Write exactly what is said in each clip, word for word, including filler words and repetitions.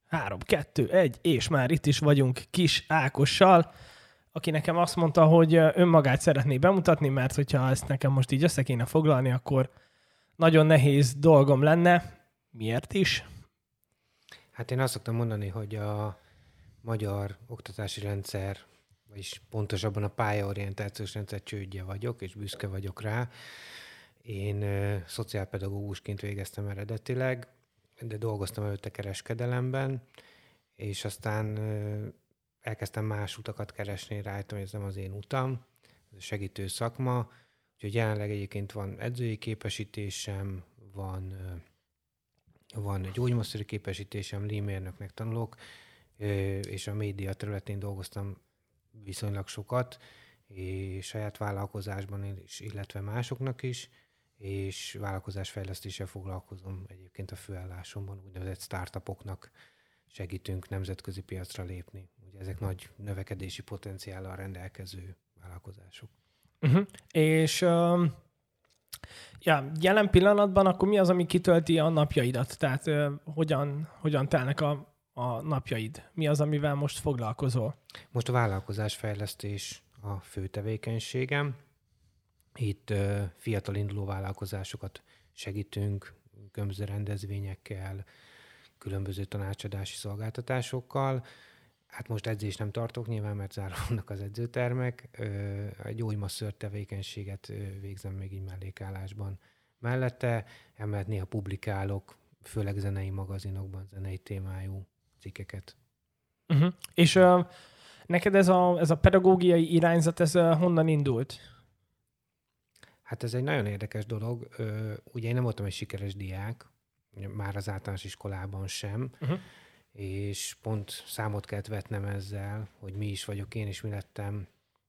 Három, kettő, egy, és már itt is vagyunk Kis Ákossal, aki nekem azt mondta, hogy önmagát szeretné bemutatni, mert hogyha ezt nekem most így össze kéne foglalni, akkor nagyon nehéz dolgom lenne. Miért is? Hát én azt szoktam mondani, hogy a magyar oktatási rendszer, vagyis pontosabban a pályaorientációs rendszer csődje vagyok, és büszke vagyok rá. Én ö, szociálpedagógusként végeztem eredetileg, de dolgoztam előtte kereskedelemben, és aztán ö, elkezdtem más utakat keresni, rájöttem, hogy ez nem az én utam, ez a segítő szakma, úgyhogy jelenleg egyébként van edzői képesítésem, van, ö, van gyógymódszeri képesítésem, límérnöknek tanulok, ö, és a média területén dolgoztam viszonylag sokat, és saját vállalkozásban is, illetve másoknak is, és vállalkozásfejlesztéssel foglalkozom egyébként a főállásomban, úgynevezett startupoknak segítünk nemzetközi piacra lépni. Ugye ezek nagy növekedési potenciállal rendelkező vállalkozások. Uh-huh. És uh, ja, jelen pillanatban akkor mi az, ami kitölti a napjaidat? Tehát uh, hogyan, hogyan telnek a, a napjaid? Mi az, amivel most foglalkozol? Most a vállalkozásfejlesztés a fő tevékenységem. Itt uh, fiatal induló vállalkozásokat segítünk különböző rendezvényekkel, különböző tanácsadási szolgáltatásokkal. Hát most edzést nem tartok nyilván, mert zárulnak az edzőtermek. Uh, a gyógymasször tevékenységet uh, végzem még így mellékállásban. Mellette emellett néha publikálok, főleg zenei magazinokban, zenei témájú cikkeket. Uh-huh. És uh, neked ez a, ez a pedagógiai irányzat, ez uh, honnan indult? Hát ez egy nagyon érdekes dolog. Ugye én nem voltam egy sikeres diák, már az általános iskolában sem, uh-huh. és pont számot kellett vetnem ezzel, hogy mi is vagyok én, és mi lettem.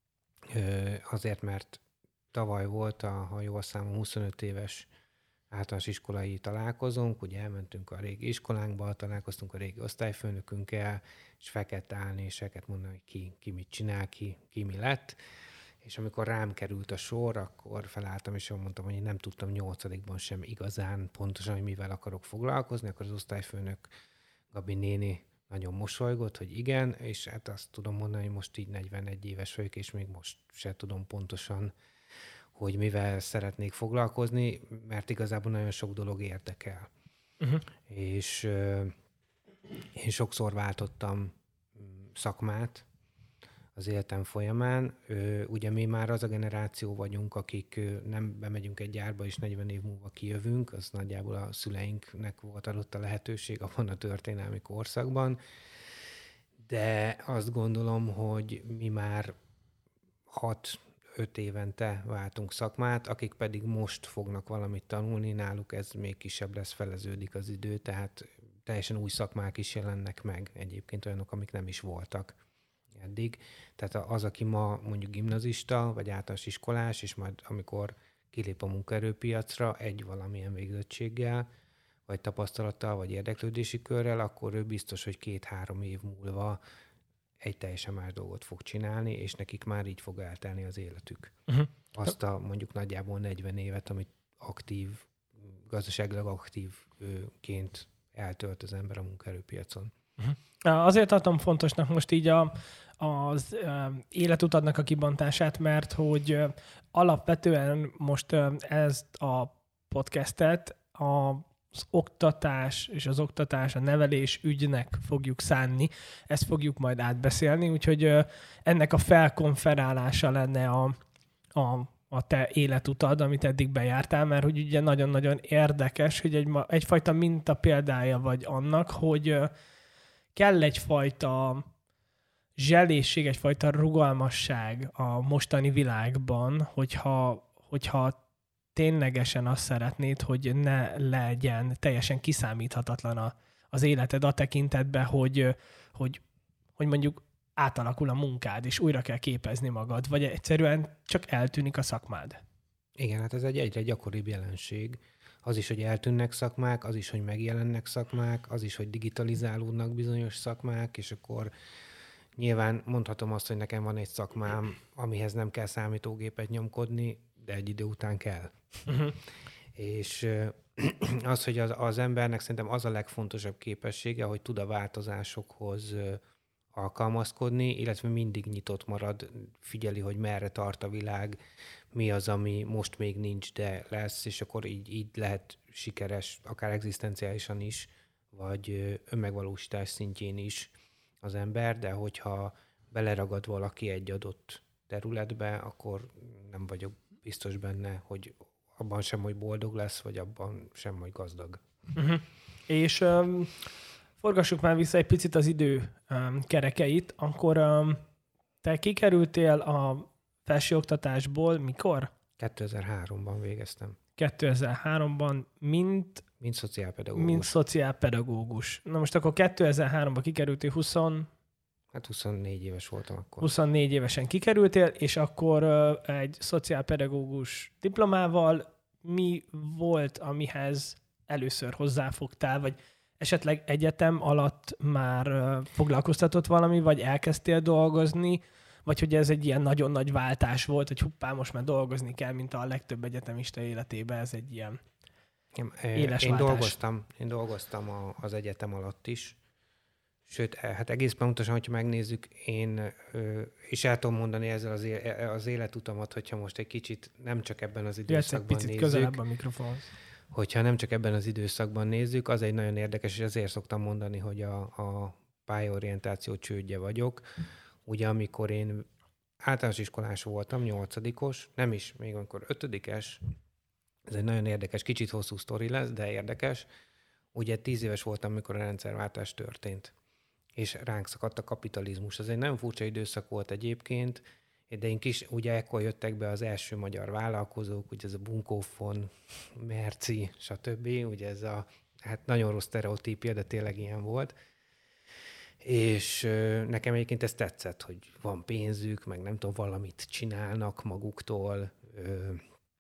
Azért, mert tavaly volt, a, ha jól számom, huszonöt éves általános iskolai találkozónk, ugye elmentünk a régi iskolánkba, találkoztunk a régi osztályfőnökünkkel, és fel kellett állni, és el kellett mondani, hogy ki, ki mit csinál, ki, ki mi lett. És amikor rám került a sor, akkor felálltam, és mondtam, hogy én nem tudtam nyolcadikban sem igazán pontosan, hogy mivel akarok foglalkozni, akkor az osztályfőnök Gabi néni nagyon mosolygott, hogy igen, és hát azt tudom mondani, hogy most így negyvenegy éves vagyok, és még most se tudom pontosan, hogy mivel szeretnék foglalkozni, mert igazából nagyon sok dolog érdekel. Uh-huh. És euh, én sokszor váltottam szakmát az életem folyamán. Ugye mi már az a generáció vagyunk, akik nem bemegyünk egy gyárba, és negyven év múlva kijövünk, az nagyjából a szüleinknek volt adott a lehetőség abban a történelmi korszakban. De azt gondolom, hogy mi már hat-öt évente váltunk szakmát, akik pedig most fognak valamit tanulni, náluk ez még kisebb lesz, feleződik az idő, tehát teljesen új szakmák is jelennek meg, egyébként olyanok, amik nem is voltak eddig. Tehát az, aki ma mondjuk gimnazista, vagy általános iskolás, és majd amikor kilép a munkaerőpiacra egy valamilyen végzettséggel, vagy tapasztalattal, vagy érdeklődési körrel, akkor ő biztos, hogy két-három év múlva egy teljesen más dolgot fog csinálni, és nekik már így fog eltelni az életük. Uh-huh. Azt a mondjuk nagyjából negyven évet, amit aktív, gazdaságilag aktívként eltölt az ember a munkaerőpiacon. Uh-huh. Azért tartom fontosnak most így a, az uh, életutadnak a kibontását, mert hogy uh, alapvetően most uh, ezt a podcastet a az oktatás és az oktatás, a nevelés ügynek fogjuk szánni, ezt fogjuk majd átbeszélni, úgyhogy uh, ennek a felkonferálása lenne a, a, a te életutad, amit eddig bejártál, mert hogy ugye nagyon-nagyon érdekes, hogy egy, egyfajta minta példája vagy annak, hogy uh, kell egyfajta zselészség, egyfajta rugalmasság a mostani világban, hogyha, hogyha ténylegesen azt szeretnéd, hogy ne legyen teljesen kiszámíthatatlan a, az életed a tekintetben, hogy, hogy, hogy mondjuk átalakul a munkád, és újra kell képezni magad, vagy egyszerűen csak eltűnik a szakmád. Igen, hát ez egy egyre gyakoribb jelenség. Az is, hogy eltűnnek szakmák, az is, hogy megjelennek szakmák, az is, hogy digitalizálódnak bizonyos szakmák, és akkor nyilván mondhatom azt, hogy nekem van egy szakmám, amihez nem kell számítógépet nyomkodni, de egy idő után kell. Uh-huh. És az, hogy az, az embernek szerintem az a legfontosabb képessége, hogy tud a változásokhoz alkalmazkodni, illetve mindig nyitott marad, figyeli, hogy merre tart a világ, mi az, ami most még nincs, de lesz, és akkor így, így lehet sikeres, akár egzisztenciálisan is, vagy önmegvalósítás szintjén is az ember, de hogyha beleragad valaki egy adott területbe, akkor nem vagyok biztos benne, hogy abban sem, hogy boldog lesz, vagy abban sem, hogy gazdag. Uh-huh. És um, forgassuk már vissza egy picit az idő um, kerekeit. Akkor um, te kikerültél a felsőoktatásból mikor? kétezer-háromban végeztem. kétezer-háromban mint... Mint szociálpedagógus. Mint szociálpedagógus. Na most akkor kétezer-háromban kikerültél húsz... Hát huszonnégy éves voltam akkor. huszonnégy évesen kikerültél, és akkor uh, egy szociálpedagógus diplomával mi volt, amihez először hozzáfogtál, vagy esetleg egyetem alatt már uh, foglalkoztatott valami, vagy elkezdtél dolgozni, vagy hogy ez egy ilyen nagyon nagy váltás volt, hogy huppá, most már dolgozni kell, mint a legtöbb egyetemista életében, ez egy ilyen én, éles én váltás. Dolgoztam, én dolgoztam a, az egyetem alatt is. Sőt, hát egész pontosan, hogyha megnézzük, én is el tudom mondani ezzel az, é- az életutamat, hogyha most egy kicsit nem csak ebben az időszakban picit nézzük. közelebb a mikrofonhoz. Hogyha nem csak ebben az időszakban nézzük, az egy nagyon érdekes, és ezért szoktam mondani, hogy a, a pályaorientáció csődje vagyok. Ugye amikor én általános iskolás voltam, nyolcadikos, nem is, még amikor ötödikes, ez egy nagyon érdekes, kicsit hosszú sztori lesz, de érdekes. Ugye tíz éves voltam, amikor a rendszerváltás történt, és ránk szakadt a kapitalizmus. Ez egy nagyon furcsa időszak volt egyébként, de én kis, ugye ekkor jöttek be az első magyar vállalkozók, ugye ez a Bunkófon, Merci, stb. Ugye ez a, hát nagyon rossz sztereotípia, de tényleg ilyen volt. És ö, nekem egyébként ez tetszett, hogy van pénzük, meg nem tudom, valamit csinálnak maguktól, ö,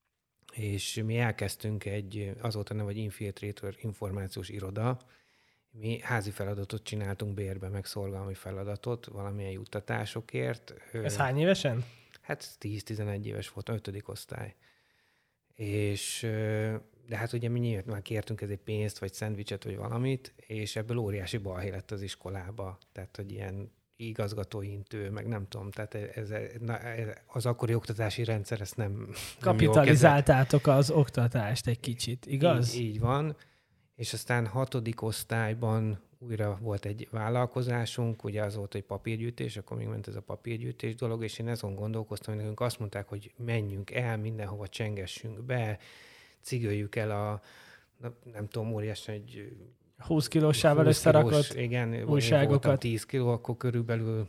és mi elkezdtünk egy, azóta nem, hogy Infiltrator információs iroda, mi házi feladatot csináltunk bérbe, meg szolgálmi feladatot valamilyen juttatásokért. Ez hány évesen? Hát tíz-tizenegy éves voltam, ötödik osztály. És, de hát ugye mi nyilván már kértünk ezért pénzt, vagy szendvicset, vagy valamit, és ebből óriási balhé lett az iskolába. Tehát, hogy ilyen igazgatóintő, meg nem tudom, tehát ez, na, ez, az akkori oktatási rendszer ezt nem... Kapitalizáltátok nem az oktatást egy kicsit, igaz? Így, így van. És aztán hatodik osztályban újra volt egy vállalkozásunk, ugye az volt, hogy papírgyűjtés, akkor még ment ez a papírgyűjtés dolog, és én azon gondolkoztam, hogy nekünk azt mondták, hogy menjünk el, mindenhova csengessünk be, cigöljük el a, nem tudom, óriásan egy... húsz kilósával összerakott igen, újságokat. tíz kiló akkor körülbelül,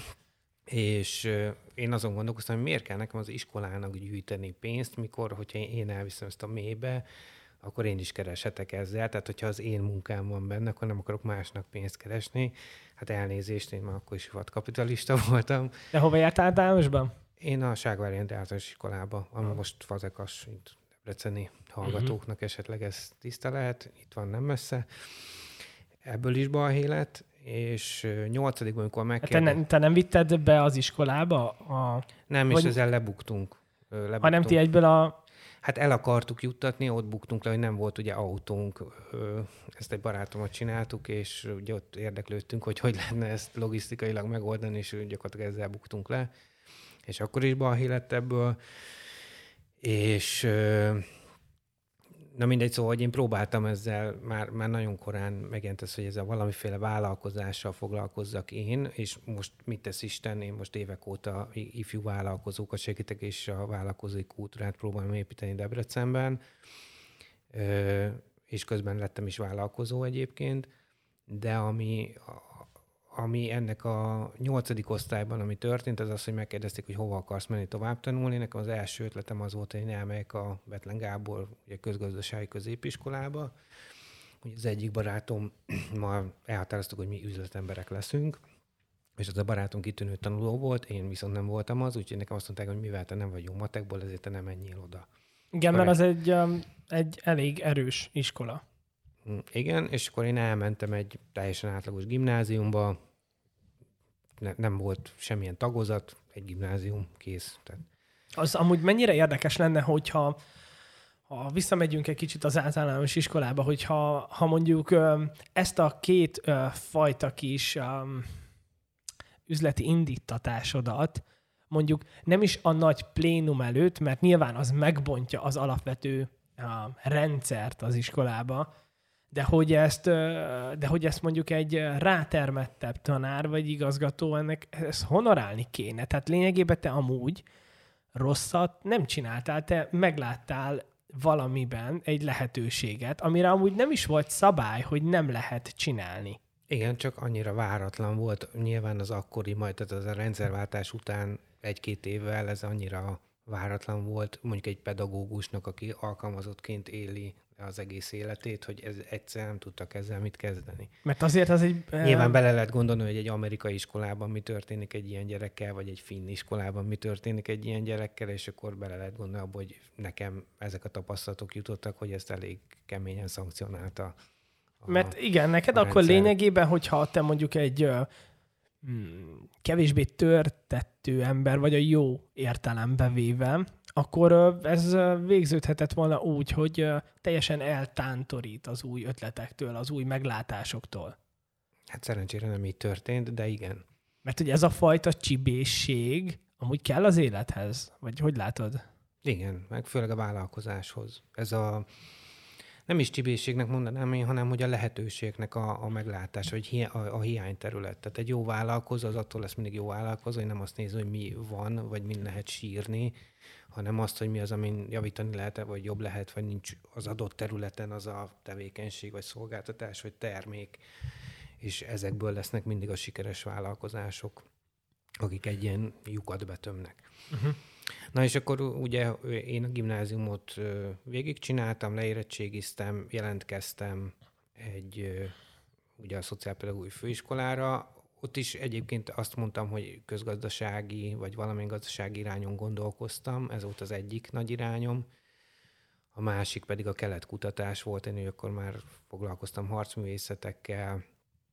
és én azon gondolkoztam, hogy miért kell nekem az iskolának gyűjteni pénzt, mikor, hogyha én elviszem ezt a mélybe, akkor én is kereshetek ezzel. Tehát, hogyha az én munkám van benne, akkor nem akarok másnak pénzt keresni. Hát elnézést, én már akkor is vadkapitalista voltam. De hova jártál általánosban? Én a Ságvári általános iskolába, ami hmm. most fazekas, mint debreceni hallgatóknak hmm. esetleg ez tiszta lehet. Itt van nem messze. Ebből is balhé lett, és nyolcadikban, amikor megkérdeztem... Te, ne, te nem vitted be az iskolába? A... Nem, Vagy... és ezzel lebuktunk. lebuktunk. Hanem ti egyből a... Hát el akartuk juttatni, ott buktunk le, hogy nem volt ugye autónk. Ezt egy barátomat csináltuk, és ugye ott érdeklődtünk, hogy hogy lehetne ezt logisztikailag megoldani, és gyakorlatilag ezzel buktunk le. És akkor is balhé lett ebből. És na mindegy, szóval, hogy én próbáltam ezzel már, már nagyon korán megjelent ez, hogy ezzel valamiféle vállalkozással foglalkozzak én, és most mit tesz Isten, én most évek óta ifjú vállalkozókat segítek, és a vállalkozói kultúrát próbálom építeni Debrecenben, és közben lettem is vállalkozó egyébként, de ami, ami ennek a nyolcadik osztályban, ami történt, az az, hogy megkérdezték, hogy hova akarsz menni tovább tanulni. Nekem az első ötletem az volt, hogy én elmegyek a Bethlen Gábor ugye, közgazdasági középiskolába. Ugye az egyik barátommal elhatároztuk, hogy mi üzletemberek leszünk, és az a barátom kitűnő tanuló volt, én viszont nem voltam az, úgyhogy nekem azt mondták, hogy mivel te nem vagy jó matekból, ezért te nem menjél oda. Igen, mert az egy, um, egy elég erős iskola. Igen, és akkor én elmentem egy teljesen átlagos gimnáziumba, ne, nem volt semmilyen tagozat, egy gimnázium, kész. Tehát. Az amúgy mennyire érdekes lenne, hogyha ha visszamegyünk egy kicsit az általános iskolába, hogyha ha mondjuk ezt a két fajta kis üzleti indítatásodat mondjuk nem is a nagy plénum előtt, mert nyilván az megbontja az alapvető rendszert az iskolába, de hogy ezt, de hogy ezt mondjuk egy rátermettebb tanár vagy igazgató, ennek ezt honorálni kéne. Tehát lényegében te amúgy rosszat nem csináltál, te megláttál valamiben egy lehetőséget, amire amúgy nem is volt szabály, hogy nem lehet csinálni. Igen, csak annyira váratlan volt. Nyilván az akkori, majd tehát az a rendszerváltás után egy-két évvel ez annyira váratlan volt, mondjuk egy pedagógusnak, aki alkalmazottként éli az egész életét, hogy ez egyszer nem tudtak ezzel mit kezdeni. Mert azért az egy... Nyilván bele lehet gondolni, hogy egy amerikai iskolában mi történik egy ilyen gyerekkel, vagy egy finn iskolában mi történik egy ilyen gyerekkel, és akkor bele lehet gondolni abba, hogy nekem ezek a tapasztalatok jutottak, hogy ezt elég keményen szankcionálta. A, Mert igen, neked akkor rendszer. Lényegében, hogyha te mondjuk egy hmm, kevésbé törtettő ember, vagy a jó értelembe véve, akkor ez végződhetett volna úgy, hogy teljesen eltántorít az új ötletektől, az új meglátásoktól. Hát szerencsére nem így történt, de igen. Mert hogy ez a fajta csibészség amúgy kell az élethez? Vagy hogy látod? Igen, meg főleg a vállalkozáshoz. Ez a nem is csibészségnek mondanám én, hanem hogy a lehetőségnek a, a meglátása, vagy hi, a, a hiányterület. Tehát egy jó vállalkozó az attól lesz mindig jó vállalkozó, hogy nem azt nézi, hogy mi van, vagy min lehet sírni, hanem azt, hogy mi az, amin javítani lehet, vagy jobb lehet, vagy nincs az adott területen az a tevékenység, vagy szolgáltatás, vagy termék. És ezekből lesznek mindig a sikeres vállalkozások, akik egy ilyen lyukat betömnek. Uh-huh. Na és akkor ugye én a gimnáziumot végigcsináltam, leérettségiztem, jelentkeztem egy ugye a szociálpedagógiai főiskolára. Ott is egyébként azt mondtam, hogy közgazdasági, vagy valamilyen gazdasági irányon gondolkoztam. Ez volt az egyik nagy irányom. A másik pedig a keletkutatás volt. Én akkor már foglalkoztam harcművészetekkel,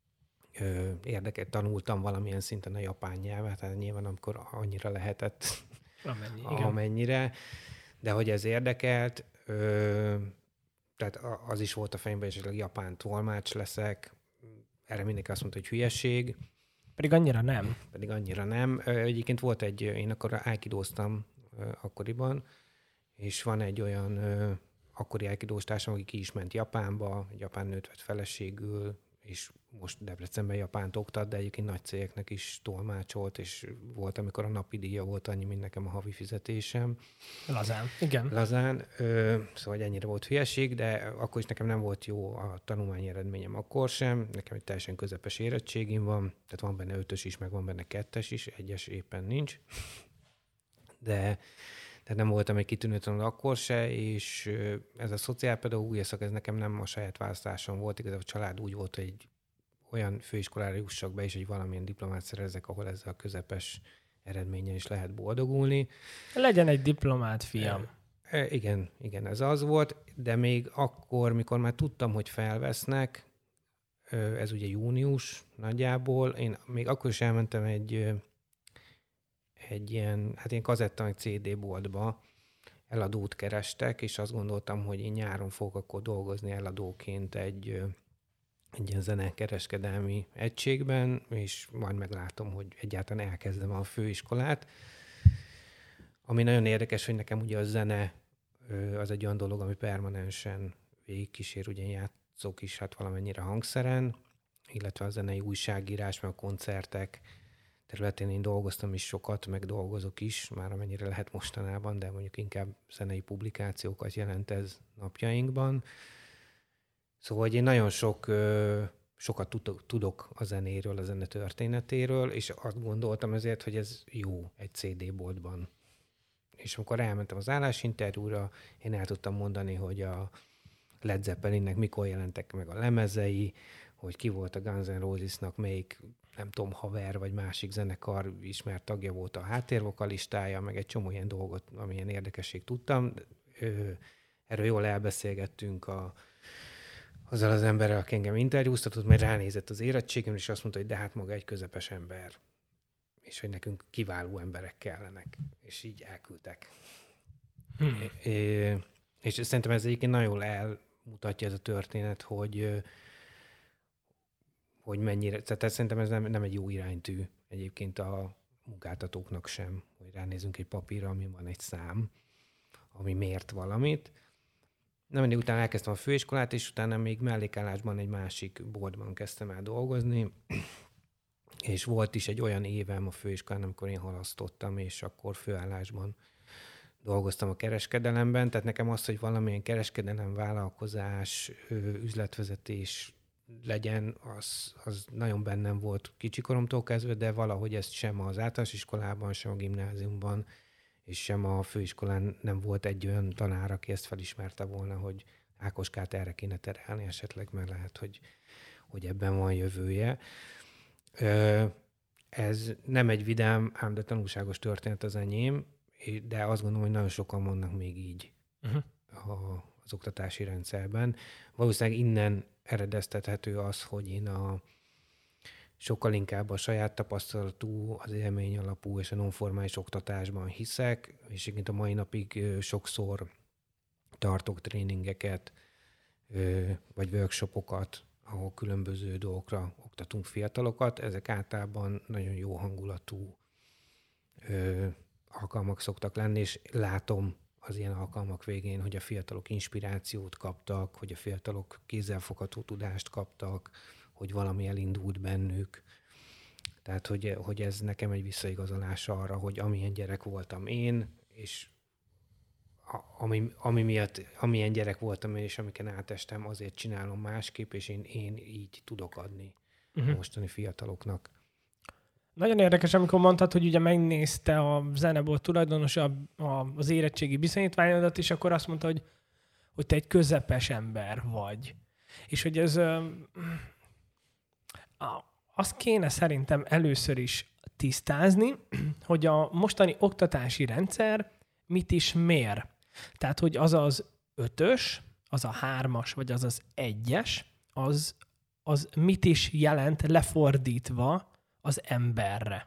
érdekelt, tanultam valamilyen szinten a japán nyelvet, tehát nyilván amikor annyira lehetett, Amennyi, amennyire, de hogy ez érdekelt, ö, tehát az is volt a fejemben, hogy esetleg japán tolmács leszek, erre mindenki azt mondta, hogy hülyeség. Pedig annyira nem. Pedig annyira nem. Egyébként volt egy, én akkor aikidóztam akkoriban, és van egy olyan ö, akkori aikidós társam, aki ki is ment Japánba, egy japán nőt vett feleségül, és most Debrecenben Japánt oktat, de egyébként nagy cégeknek is tolmácsolt, és volt, amikor a napi díja volt annyi, mint nekem a havi fizetésem. Lazán, igen. Lazán, ö, szóval ennyire volt hülyeség, de akkor is nekem nem volt jó a tanulmányi eredményem akkor sem. Nekem egy teljesen közepes érettségim van, tehát van benne ötös is, meg van benne kettes is, egyes éppen nincs. De tehát nem voltam egy kitűnő tanuló akkor se, és ez a szociálpedagógia szak, ez nekem nem a saját választásom volt, igazából a család úgy volt, hogy egy olyan főiskolára jussak be, és egy valamilyen diplomát szerezzek, ahol ezzel a közepes eredményen is lehet boldogulni. Legyen egy diplomát, fiam. E, e, igen, igen, ez az volt, de még akkor, mikor már tudtam, hogy felvesznek, ez ugye június nagyjából, én még akkor is elmentem egy egy ilyen, hát ilyen kazetta, meg cé dé boltba eladót kerestek, és azt gondoltam, hogy én nyáron fogok akkor dolgozni eladóként egy, egy ilyen zenekereskedelmi egységben, és majd meglátom, hogy egyáltalán elkezdem a főiskolát. Ami nagyon érdekes, hogy nekem ugye a zene az egy olyan dolog, ami permanensen végigkísér, ugye én játszok is hát valamennyire hangszeren, illetve a zenei újságírás, meg a koncertek területén én dolgoztam is sokat, meg dolgozok is, már amennyire lehet mostanában, de mondjuk inkább zenei publikációkat jelent ez napjainkban. Szóval, hogy én nagyon sok, sokat tudok a zenéről, a zene történetéről, és azt gondoltam ezért, hogy ez jó egy cé dé boltban. És amikor elmentem az állásinterjúra, én el tudtam mondani, hogy a Led Zeppelinnek mikor jelentek meg a lemezei, hogy ki volt a Guns N' Rosesnak, melyik nem tudom, haver vagy másik zenekar ismert tagja volt a háttérvokalistája, meg egy csomó ilyen dolgot, amilyen érdekesség tudtam. Erről jól elbeszélgettünk a, azzal az emberrel, aki engem interjúztatott, mert ránézett az érettségem, és azt mondta, hogy de hát maga egy közepes ember, és hogy nekünk kiváló emberek kellenek, és így elküldtek. Hmm. É, És szerintem ez egyébként nagyon jól elmutatja ez a történet, hogy, hogy mennyire, tehát szerintem ez nem, nem egy jó iránytű egyébként a munkáltatóknak sem, hogy ránézünk egy papírra, ami van egy szám, ami mért valamit. Nem mindig utána elkezdtem a főiskolát, és utána még mellékállásban egy másik boltban kezdtem el dolgozni, és volt is egy olyan évem a főiskolán, amikor én halasztottam, és akkor főállásban dolgoztam a kereskedelemben, tehát nekem az, hogy valamilyen kereskedelem, vállalkozás, üzletvezetés legyen, az, az nagyon bennem volt kicsikoromtól kezdve, de valahogy ezt sem az általános iskolában, sem a gimnáziumban, és sem a főiskolán nem volt egy olyan tanár, aki ezt felismerte volna, hogy Ákoskát erre kéne terelni esetleg, mert lehet, hogy, hogy ebben van jövője. Ez nem egy vidám, ám de tanulságos történet az enyém, de azt gondolom, hogy nagyon sokan vannak még így uh-huh. a, az oktatási rendszerben. Valószínűleg innen eredeztethető az, hogy én a sokkal inkább a saját tapasztalatú, az élmény alapú és a nonformális oktatásban hiszek, és egyébként a mai napig sokszor tartok tréningeket, vagy workshopokat, ahol különböző dolgokra oktatunk fiatalokat. Ezek általában nagyon jó hangulatú alkalmak szoktak lenni, és látom az ilyen alkalmak végén, hogy a fiatalok inspirációt kaptak, hogy a fiatalok kézzelfogható tudást kaptak, hogy valami elindult bennük. Tehát, hogy, hogy ez nekem egy visszaigazolás arra, hogy amilyen gyerek voltam én, és ami, ami miatt, amilyen gyerek voltam én, és amiken átestem, azért csinálom másképp, és én, én így tudok adni uh-huh. a mostani fiataloknak. Nagyon érdekes, amikor mondtad, hogy ugye megnézte a zenebolt tulajdonos a, a, az érettségi bizonyítványodat, és akkor azt mondta, hogy, hogy te egy közepes ember vagy. És hogy ez... Azt kéne szerintem először is tisztázni, hogy a mostani oktatási rendszer mit is mér. Tehát, hogy az az ötös, az a hármas, vagy az az egyes, az, az mit is jelent lefordítva az emberre.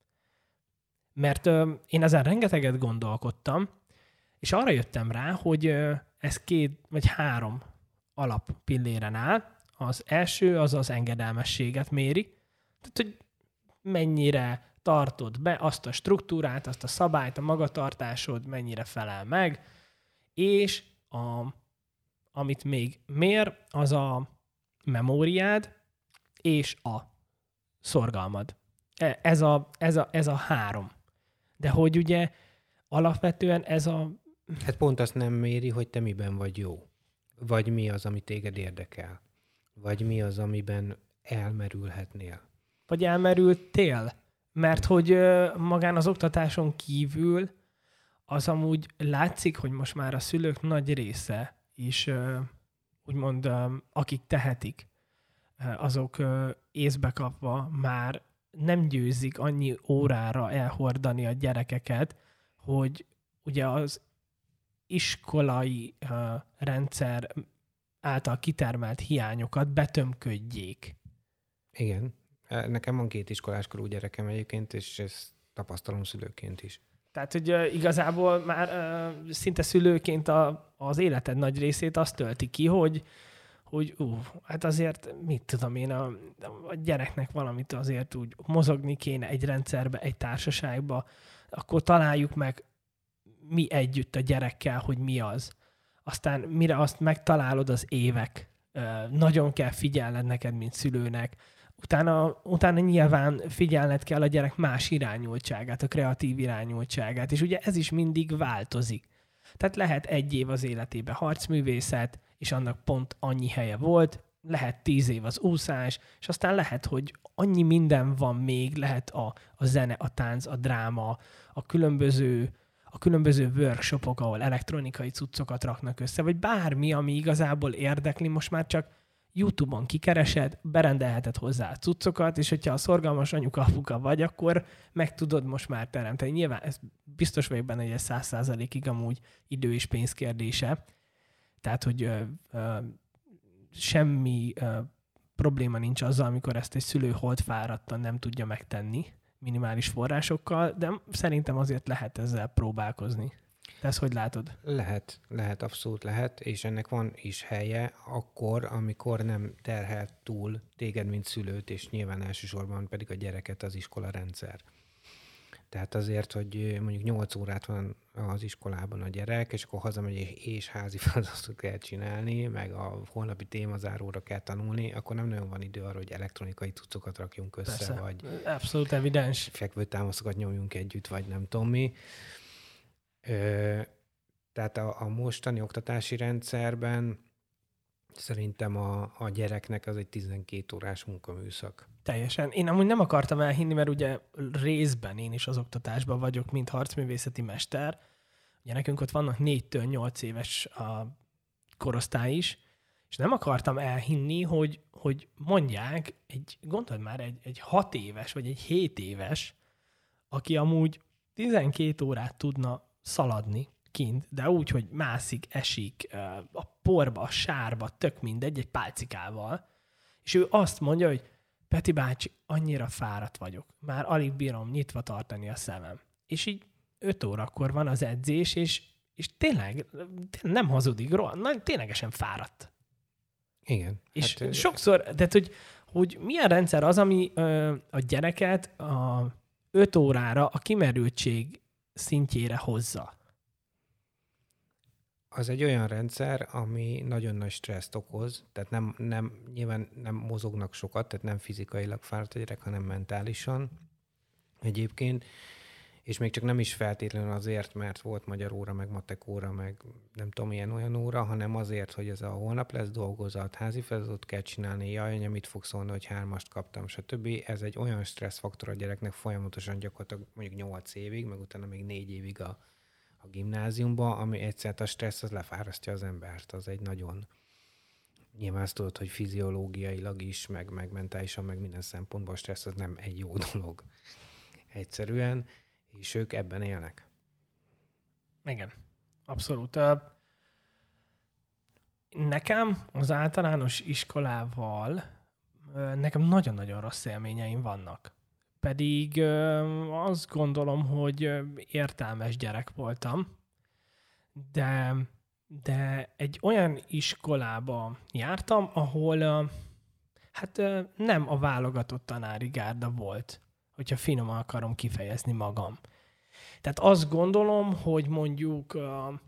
Mert ö, én ezen rengeteget gondolkodtam, és arra jöttem rá, hogy ö, ez két vagy három alappilléren áll. Az első az az engedelmességet méri, tehát, hogy mennyire tartod be azt a struktúrát, azt a szabályt, a magatartásod, mennyire felel meg, és a, amit még mér, az a memóriád és a szorgalmad. Ez a, ez a, ez a három. De hogy ugye alapvetően ez a... Hát pont azt nem méri, hogy te miben vagy jó. Vagy mi az, ami téged érdekel. Vagy mi az, amiben elmerülhetnél. Vagy elmerültél. Mert hogy magán az oktatáson kívül az amúgy látszik, hogy most már a szülők nagy része is, úgymond akik tehetik, azok észbe kapva már nem győzik annyi órára elhordani a gyerekeket, hogy ugye az iskolai rendszer által kitermelt hiányokat betömködjék. Igen. Nekem van két iskoláskorú gyerekem egyébként, és ezt tapasztalom szülőként is. Tehát, hogy uh, igazából már uh, szinte szülőként a, az életed nagy részét azt tölti ki, hogy, hogy uh, hát azért mit tudom én, a, a gyereknek valamit azért úgy mozogni kéne egy rendszerbe, egy társaságba, akkor találjuk meg mi együtt a gyerekkel, hogy mi az. Aztán mire azt megtalálod, az évek. Uh, nagyon kell figyelned neked, mint szülőnek. Utána, utána nyilván figyelned kell a gyerek más irányultságát, a kreatív irányultságát, és ugye ez is mindig változik. Tehát lehet egy év az életében harcművészet, és annak pont annyi helye volt, lehet tíz év az úszás, és aztán lehet, hogy annyi minden van még, lehet a, a zene, a tánc, a dráma, a különböző, a különböző workshopok, ahol elektronikai cuccokat raknak össze, vagy bármi, ami igazából érdekli, most már csak YouTube-on kikeresed, berendelheted hozzá a cuccokat, és hogyha a szorgalmas anyuka, apuka vagy, akkor meg tudod most már teremteni. Nyilván ez biztos vagyok benne, hogy ez száz százalékig amúgy idő és pénz kérdése. Tehát, hogy ö, ö, semmi ö, probléma nincs azzal, amikor ezt egy szülő holdfáradtan nem tudja megtenni minimális forrásokkal, de szerintem azért lehet ezzel próbálkozni. Te ezt hogy látod? Lehet, lehet, abszolút lehet, és ennek van is helye akkor, amikor nem terhelt túl téged, mint szülőt, és nyilván elsősorban pedig a gyereket az iskola rendszer. Tehát azért, hogy mondjuk nyolc órát van az iskolában a gyerek, és akkor hazamegy és házi feladatot kell csinálni, meg a holnapi témazáróra kell tanulni, akkor nem nagyon van idő arra, hogy elektronikai cuccokat rakjunk össze, Persze. vagy Abszolút evidens. fekvőtámaszokat nyomjunk együtt, vagy nem tudom mi. Ö, tehát a, a mostani oktatási rendszerben szerintem a, a gyereknek az egy tizenkét órás munkaműszak. Teljesen. Én amúgy nem akartam elhinni, mert ugye részben én is az oktatásban vagyok, mint harcművészeti mester. Ugye nekünk ott vannak négytől nyolc éves a korosztály is, és nem akartam elhinni, hogy, hogy mondják, egy, gondold már, egy, egy hat éves vagy egy hét éves, aki amúgy tizenkét órát tudna szaladni kint, de úgy, hogy mászik, esik a porba, a sárba, tök mindegy, egy pálcikával, és ő azt mondja, hogy Peti bácsi, annyira fáradt vagyok. Már alig bírom nyitva tartani a szemem. És így öt órakor van az edzés, és, és tényleg, tényleg nem hazudik, na, ténylegesen fáradt. Igen. És hát, sokszor, tehát hogy, hogy milyen rendszer az, ami ö, a gyereket a öt órára a kimerültség szintjére hozza? Az egy olyan rendszer, ami nagyon nagy stresszt okoz, tehát nem, nem, nyilván nem mozognak sokat, tehát nem fizikailag fáradt a gyerek, hanem mentálisan egyébként, és még csak nem is feltétlenül azért, mert volt magyar óra, meg matek óra, meg nem tudom, ilyen olyan óra, hanem azért, hogy ez a holnap lesz dolgozat, házi feladatot kell csinálni, jaj, anya, mit fog szólni, hogy hármast kaptam, stb. Ez egy olyan stresszfaktor a gyereknek folyamatosan gyakorlatilag mondjuk nyolc évig, meg utána még négy évig a a gimnáziumban, ami egyszer a stressz, az lefárasztja az embert. Az egy nagyon... Nyilván azt tudod, hogy fiziológiailag is, meg, meg mentálisan, meg minden szempontból a stressz az nem egy jó dolog. Egyszerűen, és ők ebben élnek. Igen, abszolút. Nekem az általános iskolával nekem nagyon-nagyon rossz élményeim vannak. Pedig azt gondolom, hogy értelmes gyerek voltam, de, de egy olyan iskolába jártam, ahol hát nem a válogatott tanári gárda volt, hogyha finoman akarom kifejezni magam. Tehát azt gondolom, hogy mondjuk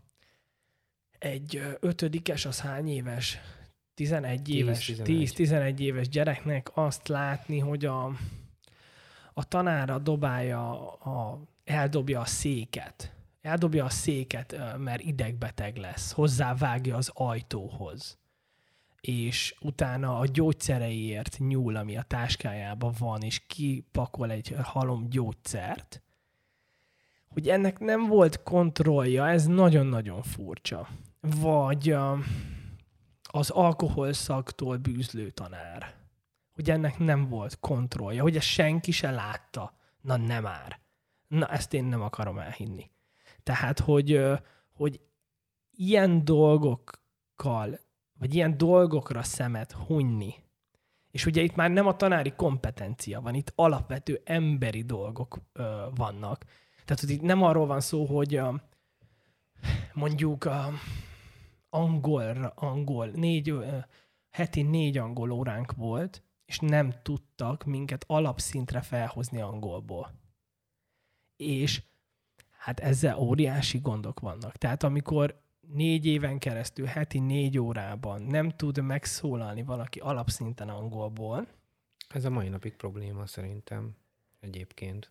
egy ötödikes az hány éves? tizenegy éves, tíz-tizenegy éves gyereknek azt látni, hogy a a tanára dobálja, a, eldobja a széket. Eldobja a széket, mert idegbeteg lesz. Hozzávágja az ajtóhoz. És utána a gyógyszereiért nyúl, ami a táskájában van, és kipakol egy halom gyógyszert. Hogy ennek nem volt kontrollja, ez nagyon-nagyon furcsa. Vagy az alkoholszaktól bűzlő tanár. Hogy ennek nem volt kontrollja, hogy ezt senki se látta. Na nem már. Na ezt én nem akarom elhinni. Tehát, hogy, hogy ilyen dolgokkal, vagy ilyen dolgokra szemet hunyni, és ugye itt már nem a tanári kompetencia van, itt alapvető emberi dolgok ö, vannak. Tehát, hogy itt nem arról van szó, hogy ö, mondjuk a angolra, angol, négy, ö, heti négy angol óránk volt, és nem tudtak minket alapszintre felhozni angolból. És hát ezzel óriási gondok vannak. Tehát amikor négy éven keresztül, heti négy órában nem tud megszólalni valaki alapszinten angolból. Ez a mai napig probléma szerintem egyébként.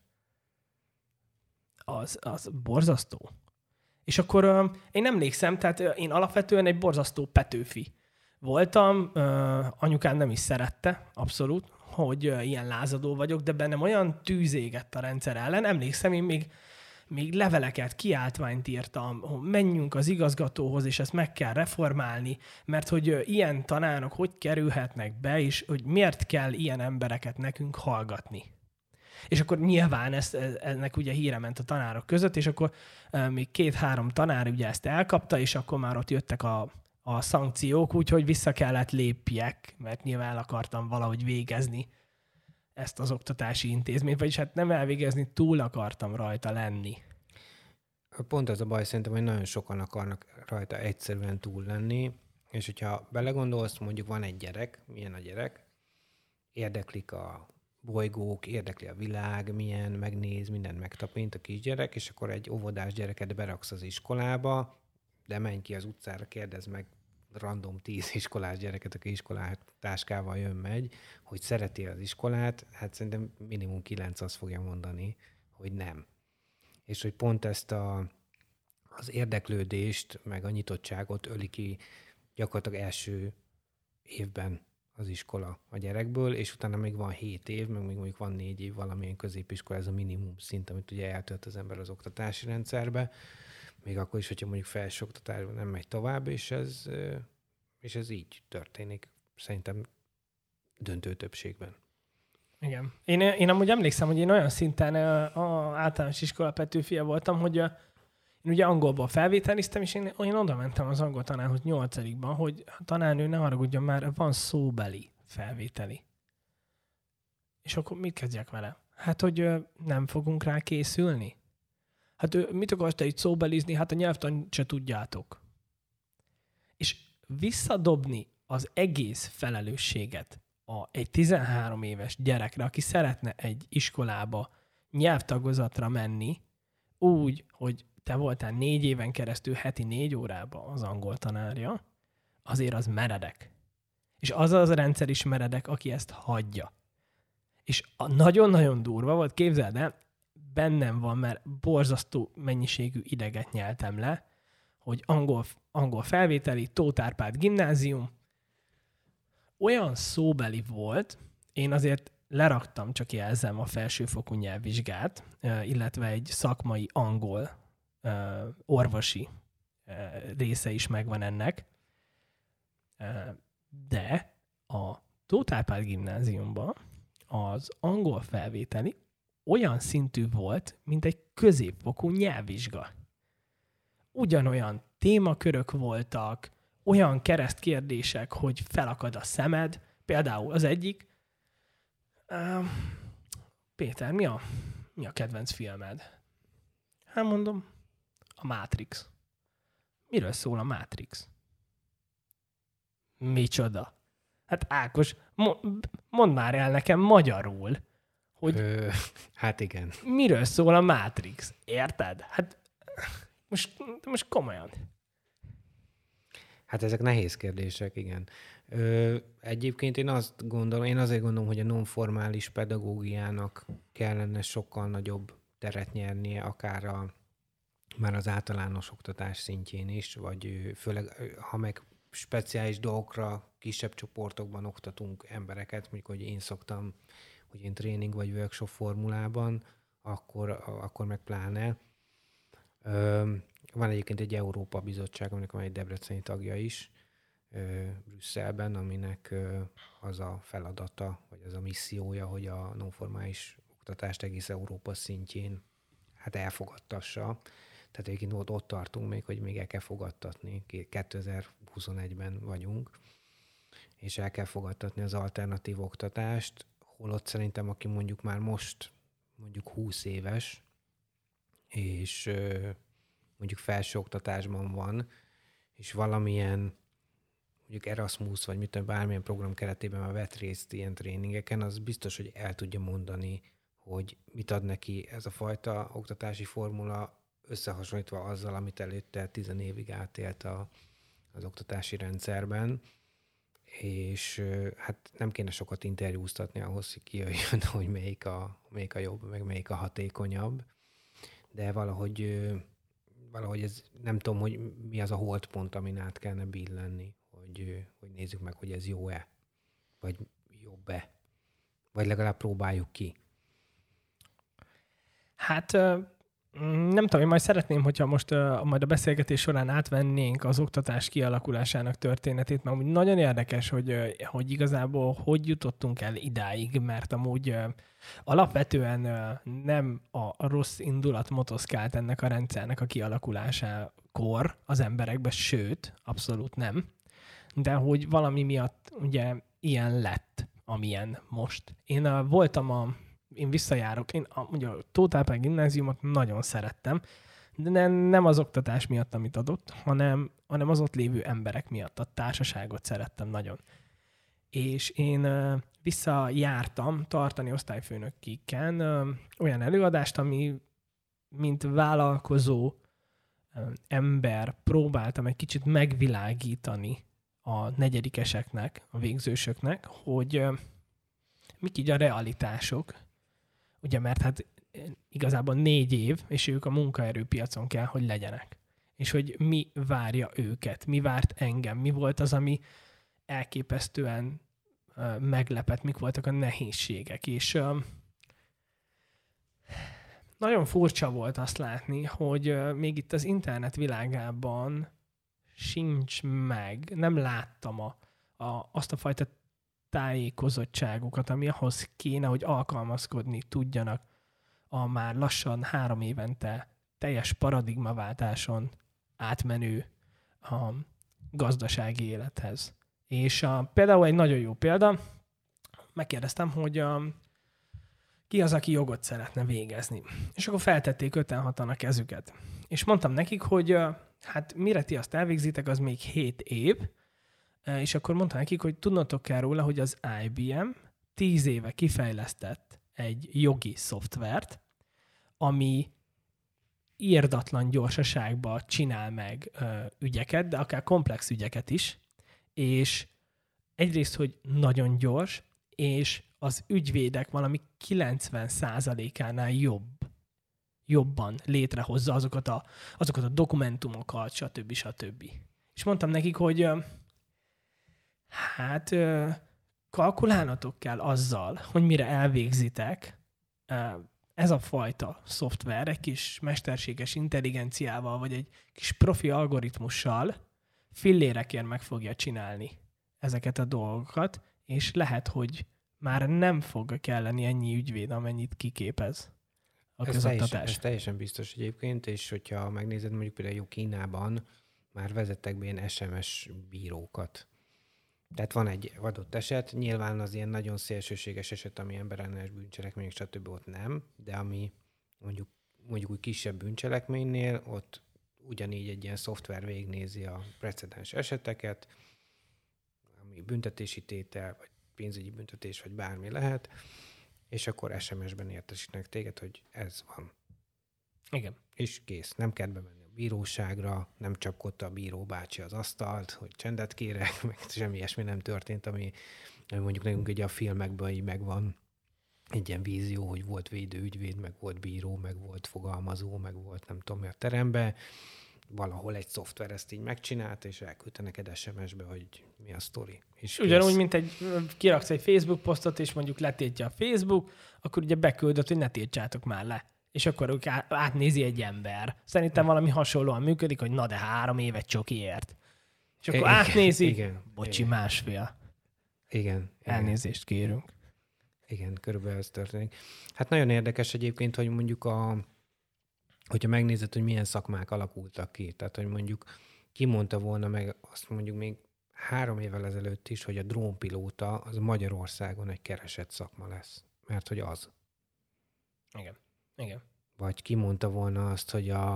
Az, az borzasztó. És akkor uh, én emlékszem, tehát uh, én alapvetően egy borzasztó Petőfi voltam, uh, anyukám nem is szerette, abszolút, hogy uh, ilyen lázadó vagyok, de bennem olyan tűz égett a rendszer ellen. Emlékszem, én még, még leveleket, kiáltványt írtam, hogy menjünk az igazgatóhoz, és ezt meg kell reformálni, mert hogy uh, ilyen tanárok hogy kerülhetnek be, és hogy miért kell ilyen embereket nekünk hallgatni. És akkor nyilván ezt, ennek ugye híre ment a tanárok között, és akkor uh, még két-három tanár ugye ezt elkapta, és akkor már ott jöttek a a szankciók, úgyhogy vissza kellett lépjek, mert nyilván el akartam valahogy végezni ezt az oktatási intézményt, vagyis hát nem elvégezni, túl akartam rajta lenni. Pont az a baj szerintem, hogy nagyon sokan akarnak rajta egyszerűen túl lenni, és hogyha belegondolsz, mondjuk van egy gyerek, milyen a gyerek, érdeklik a bolygók, érdekli a világ, milyen, megnéz, mindent megtapint a kisgyerek, és akkor egy óvodás gyereket beraksz az iskolába, de menj ki az utcára, kérdezd meg random tíz iskolás gyereket, aki iskolás táskával jön-megy, hogy szereti az iskolát, hát szerintem minimum kilenc azt fogja mondani, hogy nem. És hogy pont ezt a, az érdeklődést, meg a nyitottságot öli ki gyakorlatilag első évben az iskola a gyerekből, és utána még van hét év, meg még mondjuk van négy év valamilyen középiskola, ez a minimum szint, amit ugye eltölt az ember az oktatási rendszerbe, még akkor is, hogyha mondjuk felsőoktatásban nem megy tovább, és ez, és ez így történik. Szerintem döntő többségben. Igen. Én, én amúgy emlékszem, hogy én olyan szinten a általános iskola Petőfia voltam, hogy a, én ugye angolból felvételiztem, és én, én oda mentem az angol tanárhoz nyolcadikban, hogy a tanárnő ne haragudjon már, van szóbeli felvételi. És akkor mit kezdjek vele? Hát, hogy nem fogunk rá készülni? Hát mit akarsz te itt szóbelizni? Hát a nyelvtan se tudjátok. És visszadobni az egész felelősséget a, egy tizenhárom éves gyerekre, aki szeretne egy iskolába nyelvtagozatra menni, úgy, hogy te voltál négy éven keresztül heti négy órában az angol tanárja, azért az meredek. És az az a rendszer is meredek, aki ezt hagyja. És a nagyon-nagyon durva volt, képzeld el, bennem van, mert borzasztó mennyiségű ideget nyeltem le, hogy angol, angol felvételi, Tóth Árpád gimnázium, olyan szóbeli volt, én azért leraktam, csak jelzem, a felsőfokú nyelvvizsgát, illetve egy szakmai angol orvosi része is megvan ennek, de a Tóth Árpád gimnáziumban az angol felvételi olyan szintű volt, mint egy középfokú nyelvvizsga. Ugyanolyan témakörök voltak, olyan keresztkérdések, hogy felakad a szemed. Például az egyik, uh, Péter, mi a, mi a kedvenc filmed? Hát mondom, a Matrix. Miről szól a Matrix? Micsoda? Hát Ákos, mo- mondd már el nekem magyarul, hogy Ö, hát igen. miről szól a Matrix. Érted? Hát most, most komolyan. Hát ezek nehéz kérdések, igen. Ö, egyébként én azt gondolom, én azért gondolom, hogy a nonformális pedagógiának kellene sokkal nagyobb teret nyernie, akár a, már az általános oktatás szintjén is, vagy főleg, ha meg speciális dolgokra, kisebb csoportokban oktatunk embereket, mondjuk, hogy én szoktam, hogy én tréning vagy workshop formulában, akkor, akkor meg pláne. Ö, van egyébként egy Európa Bizottság, aminek van egy debreceni tagja is, ö, Brüsszelben, aminek ö, az a feladata, vagy az a missziója, hogy a nonformális oktatást egész Európa szintjén hát elfogadtassa. Tehát egyébként ott, ott tartunk még, hogy még el kell fogadtatni. kétezer-huszonegyben vagyunk, és el kell fogadtatni az alternatív oktatást, holott szerintem, aki mondjuk már most mondjuk húsz éves, és ö, mondjuk felsőoktatásban van, és valamilyen mondjuk Erasmus, vagy mit tudom, bármilyen program keretében már vett részt ilyen tréningeken, az biztos, hogy el tudja mondani, hogy mit ad neki ez a fajta oktatási formula, összehasonlítva azzal, amit előtte tíz évig átélt a, az oktatási rendszerben, és hát nem kéne sokat interjúztatni ahhoz, hogy kijöjjön, hogy melyik a, melyik a jobb, meg melyik a hatékonyabb, de valahogy, valahogy ez, nem tudom, hogy mi az a holdpont, amin át kellene billenni, hogy, hogy nézzük meg, hogy ez jó-e, vagy jobb-e, vagy legalább próbáljuk ki. Hát nem tudom, én majd szeretném, hogyha most uh, majd a beszélgetés során átvennénk az oktatás kialakulásának történetét, mert amúgy nagyon érdekes, hogy, uh, hogy igazából hogy jutottunk el idáig, mert amúgy uh, alapvetően uh, nem a, a rossz indulat motoszkált ennek a rendszernek a kialakulásakor az emberekbe, sőt, abszolút nem, de hogy valami miatt ugye ilyen lett, amilyen most. Én uh, voltam a Én visszajárok, én a, ugye a Tóth Árpád gimnáziumot nagyon szerettem, De nem, nem az oktatás miatt, amit adott, hanem, hanem az ott lévő emberek miatt. A társaságot szerettem nagyon. És én uh, visszajártam tartani osztályfőnökiken uh, olyan előadást, ami mint vállalkozó uh, ember próbáltam egy kicsit megvilágítani a negyedikeseknek, a végzősöknek, hogy uh, mik így a realitások. Ugye, mert hát igazából négy év, és ők a munkaerőpiacon kell, hogy legyenek. És hogy mi várja őket, mi várt engem, mi volt az, ami elképesztően uh, meglepett, mik voltak a nehézségek. És uh, nagyon furcsa volt azt látni, hogy uh, még itt az internet világában sincs meg, nem láttam a, a, azt a fajta tájékozottságukat, ami ahhoz kéne, hogy alkalmazkodni tudjanak a már lassan három évente teljes paradigmaváltáson átmenő a gazdasági élethez. És a, például egy nagyon jó példa, megkérdeztem, hogy a, ki az, aki jogot szeretne végezni. És akkor feltették öten hatan a kezüket. És mondtam nekik, hogy hát mire ti azt elvégzitek, az még hét év, és akkor mondtam nekik, hogy tudnotok kell róla, hogy az I B M tíz éve kifejlesztett egy jogi szoftvert, ami irdatlan gyorsaságban csinál meg ö, ügyeket, de akár komplex ügyeket is, és egyrészt, hogy nagyon gyors, és az ügyvédek valami kilencven százalékánál jobb, jobban létrehozza azokat a, azokat a dokumentumokat, stb. stb. És mondtam nekik, hogy ö, hát ö, kalkulálnatok kell azzal, hogy mire elvégzitek, ez a fajta szoftver egy kis mesterséges intelligenciával, vagy egy kis profi algoritmussal fillérekért meg fogja csinálni ezeket a dolgokat, és lehet, hogy már nem fog kelleni ennyi ügyvéd, amennyit kiképez a ez közoktatás. Teljesen, ez teljesen biztos egyébként, és hogyha megnézed mondjuk például Kínában, már vezettek be ilyen es em es bírókat. Tehát van egy adott eset, nyilván az ilyen nagyon szélsőséges eset, ami emberellenes bűncselekmények, stb. Ott nem, de ami mondjuk, mondjuk úgy kisebb bűncselekménynél, ott ugyanígy egy ilyen szoftver végignézi a precedens eseteket, ami büntetési tétel, vagy pénzügyi büntetés, vagy bármi lehet, és akkor es em es-ben értesítenek téged, hogy ez van. Igen. És kész. Nem kell bemenni a bíróságra, nem csapkodta a bíró bácsi az asztalt, hogy csendet kérek, meg semmi ilyesmi nem történt, ami, ami mondjuk nekünk ugye a filmekben így megvan egy ilyen vízió, hogy volt védőügyvéd, meg volt bíró, meg volt fogalmazó, meg volt nem tudom mi a teremben. Valahol egy szoftver ezt így megcsinált, és elküldte neked es em es-be, hogy mi a sztori. És ugyanúgy, mint egy, kiraksz egy Facebook posztot, és mondjuk letiltja a Facebook, akkor ugye beküldött, hogy ne tiltsátok már le. És akkor ők átnézi egy ember. Szerintem valami hasonlóan működik, hogy na de három évet csokiért. És akkor igen, átnézi, igen, bocsi, igen. másfél. Igen. Elnézést kérünk. Igen, körülbelül ez történik. Hát nagyon érdekes egyébként, hogy mondjuk a, hogyha megnézed, hogy milyen szakmák alakultak ki. Tehát, hogy mondjuk ki mondta volna meg azt mondjuk még három évvel ezelőtt is, hogy a drónpilóta az Magyarországon egy keresett szakma lesz. Mert hogy az. Igen. Igen. Vagy ki mondta volna azt, hogy a,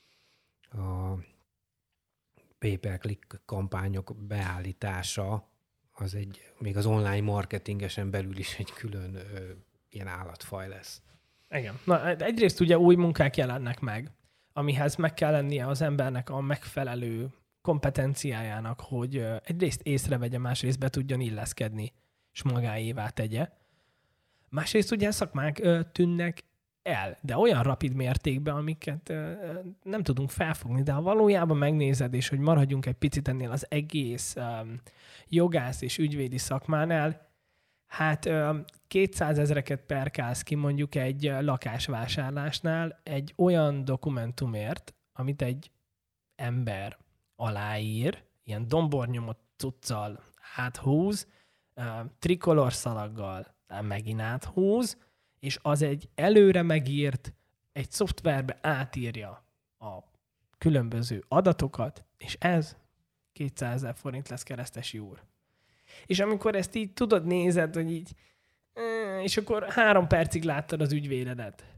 a pay-per-click kampányok beállítása az egy, még az online marketingesen belül is egy külön ö, ilyen állatfaj lesz. Igen. Na, egyrészt ugye új munkák jelennek meg, amihez meg kell lennie az embernek a megfelelő kompetenciájának, hogy egyrészt észrevegye, másrészt be tudjon illeszkedni, és magáévá tegye. Másrészt ugye szakmák ö, tűnnek el, de olyan rapid mértékben, amiket ö, nem tudunk felfogni, de ha valójában megnézed, és hogy maradjunk egy picit ennél az egész ö, jogász és ügyvédi szakmánál, hát ö, kétszázezreket perkálsz ki mondjuk egy lakásvásárlásnál egy olyan dokumentumért, amit egy ember aláír, ilyen dombornyomott cuccal áthúz, ö, trikolor szalaggal megint áthúz, és az egy előre megírt, egy szoftverbe átírja a különböző adatokat, és ez kétszázezer forint lesz, keresztesi úr. És amikor ezt így tudod, nézed, hogy így, és akkor három percig láttad az ügyvédedet.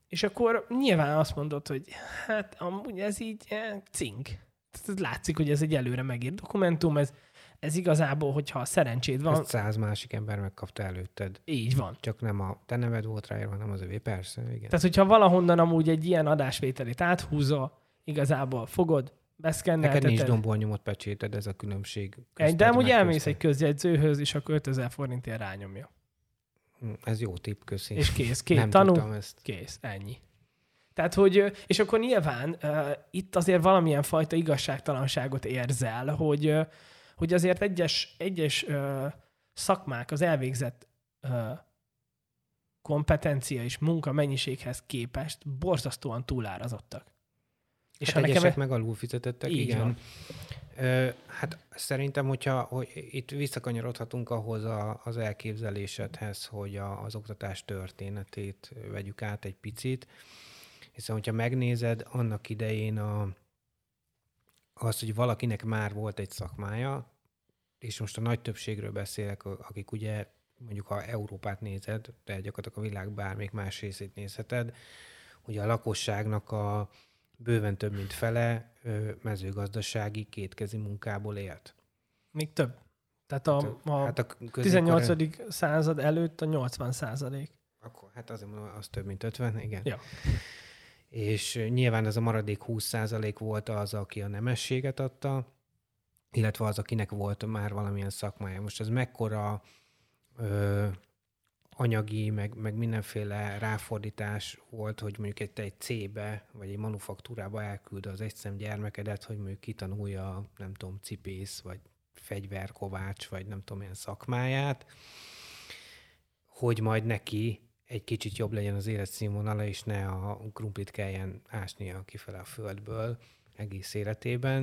És akkor nyilván azt mondod, hogy hát amúgy ez így eh, cink. Tehát látszik, hogy ez egy előre megírt dokumentum, ez, ez igazából, hogyha szerencséd van... Ezt száz másik ember megkapta előtted. Így van. Csak nem a te neved volt rá, hanem az övé, persze, igen. Tehát, hogyha valahonnan amúgy egy ilyen adásvételét áthúzza, igazából fogod, beszkennelteted. Neked nincs domból nyomott pecséted, ez a különbség. Egy, de amúgy elmész egy közjegyzőhöz, és akkor ötezer forintért rányomja. Ez jó tipp, köszi. És kész, két nem tanú, kész, ennyi. Tehát, hogy, és akkor nyilván uh, itt azért valamilyen fajta igazságtalanságot érzel, hogy, uh, hogy azért egyes, egyes uh, szakmák az elvégzett uh, kompetencia és munka mennyiséghez képest borzasztóan túlárazottak. És hát ha egyesek nekem... meg alul fizetettek, így igen. Van. Ö, hát szerintem, hogyha hogy itt visszakanyarodhatunk ahhoz a, az elképzelésedhez, hogy a, az oktatás történetét vegyük át egy picit, hiszen hogyha megnézed annak idején a, az, hogy valakinek már volt egy szakmája, és most a nagy többségről beszélek, akik ugye mondjuk ha Európát nézed, de gyakorlatilag a világ bármelyik más részét nézheted, ugye a lakosságnak a bőven több mint fele mezőgazdasági kétkezi munkából élt. Még több. Tehát a, a, hát a tizennyolcadik század előtt a nyolcvan százalék. Akkor hát azért mondom, az több mint ötven, igen. Ja. És nyilván ez a maradék húsz százalék volt az, aki a nemességet adta, illetve az, akinek volt már valamilyen szakmája. Most ez mekkora ö, anyagi, meg, meg mindenféle ráfordítás volt, hogy mondjuk egy, te egy cébe, vagy egy manufaktúrába elküld az egyszem gyermekedet, hogy mondjuk kitanulja, nem tudom, cipész, vagy fegyverkovács, vagy nem tudom, milyen szakmáját, hogy majd neki egy kicsit jobb legyen az életszínvonala, és ne a krumplit kelljen ásnia kifele a földből egész életében.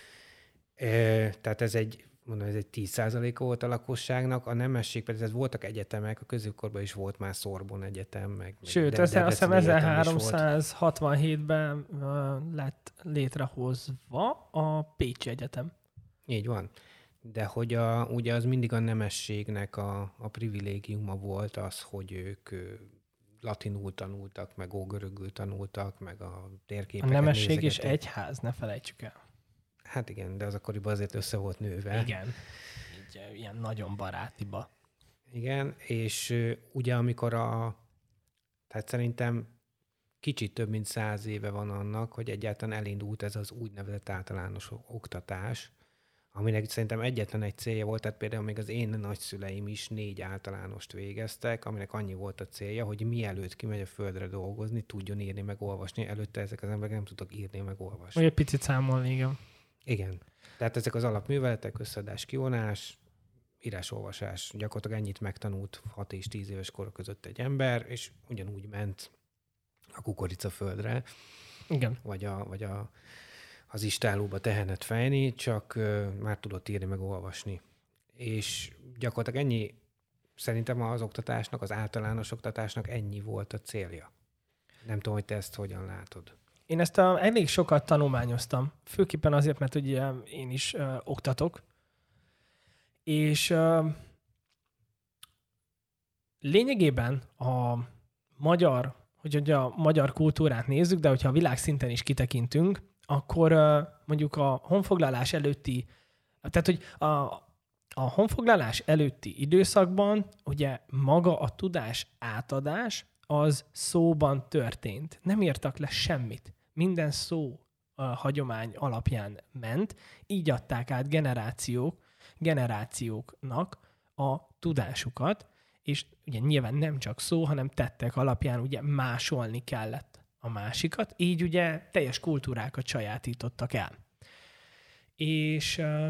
E, tehát ez egy, mondom, ez egy tíz százaléka volt a lakosságnak, a nemesség pedig ez voltak egyetemek, a középkorban is volt már Sorbonne Egyetem, meg sőt, de, azt hiszem ezerháromszázhatvanhétben lett létrehozva a Pécsi Egyetem. Így van. De hogy a, ugye az mindig a nemességnek a, a privilégiuma volt az, hogy ők latinul tanultak, meg ógörögül tanultak, meg a térképeket A nemesség és egyház, ne felejtsük el. Hát igen, de az akkoriban azért össze volt nőve. Igen, így ilyen nagyon barátiba. Igen, és uh, ugye amikor a, tehát szerintem kicsit több mint száz éve van annak, hogy egyáltalán elindult ez az úgynevezett általános oktatás, aminek szerintem egyetlen egy célja volt, tehát például még az én nagyszüleim is négy általánost végeztek, aminek annyi volt a célja, hogy mielőtt kimegy a földre dolgozni, tudjon írni meg olvasni. Előtte ezek az emberek nem tudtak írni meg olvasni. Vagy egy picit számolni, igen. Igen. Tehát ezek az alapműveletek, összeadás, kivonás, írás-olvasás, gyakorlatilag ennyit megtanult hat és tíz éves kor között egy ember, és ugyanúgy ment a kukoricaföldre, igen. vagy, a, vagy a, az istálóba tehenet fejni, csak uh, már tudott írni meg olvasni. És gyakorlatilag ennyi, szerintem az oktatásnak, az általános oktatásnak ennyi volt a célja. Nem tudom, hogy te ezt hogyan látod. Én ezt a, elég sokat tanulmányoztam, főképpen azért, mert ugye én is uh, oktatok, és uh, lényegében a magyar, hogy ugye a magyar kultúrát nézzük, de hogyha a világszinten is kitekintünk, akkor uh, mondjuk a honfoglalás előtti, tehát hogy a, a honfoglalás előtti időszakban ugye maga a tudás átadás az szóban történt. Nem írtak le semmit. Minden szó a hagyomány alapján ment, így adták át generációk, generációknak a tudásukat, és ugye nyilván nem csak szó, hanem tettek alapján ugye másolni kellett a másikat, így ugye teljes kultúrákat sajátítottak el. És uh,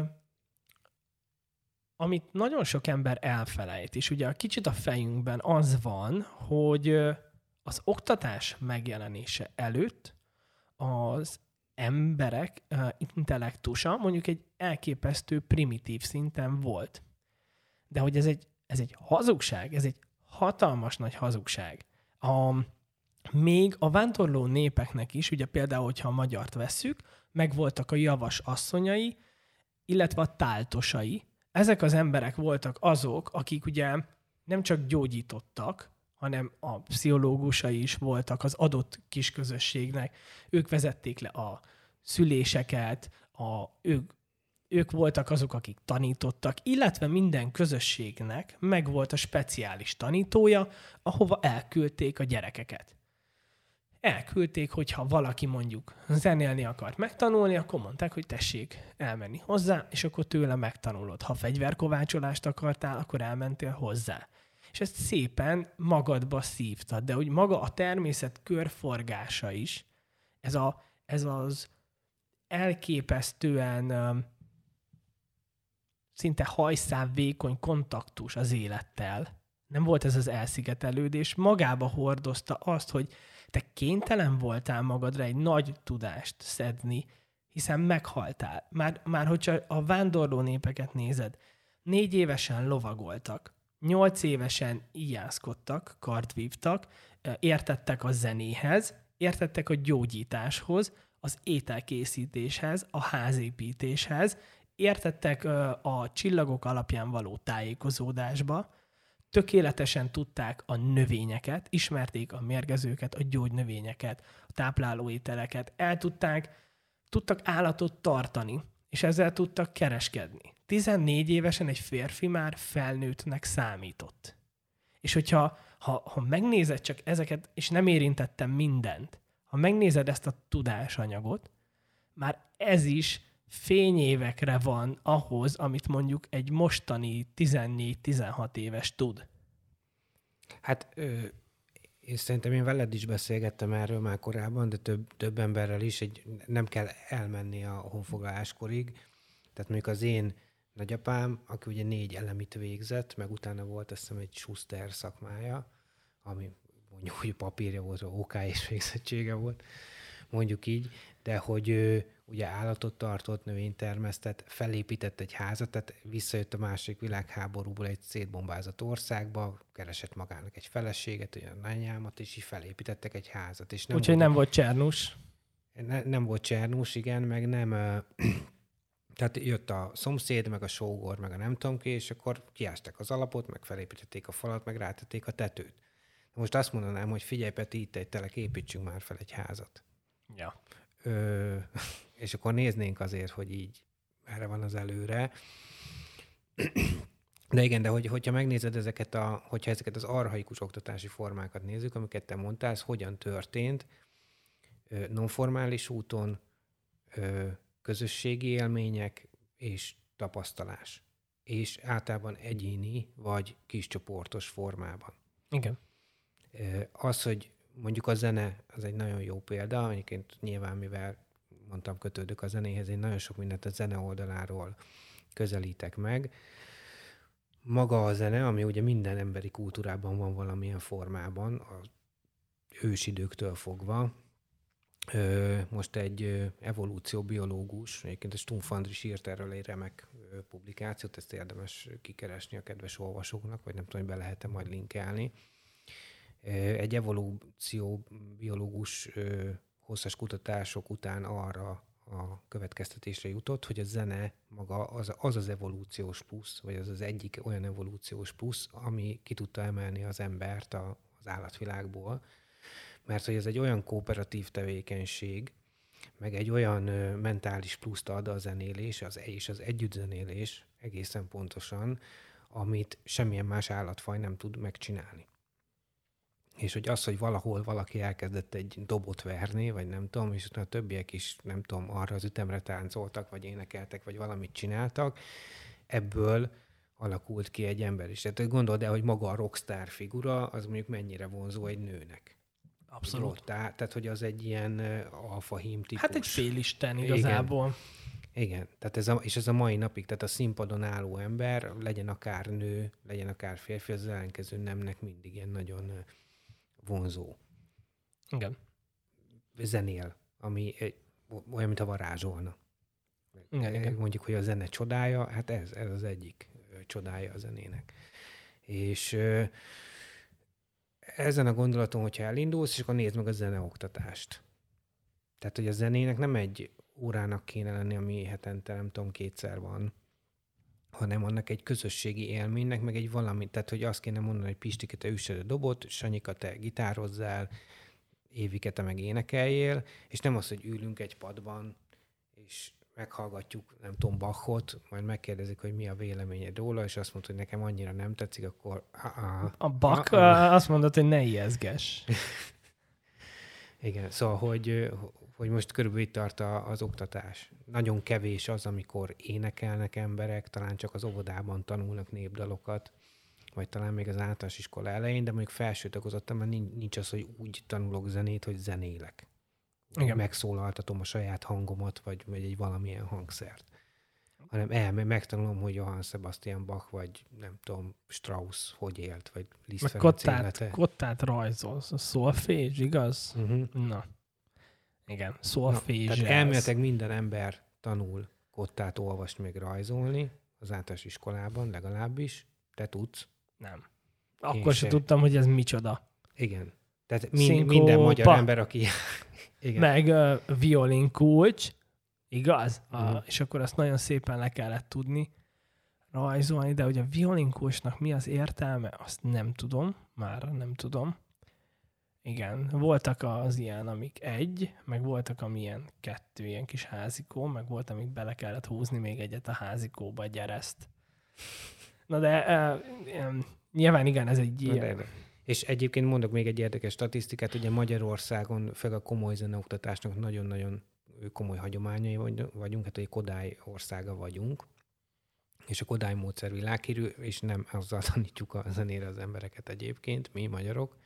amit nagyon sok ember elfelejt, és ugye a kicsit a fejünkben az van, hogy uh, az oktatás megjelenése előtt az emberek uh, intellektusa mondjuk egy elképesztő primitív szinten volt. De hogy ez egy, ez egy hazugság, ez egy hatalmas nagy hazugság. A, még a vándorló népeknek is, ugye például, hogyha a magyart vesszük, megvoltak a javas asszonyai, illetve a táltosai. Ezek az emberek voltak azok, akik ugye nem csak gyógyítottak hanem a pszichológusai is voltak az adott kis közösségnek. Ők vezették le a szüléseket, a, ők, ők voltak azok, akik tanítottak, illetve minden közösségnek megvolt a speciális tanítója, ahova elküldték a gyerekeket. Elküldték, hogyha valaki mondjuk zenélni akart megtanulni, akkor mondták, hogy tessék elmenni hozzá, és akkor tőle megtanulod. Ha fegyverkovácsolást akartál, akkor elmentél hozzá. És ezt szépen magadba szívtad, de hogy maga a természet körforgása is, ez, a, ez az elképesztően um, szinte hajszál vékony kontaktus az élettel, nem volt ez az elszigetelődés, magába hordozta azt, hogy te kénytelen voltál magadra egy nagy tudást szedni, hiszen meghaltál. Már, már hogyha a vándorló népeket nézed, négy évesen lovagoltak, nyolc évesen íjászkodtak, kart vívtak, értettek a zenéhez, értettek a gyógyításhoz, az ételkészítéshez, a házépítéshez, értettek a csillagok alapján való tájékozódásba, tökéletesen tudták a növényeket, ismerték a mérgezőket, a gyógynövényeket, a táplálóételeket, el tudták, tudtak állatot tartani, és ezzel tudtak kereskedni. tizennégy évesen egy férfi már felnőttnek számított. És hogyha ha, ha megnézed csak ezeket, és nem érintettem mindent, ha megnézed ezt a tudásanyagot, már ez is fényévekre van ahhoz, amit mondjuk egy mostani tizennégy-tizenhat éves tud. Hát ö, és szerintem én veled is beszélgettem erről már korábban, de több, több emberrel is, egy, nem kell elmenni a honfoglaláskorig. Tehát mondjuk az én nagyapám, aki ugye négy elemit végzett, meg utána volt azt hiszem egy Schuster szakmája, ami mondjuk, hogy papírja volt, ó ká és végzettsége volt, mondjuk így, de hogy ő ugye állatot tartott, növényt termesztett, felépített egy házat, tehát visszajött a második világháborúból egy szétbombázott országba, keresett magának egy feleséget, olyan anyámat, és így felépítettek egy házat. Úgyhogy nem volt Csernus. Ne, nem volt Csernus, igen, meg nem... Tehát jött a szomszéd, meg a sógor, meg a nem tudom ki, és akkor kiásták az alapot, meg felépítették a falat, meg rátették a tetőt. Most azt mondanám, hogy figyelj, Peti, itt egy telek, építsünk már fel egy házat. Ja. Ö, és akkor néznénk azért, hogy így erre van az előre. De igen, de hogy, hogyha megnézed ezeket, a, hogyha ezeket az archaikus oktatási formákat nézzük, amiket te mondtál, ez hogyan történt, ö, nonformális úton, ö, közösségi élmények és tapasztalás. És általában egyéni vagy kiscsoportos formában. Igen. Az, hogy mondjuk a zene, az egy nagyon jó példa, egyébként nyilván, mivel mondtam, kötődök a zenéhez, én nagyon sok mindent a zene oldaláról közelítek meg. Maga a zene, ami ugye minden emberi kultúrában van valamilyen formában, az ősidőktől fogva. Most egy evolúcióbiológus, egyébként a Stumpf Andris írt erről egy remek publikációt, ezt érdemes kikeresni a kedves olvasóknak, vagy nem tudom, hogy be lehet-e majd linkelni. Egy evolúcióbiológus hosszas kutatások után arra a következtetésre jutott, hogy a zene maga az az, az evolúciós plusz, vagy az az egyik olyan evolúciós plusz, ami ki tudta emelni az embert a, az állatvilágból. Mert hogy ez egy olyan kooperatív tevékenység, meg egy olyan mentális pluszt ad a zenélés, az, és az együttzenélés egészen pontosan, amit semmilyen más állatfaj nem tud megcsinálni. És hogy az, hogy valahol valaki elkezdett egy dobot verni, vagy nem tudom, és utána a többiek is, nem tudom, arra az ütemre táncoltak, vagy énekeltek, vagy valamit csináltak, ebből alakult ki egy ember is. Tehát gondold el, hogy maga a rockstar figura, az mondjuk mennyire vonzó egy nőnek. Abszolút. Rottá, tehát, hogy az egy ilyen alfahím típus. Hát egy félisten igazából. Igen. Igen. Tehát ez a, és ez a mai napig, tehát a színpadon álló ember, legyen akár nő, legyen akár férfi, az ellenkező nemnek mindig ilyen nagyon vonzó. Igen. Zenél, ami olyan, mint a varázsolna. Igen, igen. Mondjuk, hogy a zene csodája, hát ez, ez az egyik csodája a zenének. És ezen a gondolaton, hogyha elindulsz, és akkor nézd meg a zeneoktatást. Tehát, hogy a zenének nem egy órának kéne lenni, ami hetente, nem tudom, kétszer van, hanem annak egy közösségi élménynek, meg egy valami, tehát hogy azt kéne mondani, hogy Pistike, te üssed a dobot, Sanyika, te gitározzál, Évike, te meg énekeljél, és nem az, hogy ülünk egy padban, és meghallgatjuk, nem tudom, Bachot, majd megkérdezik, hogy mi a véleményed róla, és azt mondta, hogy nekem annyira nem tetszik, akkor... A, a Bach a, a. azt mondod, hogy ne ijeszgess. Igen, szóval, hogy, hogy most körülbelül itt tart a, az oktatás. Nagyon kevés az, amikor énekelnek emberek, talán csak az óvodában tanulnak népdalokat, vagy talán még az általános iskola elején, de mondjuk felső tagozottan már nincs az, hogy úgy tanulok zenét, hogy zenélek. Igen. Megszólaltatom a saját hangomat, vagy, vagy egy valamilyen hangszert. Hanem el, megtanulom, hogy Johann Sebastian Bach, vagy nem tudom, Strauss hogy élt, vagy Liszt Ferenc élete. Kottát rajzolsz, a szolfézs, igaz? Uh-huh. Na. Igen, szolfézs. Tehát elméletileg minden ember tanul kottát olvasni, meg rajzolni, az általános iskolában legalábbis. Te tudsz? Nem. Akkor sem tudtam, hogy ez micsoda. Igen. Tehát min- minden magyar pa. ember, aki... Igen. Meg uh, violinkulcs, igaz? Mm. Uh, és akkor azt nagyon szépen le kellett tudni rajzolni, de hogy a violinkulcsnak mi az értelme, azt nem tudom, már nem tudom. Igen, voltak az ilyen, amik egy, meg voltak amilyen kettő, ilyen kis házikó, meg volt, amik bele kellett húzni még egyet a házikóba, egy gyereszt. Na de uh, um, nyilván igen, ez egy ilyen... És egyébként mondok még egy érdekes statisztikát, ugye Magyarországon, főleg a komoly zeneoktatásnak nagyon-nagyon komoly hagyományai vagyunk, hát egy Kodály országa vagyunk, és a Kodály módszer világhírű, és nem azzal tanítjuk a zenére az embereket egyébként, mi magyarok,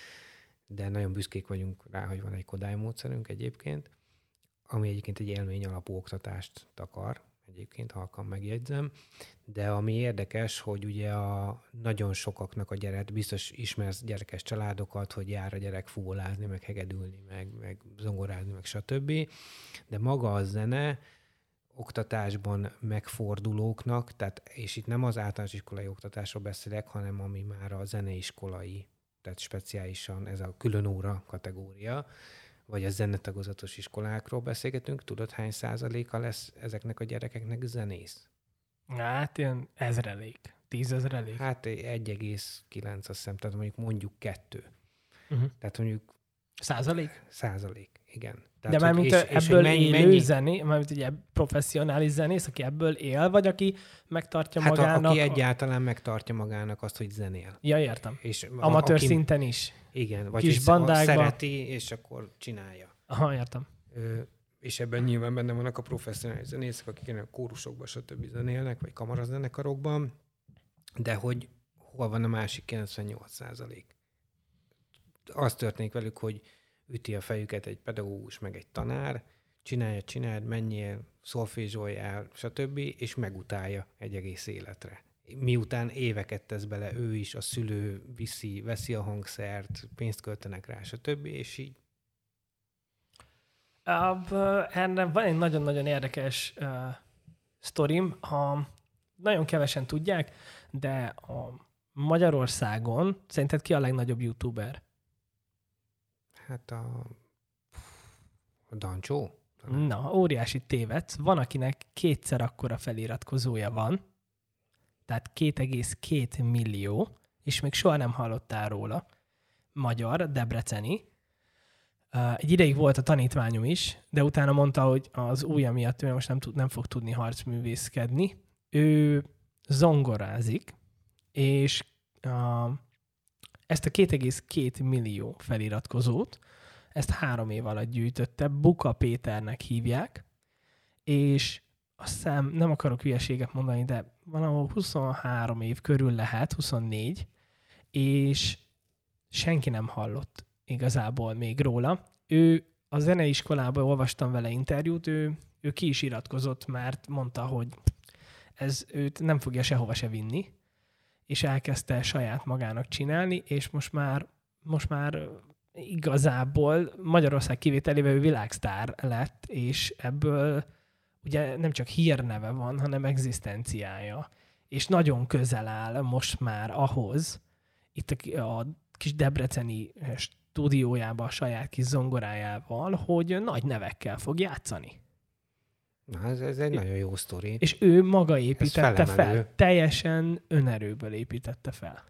de nagyon büszkék vagyunk rá, hogy van egy Kodály módszerünk egyébként, ami egyébként egy élmény alapú oktatást takar, egyébként halkan megjegyzem, de ami érdekes, hogy ugye a nagyon sokaknak a gyerek, biztos ismersz gyerekes családokat, hogy jár a gyerek fuvolázni, meg hegedülni, meg, meg zongorázni, meg stb. De maga a zene oktatásban megfordulóknak, tehát, és itt nem az általános iskolai oktatásról beszélek, hanem ami már a zeneiskolai, tehát speciálisan ez a külön óra kategória, vagy a zenetagozatos iskolákról beszélgetünk, tudod, hány százaléka lesz ezeknek a gyerekeknek zenész? Hát ilyen ezrelék, tízezrelék. Hát egy egész kilenc, azt hiszem, tehát mondjuk mondjuk kettő. Uh-huh. Tehát mondjuk... Százalék? Százalék, igen. Tehát, de mármint ebből és mennyi, élő mennyi... zené, mármint ugye professzionális zenész, aki ebből él, vagy aki megtartja hát magának... Hát aki egyáltalán megtartja magának azt, hogy zenél. Ja, értem. És amatőr aki... szinten is. Igen, vagy kis bandákba szereti, és akkor csinálja. Aha, értem. Ö, és ebben nyilván benne vannak a professzionális zenészek, akik a kórusokban, stb. Zenélnek, vagy kamarazenekarokban, de hogy hol van a másik kilencvennyolc százalék? Az történik velük, hogy üti a fejüket egy pedagógus, meg egy tanár, csinálja, csináld, menjél, szolfézsoljál, stb., és megutálja egy egész életre. Miután éveket tesz bele ő is, a szülő viszi, veszi a hangszert, pénzt költenek rá, stb., és így. Uh, erre van egy nagyon-nagyon érdekes uh, sztorim. Uh, nagyon kevesen tudják, de a Magyarországon szerinted ki a legnagyobb youtuber? Hát a, a Dancsó? Na, óriási tévedsz. Van, akinek kétszer akkora feliratkozója van, tehát két egész két millió, és még soha nem hallottál róla. Magyar, debreceni. Egy ideig volt a tanítványom is, de utána mondta, hogy az ujja miatt ő most nem, tud, nem fog tudni harcművészkedni. Ő zongorázik, és uh, ezt a két egész két millió feliratkozót, ezt három év alatt gyűjtötte, Buka Péternek hívják, és azt hiszem, nem akarok hülyeséget mondani, de valahol huszonhárom év körül lehet, huszonnégy, és senki nem hallott igazából még róla. Ő a zeneiskolában olvastam vele interjút, ő, ő ki is iratkozott, mert mondta, hogy ez őt nem fogja sehova se vinni, és elkezdte saját magának csinálni, és most már, most már igazából Magyarország kivételével ő világsztár lett, és ebből ugye nem csak hírneve van, hanem egzisztenciája. És nagyon közel áll most már ahhoz, itt a, a kis debreceni stúdiójában a saját kis zongorájával, hogy nagy nevekkel fog játszani. Na, ez, ez egy nagyon jó sztori. És ő maga építette fel. Teljesen önerőből építette fel.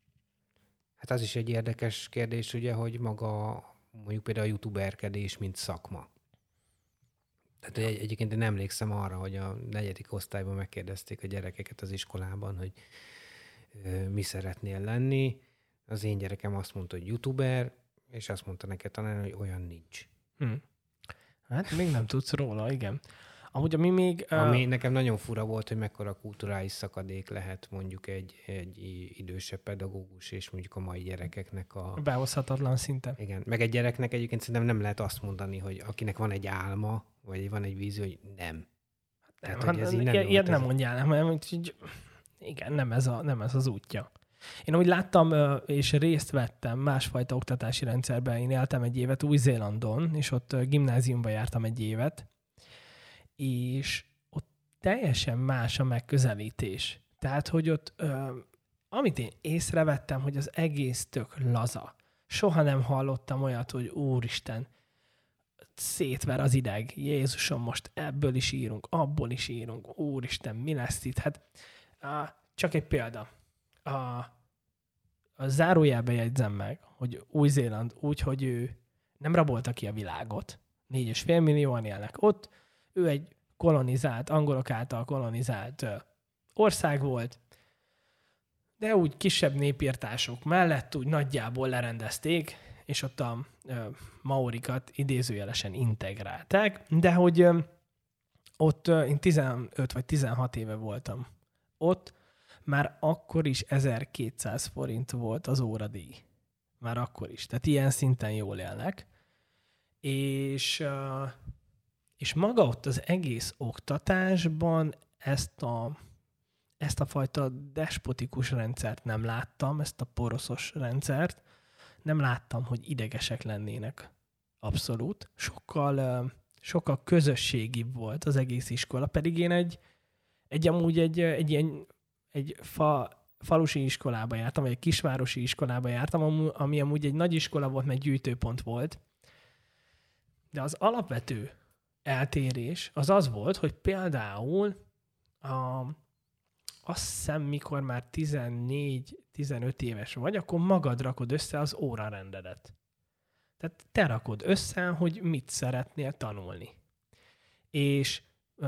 Hát az is egy érdekes kérdés, ugye, hogy maga mondjuk például a youtuberkedés, mint szakma. Tehát egy, egyébként én emlékszem arra, hogy a negyedik osztályban megkérdezték a gyerekeket az iskolában, hogy ö, mi szeretnél lenni. Az én gyerekem azt mondta, hogy youtuber, és azt mondta neked talán, hogy olyan nincs. Hm. Hát még nem tudsz róla, igen. Amúgy ami még... Ami uh... nekem nagyon fura volt, hogy mekkora kulturális szakadék lehet mondjuk egy, egy idősebb pedagógus, és mondjuk a mai gyerekeknek a... Behozhatatlan szinten. Igen, meg egy gyereknek egyébként szerintem nem lehet azt mondani, hogy akinek van egy álma, vagy van egy vízió, hogy nem. Tehát, nem, hogy ez így nem ilyet nem mondjál, nem, hanem hogy igen, nem ez, a, nem ez az útja. Én úgy láttam, és részt vettem másfajta oktatási rendszerben. Én éltem egy évet Új-Zélandon, és ott gimnáziumba jártam egy évet, és ott teljesen más a megközelítés. Tehát, hogy ott, amit én észrevettem, hogy az egész tök laza. Soha nem hallottam olyat, hogy úristen, szétver az ideg. Jézusom, most ebből is írunk, abból is írunk. Úristen, mi lesz itt? Hát csak egy példa. A, a zárójelbe jegyzem meg, hogy Új-Zéland úgy, hogy ő nem rabolta ki a világot. Négy és fél millióan élnek ott. Ő egy kolonizált, angolok által kolonizált ország volt, de úgy kisebb népírtások mellett úgy nagyjából lerendezték, és ott a maorikat idézőjelesen integrálták, de hogy ott én tizenöt vagy tizenhat éve voltam ott, már akkor is ezerkétszáz forint volt az óradíj. Már akkor is. Tehát ilyen szinten jól élnek. És, és maga ott az egész oktatásban ezt a, ezt a fajta despotikus rendszert nem láttam, ezt a poroszos rendszert. Nem láttam, hogy idegesek lennének. Abszolút. Sokkal, sokkal közösségibb volt az egész iskola, pedig én egy, egy amúgy egy, egy ilyen egy fa, falusi iskolába jártam, vagy egy kisvárosi iskolába jártam, ami amúgy egy nagy iskola volt, meg gyűjtőpont volt. De az alapvető eltérés az az volt, hogy például a, azt hiszem, mikor már tizennégy-tizenöt éves vagy, akkor magad rakod össze az órarendedet. Tehát te rakod össze, hogy mit szeretnél tanulni. És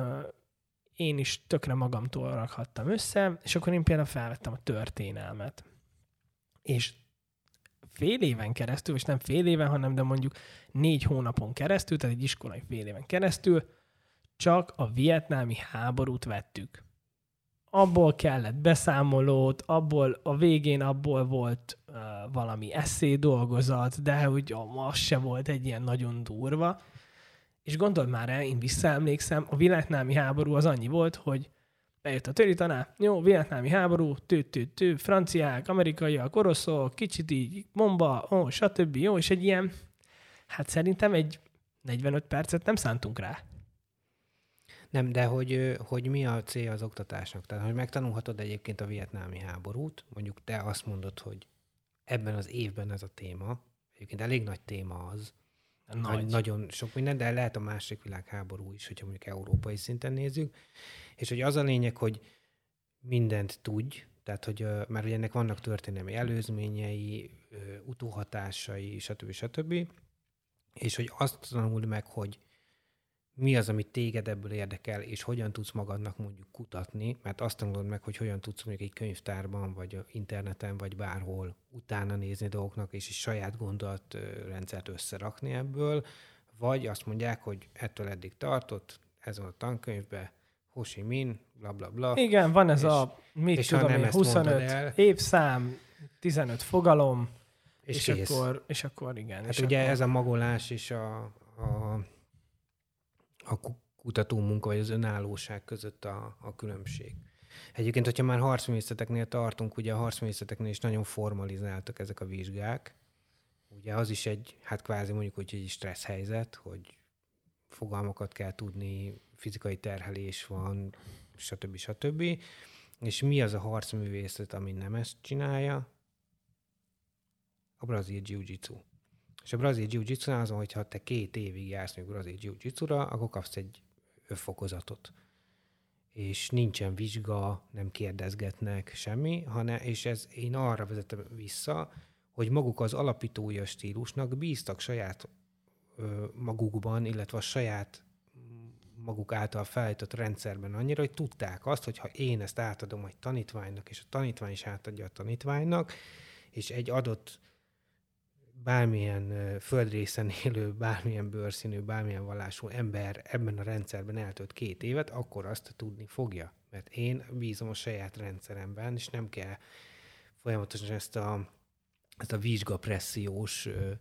én is tökre magamtól rakhattam össze, és akkor én például felvettem a történelmet. És fél éven keresztül, és nem fél éven, hanem de mondjuk négy hónapon keresztül, tehát egy iskolai fél éven keresztül csak a vietnámi háborút vettük. Abból kellett beszámolót, abból a végén abból volt uh, valami esszé dolgozat, de hogy az se volt egy ilyen nagyon durva. És gondold már el, én visszaemlékszem, a vietnámi háború az annyi volt, hogy bejött a töritanár, jó, vietnámi háború, tű, tű, tű, franciák, amerikaiak, oroszok, kicsit így, bomba, ó, stb. Jó, és egy ilyen, hát szerintem egy negyvenöt percet nem szántunk rá. Nem, de hogy, hogy mi a célja az oktatásnak? Tehát, hogy megtanulhatod egyébként a vietnámi háborút, mondjuk te azt mondod, hogy ebben az évben ez a téma, egyébként elég nagy téma az, Nagy. Nagyon sok minden, de lehet a második világháború is, hogyha mondjuk európai szinten nézzük. És hogy az a lényeg, hogy mindent tudj, tehát hogy már ugye ennek vannak történelmi előzményei, utóhatásai, stb. stb. És hogy azt tanuld meg, hogy mi az, amit téged ebből érdekel, és hogyan tudsz magadnak mondjuk kutatni, mert azt tanulod meg, hogy hogyan tudsz mondjuk egy könyvtárban, vagy interneten, vagy bárhol utána nézni dolgoknak, és is saját gondolatrendszert összerakni ebből, vagy azt mondják, hogy ettől eddig tartott, ez van a tankönyvben, Ho Chi Minh, bla bla bla. Igen, van ez és, a, mit és tudom én, huszonöt évszám, tizenöt fogalom, és, és, akkor, és akkor igen. Hát és ugye akkor... ez a magolás és a, a a kutatómunka vagy az önállóság között a, a különbség. Egyébként, hogyha már harcművészeteknél tartunk, ugye a harcművészeteknél is nagyon formalizáltak ezek a vizsgák. Ugye az is egy, hát kvázi mondjuk, hogy egy stressz helyzet, hogy fogalmakat kell tudni, fizikai terhelés van, stb. stb. És mi az a harcművészet, ami nem ezt csinálja? A brazil jiu-jitsu. És a brazil jiu-jitsu azon, hogyha te két évig jársz még brazil jiu-jitsura, akkor kapsz egy fokozatot. És nincsen vizsga, nem kérdezgetnek semmi, hanem, és ez én arra vezetem vissza, hogy maguk az alapítói a stílusnak bíztak saját ö, magukban, illetve a saját maguk által felállított rendszerben annyira, hogy tudták azt, hogy ha én ezt átadom egy tanítványnak, és a tanítvány is átadja a tanítványnak, és egy adott bármilyen földrészen élő, bármilyen bőrszínű, bármilyen vallású ember ebben a rendszerben eltölt két évet, akkor azt tudni fogja. Mert én bízom a saját rendszeremben, és nem kell folyamatosan ezt a, ezt a vizsgapressziós ö,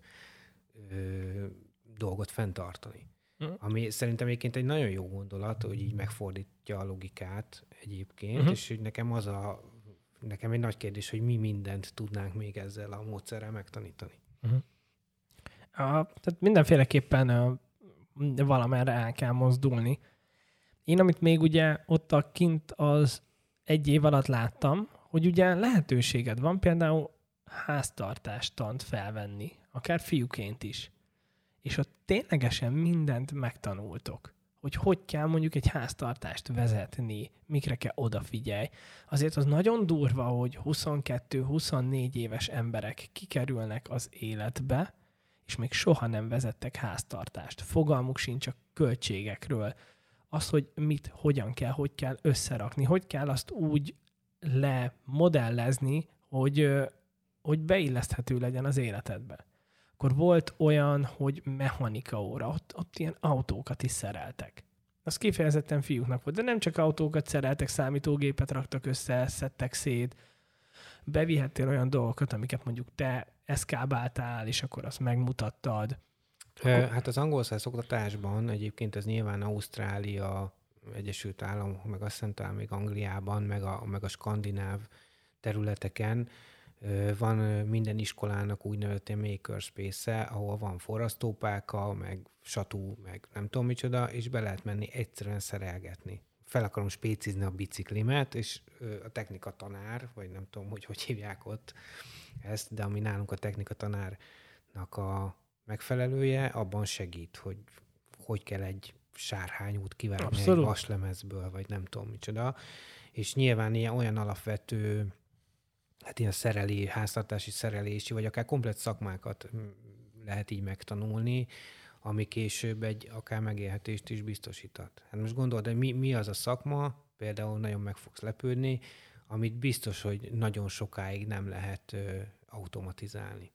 ö, dolgot fenntartani. Uh-huh. Ami szerintem egyébként egy nagyon jó gondolat, hogy így megfordítja a logikát egyébként, uh-huh. és hogy nekem az a, nekem egy nagy kérdés, hogy mi mindent tudnánk még ezzel a módszerrel megtanítani. Uh-huh. A, tehát mindenféleképpen uh, valamerre el kell mozdulni. Én, amit még ugye ott a kint az egy év alatt láttam, hogy ugye lehetőséged van például háztartástant felvenni, akár fiúként is. És ott ténylegesen mindent megtanultok, hogy hogy kell mondjuk egy háztartást vezetni, mikre kell odafigyelj. Azért az nagyon durva, hogy huszonkettő-huszonnégy éves emberek kikerülnek az életbe, és még soha nem vezettek háztartást. Fogalmuk sincs a költségekről. Az, hogy mit, hogyan kell, hogy kell összerakni, hogy kell azt úgy lemodellezni, hogy, hogy beilleszthető legyen az életedbe. Akkor volt olyan, hogy mechanika óra, ott, ott ilyen autókat is szereltek. Az kifejezetten fiúknak volt, de nem csak autókat szereltek, számítógépet raktak össze, szedtek szét, bevihettél olyan dolgokat, amiket mondjuk te eszkábáltál, és akkor azt megmutattad. Akkor... Hát az angol száz oktatásban egyébként ez nyilván Ausztrália, Egyesült Államok, meg azt hiszem talán még Angliában, meg a, meg a skandináv területeken van minden iskolának úgynevezett makerspace-e, ahol van forrasztópálka, meg satú, meg nem tudom micsoda, és be lehet menni egyszerűen szerelgetni. Fel akarom spécizni a biciklimet, és a technika tanár, vagy nem tudom, hogy hogy hívják ott ezt, de ami nálunk a technika tanárnak a megfelelője, abban segít, hogy hogy kell egy sárhányút kivágni egy vaslemezből, vagy nem tudom micsoda. És nyilván ilyen olyan alapvető, hát ilyen szerelé, háztartási szerelési, vagy akár komplett szakmákat lehet így megtanulni, ami később egy akár megélhetést is biztosítat. Hát most gondolod, hogy mi, mi az a szakma, például nagyon meg fogsz lepődni, amit biztos, hogy nagyon sokáig nem lehet ö, automatizálni.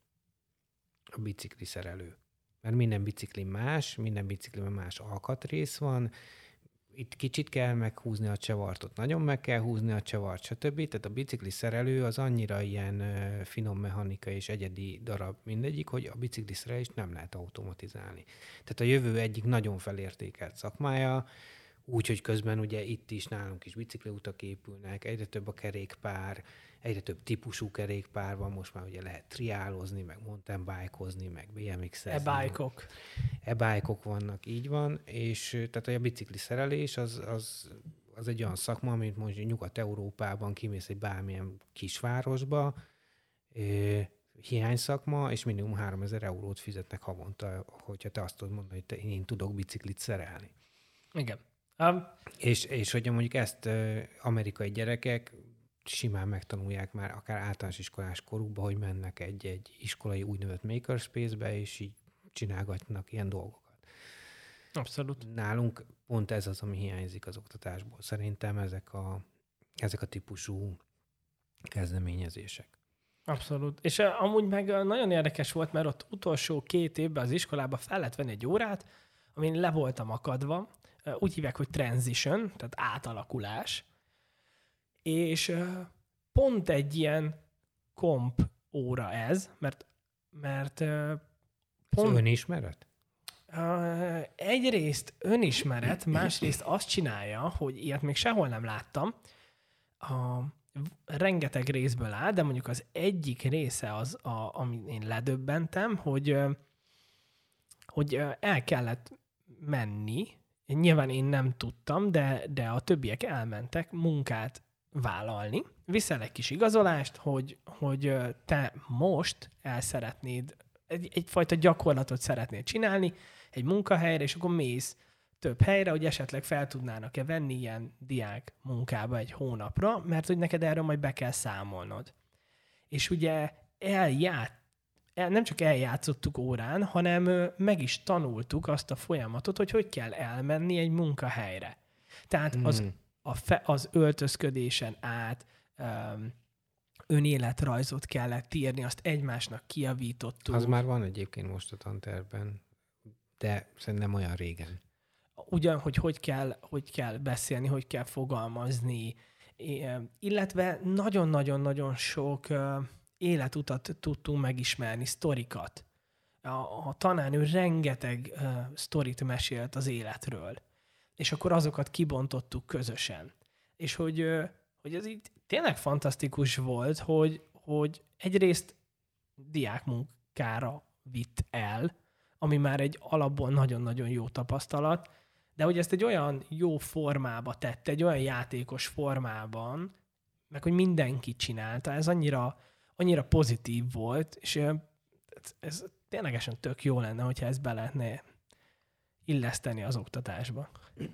A bicikli szerelő. Mert minden bicikli más, minden bicikliben más alkatrész van, itt kicsit kell meghúzni a csavartot, nagyon meg kell húzni a csavart, stb. Tehát a bicikli szerelő az annyira ilyen uh, finom mechanika és egyedi darab mindegyik, hogy a bicikli szerelést nem lehet automatizálni. Tehát a jövő egyik nagyon felértékelt szakmája, úgyhogy közben ugye itt is nálunk is bicikliutak épülnek, egyre több a kerékpár, egyre több típusú kerékpár van, most már ugye lehet triálozni, meg mountain bike-ozni, meg bé em iksz-ezni. E-bike-ok. E-bike-ok vannak, így van, és tehát a bicikli szerelés az, az, az egy olyan szakma, amit mondjuk Nyugat-Európában kimész egy bármilyen kisvárosba, hiány szakma, és minimum háromezer eurót fizetnek havonta, hogyha te azt tudod mondani, hogy te, én tudok biciklit szerelni. Igen. Um, és, és hogyha mondjuk ezt uh, amerikai gyerekek simán megtanulják már akár általános iskolás korukban, hogy mennek egy-egy iskolai úgynevezett makerspace-be, és így csinálgatnak ilyen dolgokat. Abszolút. Nálunk pont ez az, ami hiányzik az oktatásból. Szerintem ezek a, ezek a típusú kezdeményezések. Abszolút. És uh, amúgy meg uh, nagyon érdekes volt, mert ott utolsó két évben az iskolában fel lett venni egy órát, amin le voltam akadva. Uh, úgy hívják, hogy transition, tehát átalakulás. És uh, pont egy ilyen komp óra ez, mert, mert uh, pont... Ez önismeret? Uh, egyrészt önismeret, másrészt azt csinálja, hogy ilyet még sehol nem láttam. A, rengeteg részből áll, de mondjuk az egyik része az, a, amit én ledöbbentem, hogy, uh, hogy uh, el kellett menni. Nyilván én nem tudtam, de, de a többiek elmentek munkát vállalni. Viszel egy kis igazolást, hogy, hogy te most el szeretnéd, egy, egyfajta gyakorlatot szeretnéd csinálni egy munkahelyre, és akkor mész több helyre, hogy esetleg fel tudnának-e venni ilyen diák munkába egy hónapra, mert hogy neked erről majd be kell számolnod. És ugye elját, el, nem csak eljátszottuk órán, hanem meg is tanultuk azt a folyamatot, hogy hogy kell elmenni egy munkahelyre. Tehát az, a fe, az öltözködésen át um, önéletrajzot kellett írni, azt egymásnak kijavítottuk. Az már van egyébként most a tantervben, de szerintem olyan régen. Ugyan, hogy hogy kell, hogy kell beszélni, hogy kell fogalmazni, illetve nagyon-nagyon-nagyon sok életutat tudtunk megismerni, sztorikat. A, a tanárnő rengeteg sztorit mesélt az életről, és akkor azokat kibontottuk közösen. És hogy, hogy ez így tényleg fantasztikus volt, hogy, hogy egyrészt diákmunkára vitt el, ami már egy alapból nagyon-nagyon jó tapasztalat, de hogy ezt egy olyan jó formába tette, egy olyan játékos formában, meg hogy mindenki csinálta, ez annyira, annyira pozitív volt, és ez, ez ténylegesen tök jó lenne, hogyha ezt be lehetne illeszteni az oktatásba.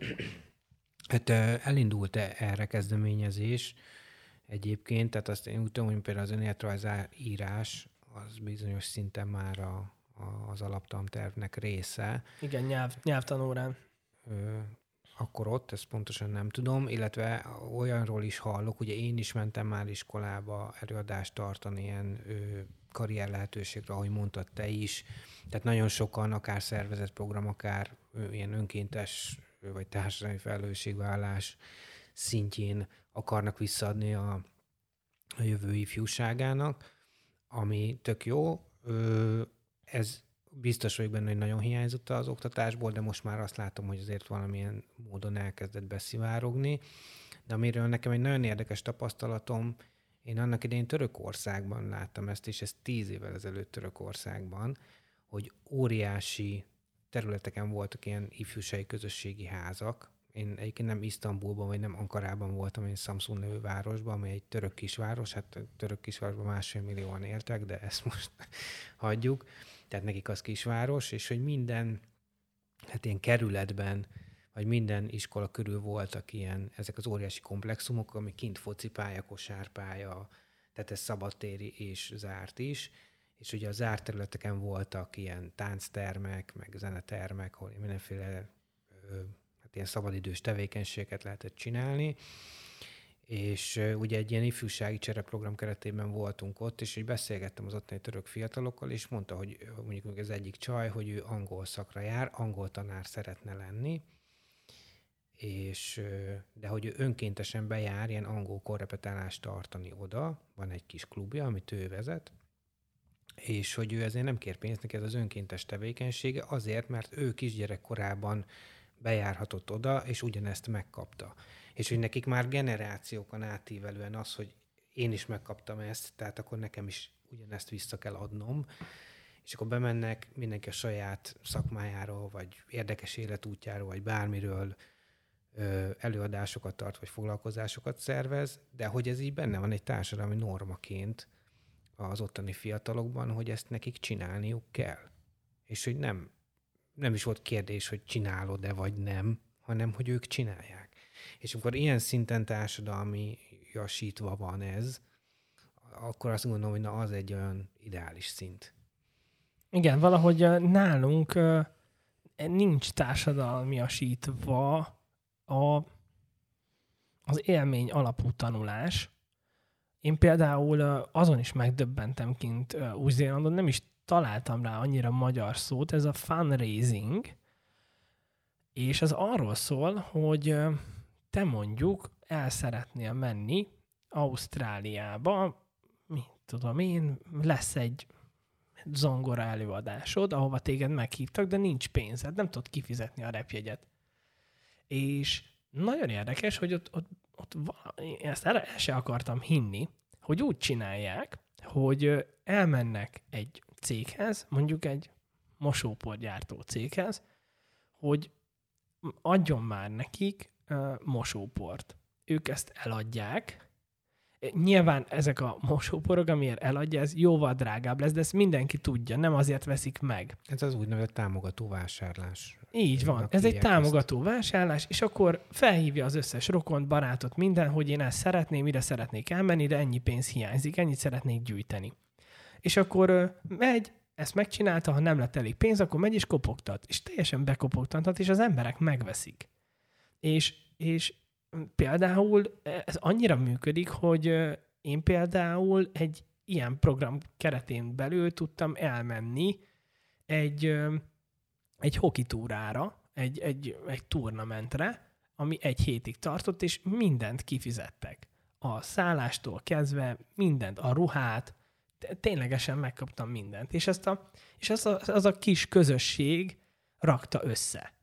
Hát elindult erre kezdeményezés egyébként, tehát azt én úgy tudom, hogy például az önéletrajzírás az bizonyos szinten már a, a, az alaptantervnek része. Igen, nyelv, nyelvtanórán. Ö, akkor ott, ezt pontosan nem tudom, illetve olyanról is hallok, ugye én is mentem már iskolába előadást tartani ilyen ö, karrier lehetőségre, ahogy mondtad te is. Tehát nagyon sokan, akár szervezett program, akár ö, ilyen önkéntes ö, vagy társadalmi felelősségvállalás szintjén akarnak visszaadni a, a jövő ifjúságának, ami tök jó. Ö, ez biztos vagyok benne, hogy nagyon hiányzott az oktatásból, de most már azt látom, hogy azért valamilyen módon elkezdett beszivárogni. De amiről nekem egy nagyon érdekes tapasztalatom, én annak idején Törökországban láttam ezt, és ez tíz évvel ezelőtt Törökországban, hogy óriási területeken voltak ilyen ifjúsági közösségi házak. Én egyébként nem Isztambulban, vagy nem Ankarában voltam, én Samsun nevű városban, ami egy török kisváros, hát török kisvárosban másfél millióan éltek, de ezt most hagyjuk. Tehát nekik az kisváros, és hogy minden, hát ilyen kerületben, vagy minden iskola körül voltak ilyen, ezek az óriási komplexumok, ami kint focipálya, kosárpálya, tehát ez szabadtéri és zárt is, és ugye a zárt területeken voltak ilyen tánctermek, meg zenetermek, ahol mindenféle hát ilyen szabadidős tevékenységeket lehetett csinálni, és uh, ugye egy ilyen ifjúsági csereprogram keretében voltunk ott, és így beszélgettem az ottani török fiatalokkal, és mondta, hogy mondjuk az egyik csaj, hogy ő angol szakra jár, angol tanár szeretne lenni, és, uh, de hogy ő önkéntesen bejár ilyen angol korrepetálást tartani oda, van egy kis klubja, amit ő vezet, és hogy ő ezért nem kér pénzt, neki ez az önkéntes tevékenysége, azért, mert ő kisgyerekkorában bejárhatott oda, és ugyanezt megkapta. És hogy nekik már generációkon átívelően az, hogy én is megkaptam ezt, tehát akkor nekem is ugyanezt vissza kell adnom, és akkor bemennek, mindenki a saját szakmájáról, vagy érdekes életútjáról, vagy bármiről ö, előadásokat tart, vagy foglalkozásokat szervez, de hogy ez így benne van egy társadalmi normaként az ottani fiatalokban, hogy ezt nekik csinálniuk kell. És hogy nem, nem is volt kérdés, hogy csinálod-e, vagy nem, hanem hogy ők csinálják. És amikor ilyen szinten társadalmi jasítva van ez, akkor azt gondolom, hogy na, az egy olyan ideális szint. Igen, valahogy nálunk nincs társadalmiasítva a, az élmény alapú tanulás. Én például azon is megdöbbentem kint Új-Zélandon, nem is találtam rá annyira magyar szót, ez a fundraising, és ez arról szól, hogy te mondjuk el szeretnél menni Ausztráliába, mit tudom én, lesz egy zongora előadásod, ahova téged meghívtak, de nincs pénzed, nem tudod kifizetni a repjegyet. És nagyon érdekes, hogy ott, ott, ott valami, ezt el, el se akartam hinni, hogy úgy csinálják, hogy elmennek egy céghez, mondjuk egy mosóporgyártó céghez, hogy adjon már nekik uh, mosóport. Ők ezt eladják, Nyilván ezek a mosóporok, amiért eladja, ez jóval drágább lesz, de ezt mindenki tudja, nem azért veszik meg. Ez az úgynevezett támogató vásárlás. Így van. Ez egy támogató ezt. vásárlás, és akkor felhívja az összes rokont, barátot, minden, hogy én ezt szeretném, ide szeretnék elmenni, de ennyi pénz hiányzik, ennyit szeretnék gyűjteni. És akkor ö, megy, ezt megcsinálta, ha nem lett elég pénz, akkor megy és kopogtat. És teljesen bekopogtathat, és az emberek megveszik. És, és például ez annyira működik, hogy én például egy ilyen program keretén belül tudtam elmenni egy, egy hokitúrára, egy, egy, egy turnamentre, ami egy hétig tartott, és mindent kifizettek. A szállástól kezdve mindent, a ruhát, ténylegesen megkaptam mindent. És, ezt a, és az, a, az a kis közösség rakta össze.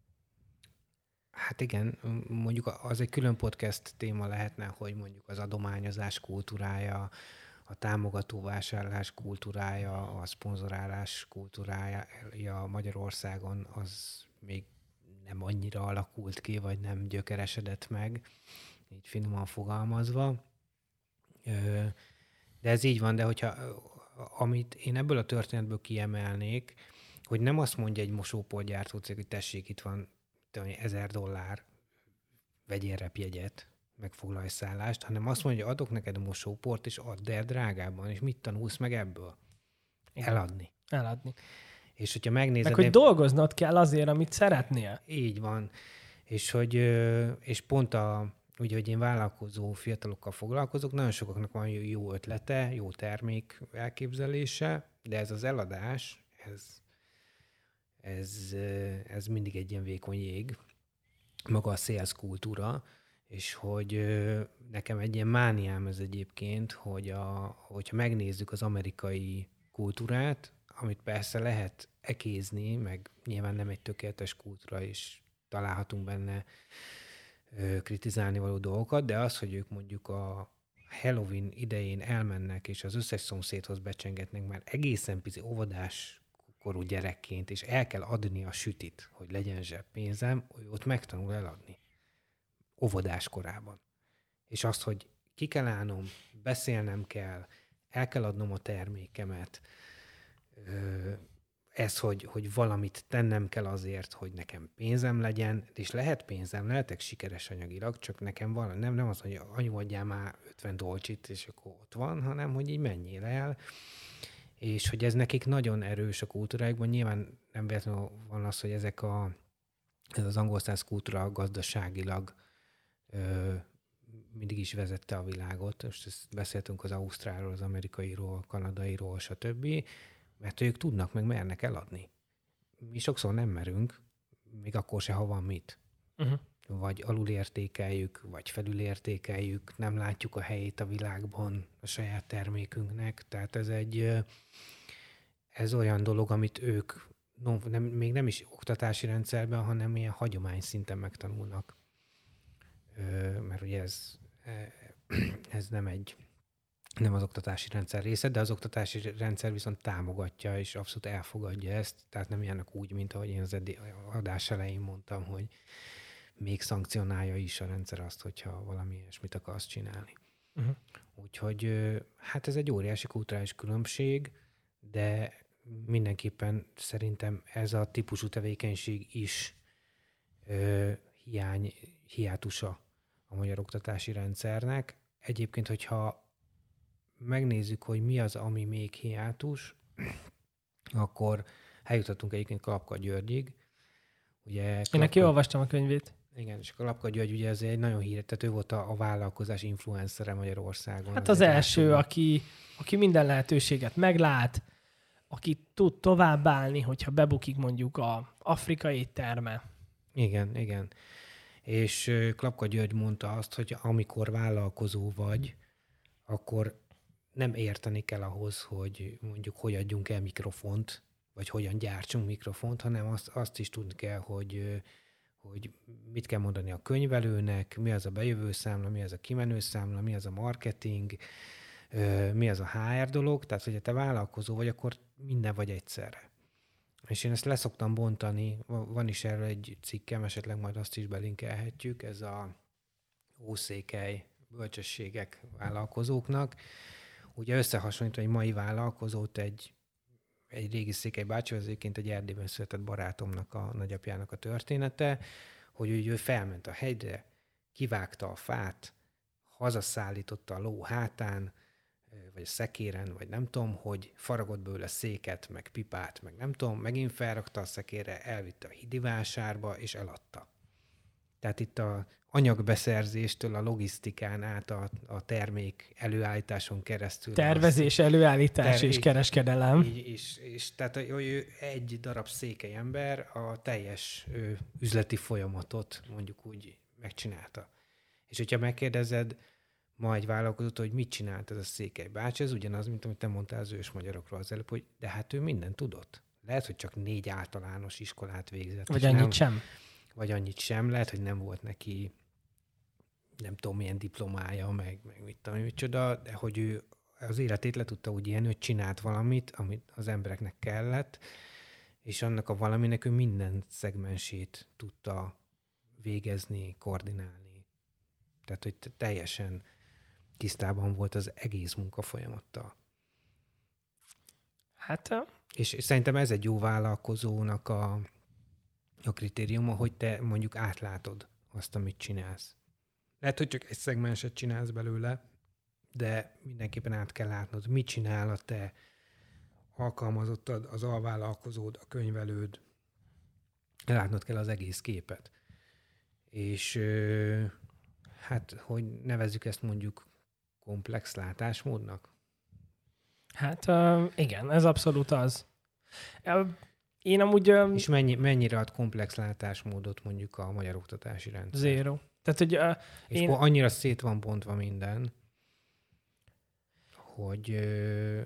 Hát igen, mondjuk az egy külön podcast téma lehetne, hogy mondjuk az adományozás kultúrája, a támogató vásárlás kultúrája, a szponzorálás kultúrája Magyarországon az még nem annyira alakult ki, vagy nem gyökeresedett meg, így finoman fogalmazva. De ez így van, de hogyha amit én ebből a történetből kiemelnék, hogy nem azt mondja egy mosóporgyártó cég, hogy tessék, itt van ezer dollár, vegyél repjegyet, megfoglalj szállást, hanem azt mondja, hogy adok neked a mosóport, és add el drágában, és mit tanulsz meg ebből? Eladni. Eladni. És hogyha megnézed... Meg, hogy én... dolgoznod kell azért, amit szeretnél. Így van. És, hogy, és pont a, ugye, hogy én vállalkozó fiatalokkal foglalkozok, nagyon sokaknak van jó ötlete, jó termék elképzelése, de ez az eladás, ez Ez, ez mindig egy ilyen vékony jég, maga a sales kultúra, és hogy nekem egy ilyen mániám ez egyébként, hogy a, hogyha megnézzük az amerikai kultúrát, amit persze lehet ekézni, meg nyilván nem egy tökéletes kultúra, és találhatunk benne kritizálni való dolgokat, de az, hogy ők mondjuk a Halloween idején elmennek, és az összes szomszédhoz becsengetnek már egészen pici óvodás korú gyerekként, és el kell adni a sütit, hogy legyen zseppénzem, hogy ott megtanul eladni. Óvodás korában. És azt, hogy ki kell állnom, beszélnem kell, el kell adnom a termékemet, ez, hogy, hogy valamit tennem kell azért, hogy nekem pénzem legyen, és lehet pénzem, lehetek sikeres anyagilag, csak nekem valami, nem, nem az, hogy anyu, adjál már ötven dolcsit, és akkor ott van, hanem, hogy így menjél el, és hogy ez nekik nagyon erős a kultúrájukban. Nyilván nem véletlenül van az, hogy ezek a, ez az angol száz kultúra gazdaságilag ö, mindig is vezette a világot. Most ezt beszéltünk az ausztrálról, az amerikairól, kanadairól, stb., mert ők tudnak, meg mernek eladni. Mi sokszor nem merünk, még akkor se, ha van mit. Uh-huh. Vagy alulértékeljük, vagy felülértékeljük, nem látjuk a helyét a világban a saját termékünknek. Tehát ez egy ez olyan dolog, amit ők no, nem, még nem is oktatási rendszerben, hanem ilyen hagyomány szinten megtanulnak. Ö, mert ugye ez, ez nem egy nem az oktatási rendszer része, de az oktatási rendszer viszont támogatja, és abszolút elfogadja ezt. Tehát nem járnak úgy, mint ahogy én az adás elején mondtam, hogy még szankcionálja is a rendszer azt, hogyha valami ilyesmit akarsz csinálni. Uh-huh. Úgyhogy hát ez egy óriási kulturális különbség, de mindenképpen szerintem ez a típusú tevékenység is ö, hiány, hiátusa a magyar oktatási rendszernek. Egyébként, hogyha megnézzük, hogy mi az, ami még hiátus, akkor eljutottunk egyébként Klapka Györgyig. Ugye, Klapka... Én neki olvastam a könyvét. Igen, és Klapka György ugye ez egy nagyon híres, tehát ő volt a, a vállalkozás influencere Magyarországon. Hát az első, aki, aki minden lehetőséget meglát, aki tud továbbállni, hogyha bebukik mondjuk a afrikai étterme. Igen, igen. És Klapka György mondta azt, hogy amikor vállalkozó vagy, akkor nem érteni kell ahhoz, hogy mondjuk hogy adjunk el mikrofont, vagy hogyan gyártsunk mikrofont, hanem azt, azt is tudni kell, hogy, hogy mit kell mondani a könyvelőnek, mi az a bejövő számla, mi az a kimenő számla, mi az a marketing, mi az a há er dolog. Tehát, hogyha te vállalkozó vagy, akkor minden vagy egyszerre. És én ezt leszoktam bontani, van is erről egy cikkem, esetleg majd azt is belinkelhetjük, ez a Ószékely bölcsességek vállalkozóknak. Ugye összehasonlítva egy mai vállalkozót egy, egy régi Székely bácsi, az egyébként egy Erdélyben született barátomnak, a nagyapjának a története, hogy ő felment a hegyre, kivágta a fát, hazaszállította a ló hátán, vagy a szekéren, vagy nem tudom, hogy faragott belőle széket, meg pipát, meg nem tudom, megint felrakta a szekérre, elvitte a hidi vásárba, és eladta. Tehát itt a anyagbeszerzéstől a logisztikán át a, a termék előállításon keresztül. Tervezés, előállítás ter- és kereskedelem. Így, és, és tehát hogy egy darab székely ember a teljes ő, üzleti folyamatot mondjuk úgy megcsinálta. És hogyha megkérdezed ma egy vállalkozót, hogy mit csinált ez a Székely bácsi, ez ugyanaz, mint amit te mondtál az ősmagyarokról az előbb, hogy de hát ő mindent tudott. Lehet, hogy csak négy általános iskolát végzett. Vagy annyit nem, sem. Vagy annyit sem. Lehet, hogy nem volt neki nem tudom milyen diplomája, meg, meg mit tudom, micsoda, de hogy ő az életét le tudta úgy élni, hogy csinált valamit, amit az embereknek kellett, és annak a valaminek ő minden szegmensét tudta végezni, koordinálni. Tehát, hogy teljesen tisztában volt az egész munkafolyamattal. Hát... És, és szerintem ez egy jó vállalkozónak a, a kritériuma, hogy te mondjuk átlátod azt, amit csinálsz. Lehet, hogy csak egy szegmenset csinálsz belőle, de mindenképpen át kell látnod, mit csinál a te alkalmazottad, az alvállalkozód, a könyvelőd. Látnod kell az egész képet. És hát, hogy nevezzük ezt mondjuk komplex látásmódnak? Hát uh, igen, ez abszolút az. Én amúgy... Uh, És mennyi, mennyire ad komplex látásmódot mondjuk a magyar oktatási rendszer? Zéro. Tehát, hogy, uh, és én... annyira szét van bontva minden, hogy, uh,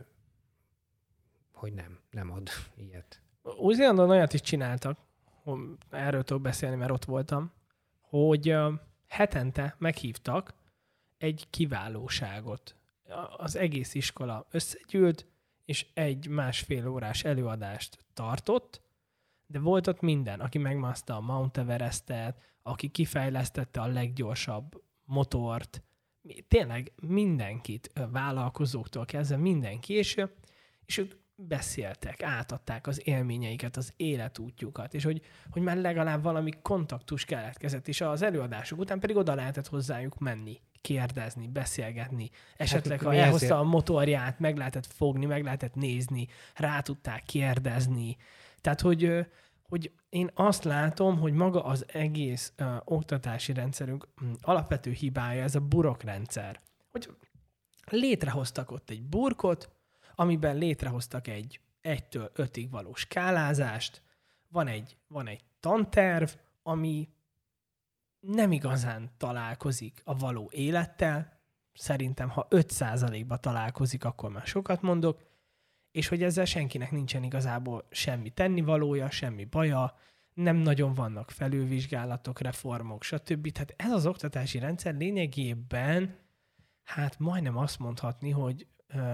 hogy nem, nem ad ilyet. Új-Zélandon olyat is csináltak, erről tudok beszélni, mert ott voltam, hogy uh, hetente meghívtak egy kiválóságot. Az egész iskola összegyűlt, és egy másfél órás előadást tartott, de volt ott minden, aki megmászta a Mount Everestet, aki kifejlesztette a leggyorsabb motort, tényleg mindenkit, vállalkozóktól kezdve mindenki, és, és ők beszéltek, átadták az élményeiket, az életútjukat, és hogy, hogy már legalább valami kontaktus keletkezett, és az előadások után pedig oda lehetett hozzájuk menni, kérdezni, beszélgetni. Esetleg, hát, ha elhozta ezért... a motorját, meg lehetett fogni, meg lehetett nézni, rá tudták kérdezni. Tehát, hogy, hogy én azt látom, hogy maga az egész uh, oktatási rendszerünk um, alapvető hibája ez a burokrendszer. Hogy létrehoztak ott egy burkot, amiben létrehoztak egy egytől ötig való skálázást, van egy, van egy tanterv, ami nem igazán találkozik a való élettel. Szerintem, ha öt százalékba találkozik, akkor már sokat mondok, és hogy ezzel senkinek nincsen igazából semmi tennivalója, semmi baja, nem nagyon vannak felülvizsgálatok, reformok, stb. Tehát ez az oktatási rendszer lényegében, hát majdnem azt mondhatni, hogy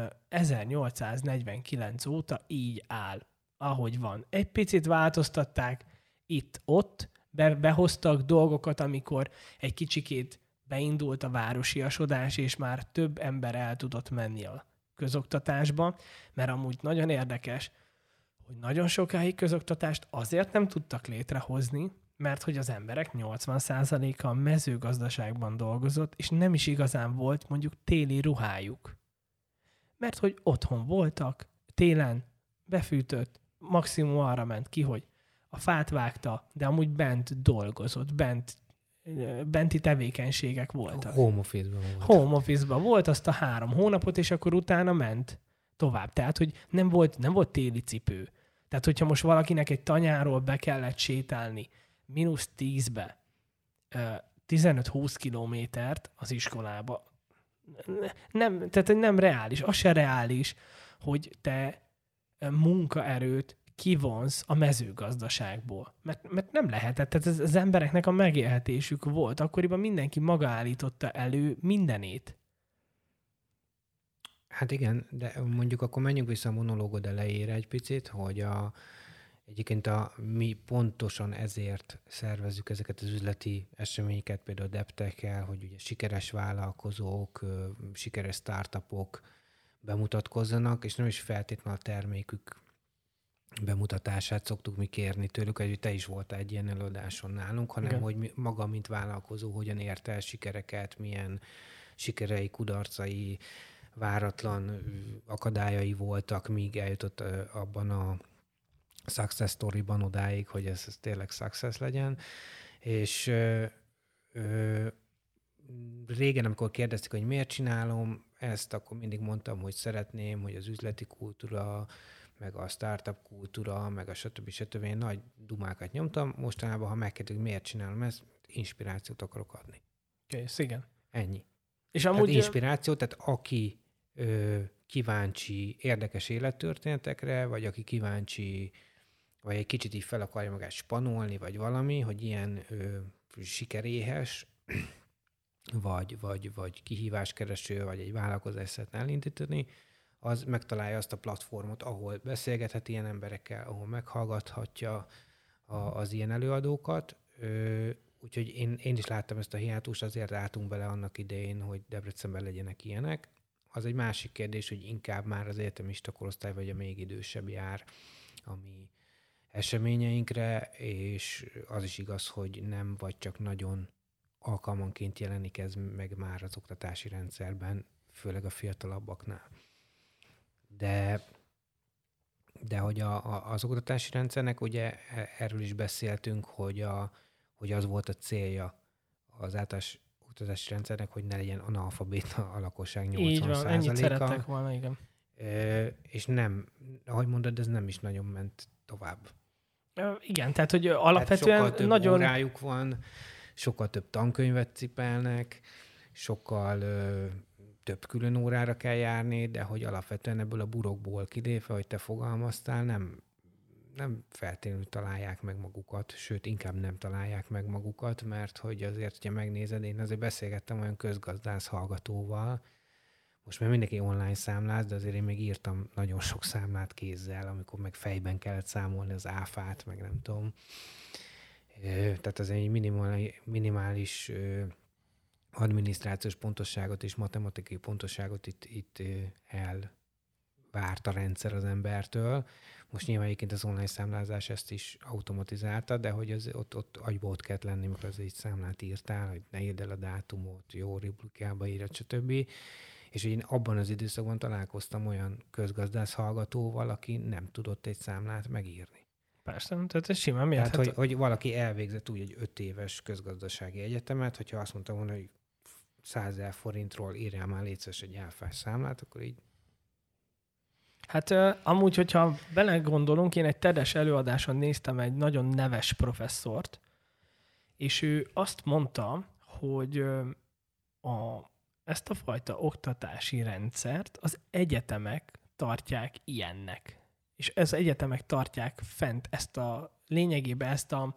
ezernyolcszáznegyvenkilenc óta így áll, ahogy van. Egy picit változtatták itt-ott, be, behoztak dolgokat, amikor egy kicsikét beindult a városiasodás, és már több ember el tudott menni a közoktatásba, mert amúgy nagyon érdekes, hogy nagyon sokáig közoktatást azért nem tudtak létrehozni, mert hogy az emberek nyolcvan százaléka a mezőgazdaságban dolgozott, és nem is igazán volt mondjuk téli ruhájuk. Mert hogy otthon voltak, télen befűtött, maximum arra ment ki, hogy a fát vágta, de amúgy bent dolgozott, bent, benti tevékenységek voltak. Home office-ban volt. Home office-ban volt azt a három hónapot, és akkor utána ment tovább. Tehát, hogy nem volt, nem volt téli cipő. Tehát, hogyha most valakinek egy tanyáról be kellett sétálni mínusz tízbe tizenöt-húsz kilométert az iskolába, nem, tehát nem reális, az se reális, hogy te munkaerőt kivonsz a mezőgazdaságból. Mert, mert nem lehetett, tehát ez, az embereknek a megélhetésük volt. Akkoriban mindenki maga állította elő mindenét. Hát igen, de mondjuk akkor menjünk vissza a monológod elejére egy picit, hogy a, Egyébként a, mi pontosan ezért szervezzük ezeket az üzleti eseményeket, például a DevTech-kel, hogy ugye sikeres vállalkozók, sikeres startupok bemutatkozzanak, és nem is feltétlenül a termékük bemutatását szoktuk mi kérni tőlük, hogy te is voltál egy ilyen előadáson nálunk, hanem igen. hogy mi, maga, mint vállalkozó, hogyan ért el sikereket, milyen sikerei, kudarcai, váratlan akadályai voltak, míg eljutott abban a success story-ban odáig, hogy ez, ez tényleg success legyen. És ö, ö, régen, amikor kérdezték, hogy miért csinálom ezt, akkor mindig mondtam, hogy szeretném, hogy az üzleti kultúra, meg a startup kultúra, meg a stb. stb. Én nagy dumákat nyomtam. Mostanában, ha megkérdezik, miért csinálom ezt, inspirációt akarok adni. Kész, igen. Ennyi. És tehát amúgy... inspiráció, tehát aki ö, kíváncsi érdekes élettörténetekre, vagy aki kíváncsi, vagy egy kicsit így fel akarja magát spanolni, vagy valami, hogy ilyen ö, sikeréhes, vagy, vagy, vagy kihíváskereső, vagy egy vállalkozást szeretne elindítani, az megtalálja azt a platformot, ahol beszélgethet ilyen emberekkel, ahol meghallgathatja a, az ilyen előadókat. Ö, úgyhogy én, én is láttam ezt a hiátust, azért álltunk bele annak idején, hogy Debrecenben legyenek ilyenek. Az egy másik kérdés, hogy inkább már az egyetemista korosztály vagy a még idősebb jár a mi eseményeinkre, és az is igaz, hogy nem vagy csak nagyon alkalmanként jelenik ez meg már az oktatási rendszerben, főleg a fiatalabbaknál. De, de hogy a, a, az oktatási rendszernek, ugye erről is beszéltünk, hogy, a, hogy az volt a célja az általános oktatási rendszernek, hogy ne legyen analfabéta a lakosság nyolcvan százaléka. Így van, ennyit szerettek volna, igen. E, és nem, ahogy mondod, ez nem is nagyon ment tovább. E, igen, tehát hogy alapvetően tehát sokkal több nagyon... órájuk van, sokkal több tankönyvet cipelnek, sokkal ö, több külön órára kell járni, de hogy alapvetően ebből a burokból kilépve, hogy te fogalmaztál, nem, nem feltétlenül találják meg magukat, sőt, inkább nem találják meg magukat, mert hogy azért, hogyha megnézed, én azért beszélgettem olyan közgazdász hallgatóval, most már mindenki online számláz, de azért én még írtam nagyon sok számlát kézzel, amikor meg fejben kellett számolni az áfát, meg nem tudom. Tehát az egy minimális, minimális adminisztrációs pontosságot és matematikai pontosságot itt, itt elvárt a rendszer az embertől. Most nyilván egyébként az online számlázás ezt is automatizálta, de hogy az, ott, ott agyba ott kellett lenni, amikor az egy számlát írtál, hogy ne írd el a dátumot, jó rubrikába írd, stb. És én abban az időszakban találkoztam olyan közgazdász hallgatóval, aki nem tudott egy számlát megírni. Persze, tehát ez simán miért? Tehát, hogy, hogy valaki elvégzett úgy egy öt éves közgazdasági egyetemet, hogyha azt mondta volna, hogy százezer forintról írjál már létszes egy áfás számlát, akkor így... Hát uh, amúgy, hogyha belegondolunk, én egy TED-es előadáson néztem egy nagyon neves professzort, és ő azt mondta, hogy uh, a, ezt a fajta oktatási rendszert az egyetemek tartják ilyennek. És az egyetemek tartják fent ezt a lényegében ezt a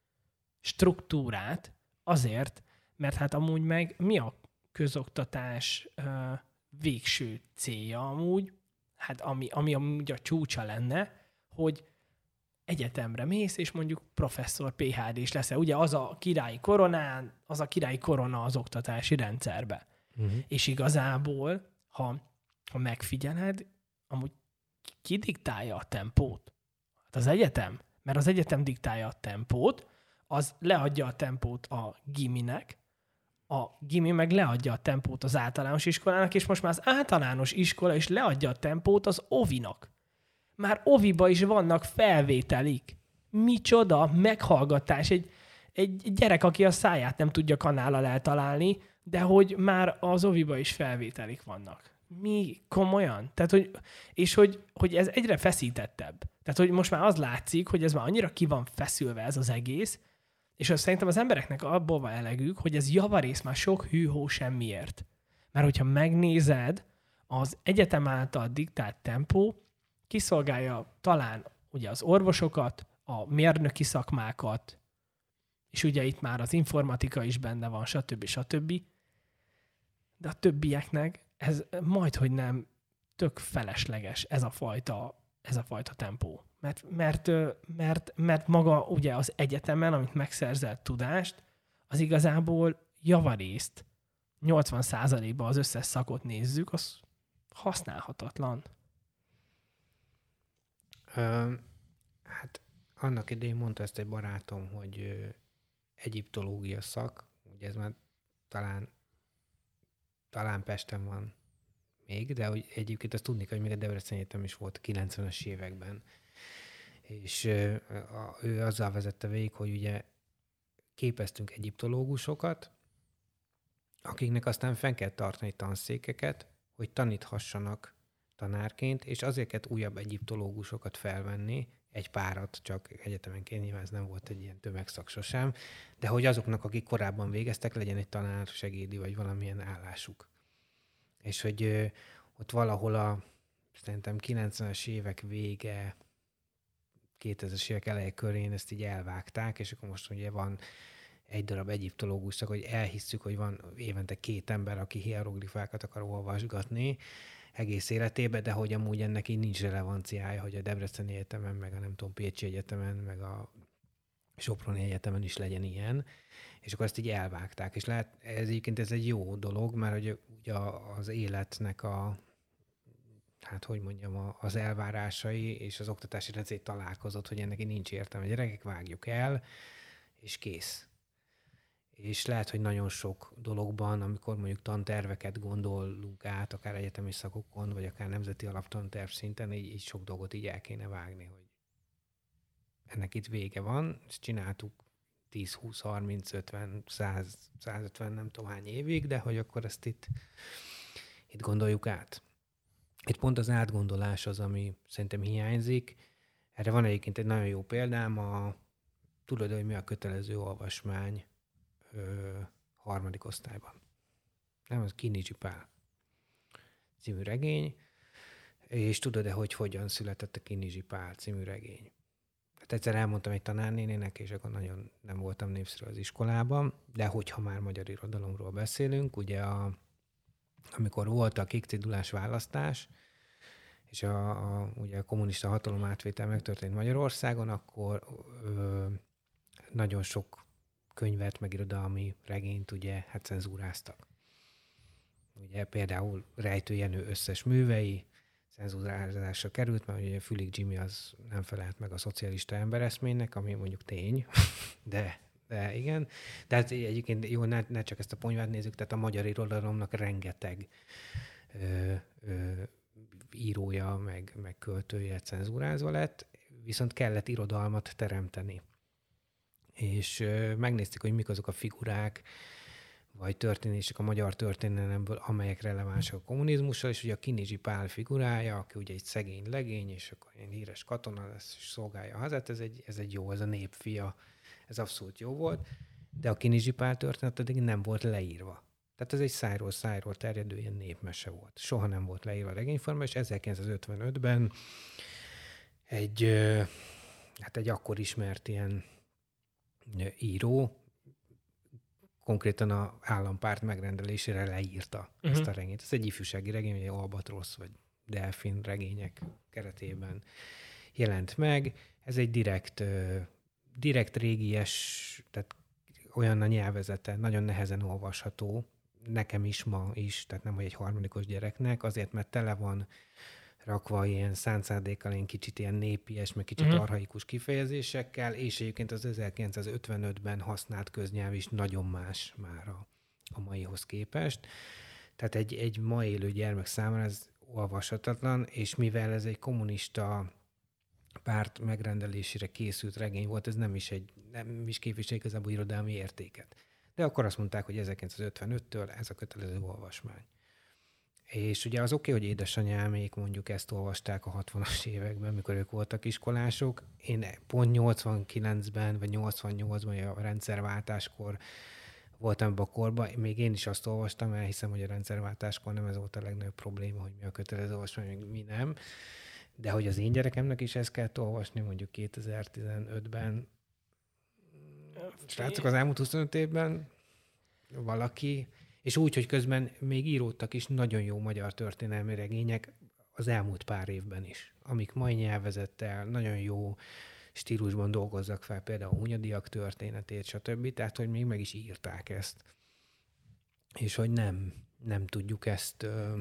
struktúrát azért, mert hát amúgy meg mi a közoktatás uh, végső célja amúgy, hát ami, ami amúgy a csúcsa lenne, hogy egyetemre mész, és mondjuk professzor, pé há dés leszel. Ugye az a királyi koronán, az a királyi korona az oktatási rendszerbe. Uh-huh. És igazából, ha, ha megfigyeled, amúgy ki diktálja a tempót? Hát az egyetem. Mert az egyetem diktálja a tempót, az leadja a tempót a giminek, a gimi meg leadja a tempót az általános iskolának, és most már az általános iskola is leadja a tempót az ovinak. Már oviba is vannak felvételik. Micsoda meghallgatás. Egy, egy gyerek, aki a száját nem tudja kanállal eltalálni, de hogy már az oviba is felvételik vannak. Mi? Komolyan? Tehát, hogy, és hogy, hogy ez egyre feszítettebb. Tehát, hogy most már az látszik, hogy ez már annyira ki van feszülve ez az egész, és azt szerintem az embereknek abból van elegük, hogy ez javarész már sok hű-hó semmiért. Mert hogyha megnézed, az egyetem által diktált tempó kiszolgálja talán ugye az orvosokat, a mérnöki szakmákat, és ugye itt már az informatika is benne van, stb. stb. De a többieknek ez majdhogy nem tök felesleges ez a fajta, ez a fajta tempó. Mert, mert, mert, mert maga ugye az egyetemen, amit megszerzett tudást, az igazából javarészt nyolcvan százalékban az összes szakot nézzük, az használhatatlan. Ö, hát annak idején mondta ezt egy barátom, hogy ö, egyiptológia szak, ugye ez már talán, talán Pesten van még, de hogy egyébként azt tudni kell, hogy még a Debrecen Egyetem is volt a kilencvenes években. És ö, a, ő azzal vezette végig, hogy ugye képeztünk egyiptológusokat, akiknek aztán fenn kell tartani tanszékeket, hogy taníthassanak tanárként, és azért kellett újabb egyiptológusokat felvenni, egy párat csak egyetemenként, nyilván ez nem volt egy ilyen tömegszak sosem, de hogy azoknak, akik korábban végeztek, legyen egy tanár segédi, vagy valamilyen állásuk. És hogy ö, ott valahol a szerintem kilencvenes évek vége, kétezres évek eleje körén ezt így elvágták, és akkor most ugye van egy darab egyiptológus, hogy elhisszük, hogy van évente két ember, aki hieroglifákat akar olvasgatni egész életében, de hogy amúgy ennek így nincs relevanciája, hogy a Debreceni Egyetemen, meg a nem tudom, Pécsi Egyetemen, meg a Soproni Egyetemen is legyen ilyen, és akkor ezt így elvágták. És lehet, ez egyébként ez egy jó dolog, mert hogy ugye az életnek a, hát hogy mondjam, az elvárásai és az oktatási rendszer találkozott, hogy ennek így nincs értelme. A gyerekek vágjuk el, és kész. És lehet, hogy nagyon sok dologban, amikor mondjuk tanterveket gondolunk át, akár egyetemi szakokon, vagy akár nemzeti alaptanterv szinten, így, így sok dolgot így el kéne vágni, hogy ennek itt vége van, ezt csináltuk tíz, húsz, harminc, ötven, száz, százötven, nem tudom hány évig, de hogy akkor ezt itt, itt gondoljuk át. Itt pont az átgondolás az, ami szerintem hiányzik. Erre van egyébként egy nagyon jó példám, a, tudod, hogy mi a kötelező olvasmány Ö, harmadik osztályban. Nem, az Kinizsi Pál című regény, és tudod-e, hogy hogyan született a Kinizsi Pál című regény? Hát egyszer elmondtam egy tanárnénének, és akkor nagyon nem voltam népszerű az iskolában, de hogyha már magyar irodalomról beszélünk, ugye a, amikor volt a kékcédulás választás, és a, a, ugye a kommunista hatalom átvétel megtörtént Magyarországon, akkor ö, nagyon sok könyvet, meg irodalmi regényt ugye hát cenzúráztak. Ugye például Rejtő Jenő összes művei cenzúrázásra került, mert ugye Fülig Jimmy az nem felelt meg a szocialista embereszménynek, ami mondjuk tény, de, de igen. De hát egyébként jó, ne, ne csak ezt a ponyvát nézzük, tehát a magyar irodalomnak rengeteg ö, ö, írója, meg, meg költője cenzúrázva lett, viszont kellett irodalmat teremteni. És ö, megnéztük, hogy mik azok a figurák, vagy történések a magyar történelemből, amelyek relevánsak a kommunizmussal, és ugye a Kinizsi Pál figurája, aki ugye egy szegény legény, és akkor egy híres katona lesz, és szolgálja a hazát, ez egy, ez egy jó, ez a népfia, ez abszolút jó volt, de a Kinizsi Pál történet eddig nem volt leírva. Tehát ez egy szájról szájról terjedő ilyen népmese volt. Soha nem volt leírva a regényforma, és ezerkilencszázötvenötben egy, ö, hát egy akkor ismert ilyen író, konkrétan az állampárt megrendelésére leírta uh-huh. ezt a regényt. Ez egy ifjúsági regény, egy Albatrosz vagy Delfin regények keretében jelent meg. Ez egy direkt, direkt régies, tehát olyan a nyelvezete, nagyon nehezen olvasható, nekem is ma is, tehát nem, hogy egy harmadikos gyereknek, azért, mert tele van rakva ilyen szánt szándékkal, ilyen kicsit ilyen népies, meg kicsit uh-huh. archaikus kifejezésekkel, és egyébként az ezerkilencszázötvenötben használt köznyelv is nagyon más már a, a maihoz képest. Tehát egy, egy ma élő gyermek számára ez olvashatatlan, és mivel ez egy kommunista párt megrendelésére készült regény volt, ez nem is, egy, nem is képvisel igazából irodalmi értéket. De akkor azt mondták, hogy ezerkilencszázötvenöttől ez a kötelező olvasmány. És ugye az oké, okay, hogy édesanyámék mondjuk ezt olvasták a hatvanas években, mikor ők voltak iskolások. Én pont nyolcvankilencben vagy nyolcvannyolcban a rendszerváltáskor voltam ebben a korban, még én is azt olvastam, mert hiszem, hogy a rendszerváltáskor nem ez volt a legnagyobb probléma, hogy mi a kötelező olvasmány, mi nem. De hogy az én gyerekemnek is ezt kellett olvasni mondjuk kétezer-tizenötben. Srácok, az elmúlt huszonöt évben valaki... És úgy, hogy közben még íródtak is nagyon jó magyar történelmi regények, az elmúlt pár évben is, amik mai nyelvezettel nagyon jó stílusban dolgozzak fel, például a Hunyadiak történetét, stb. Tehát, hogy még meg is írták ezt. És hogy nem, nem tudjuk ezt, ö,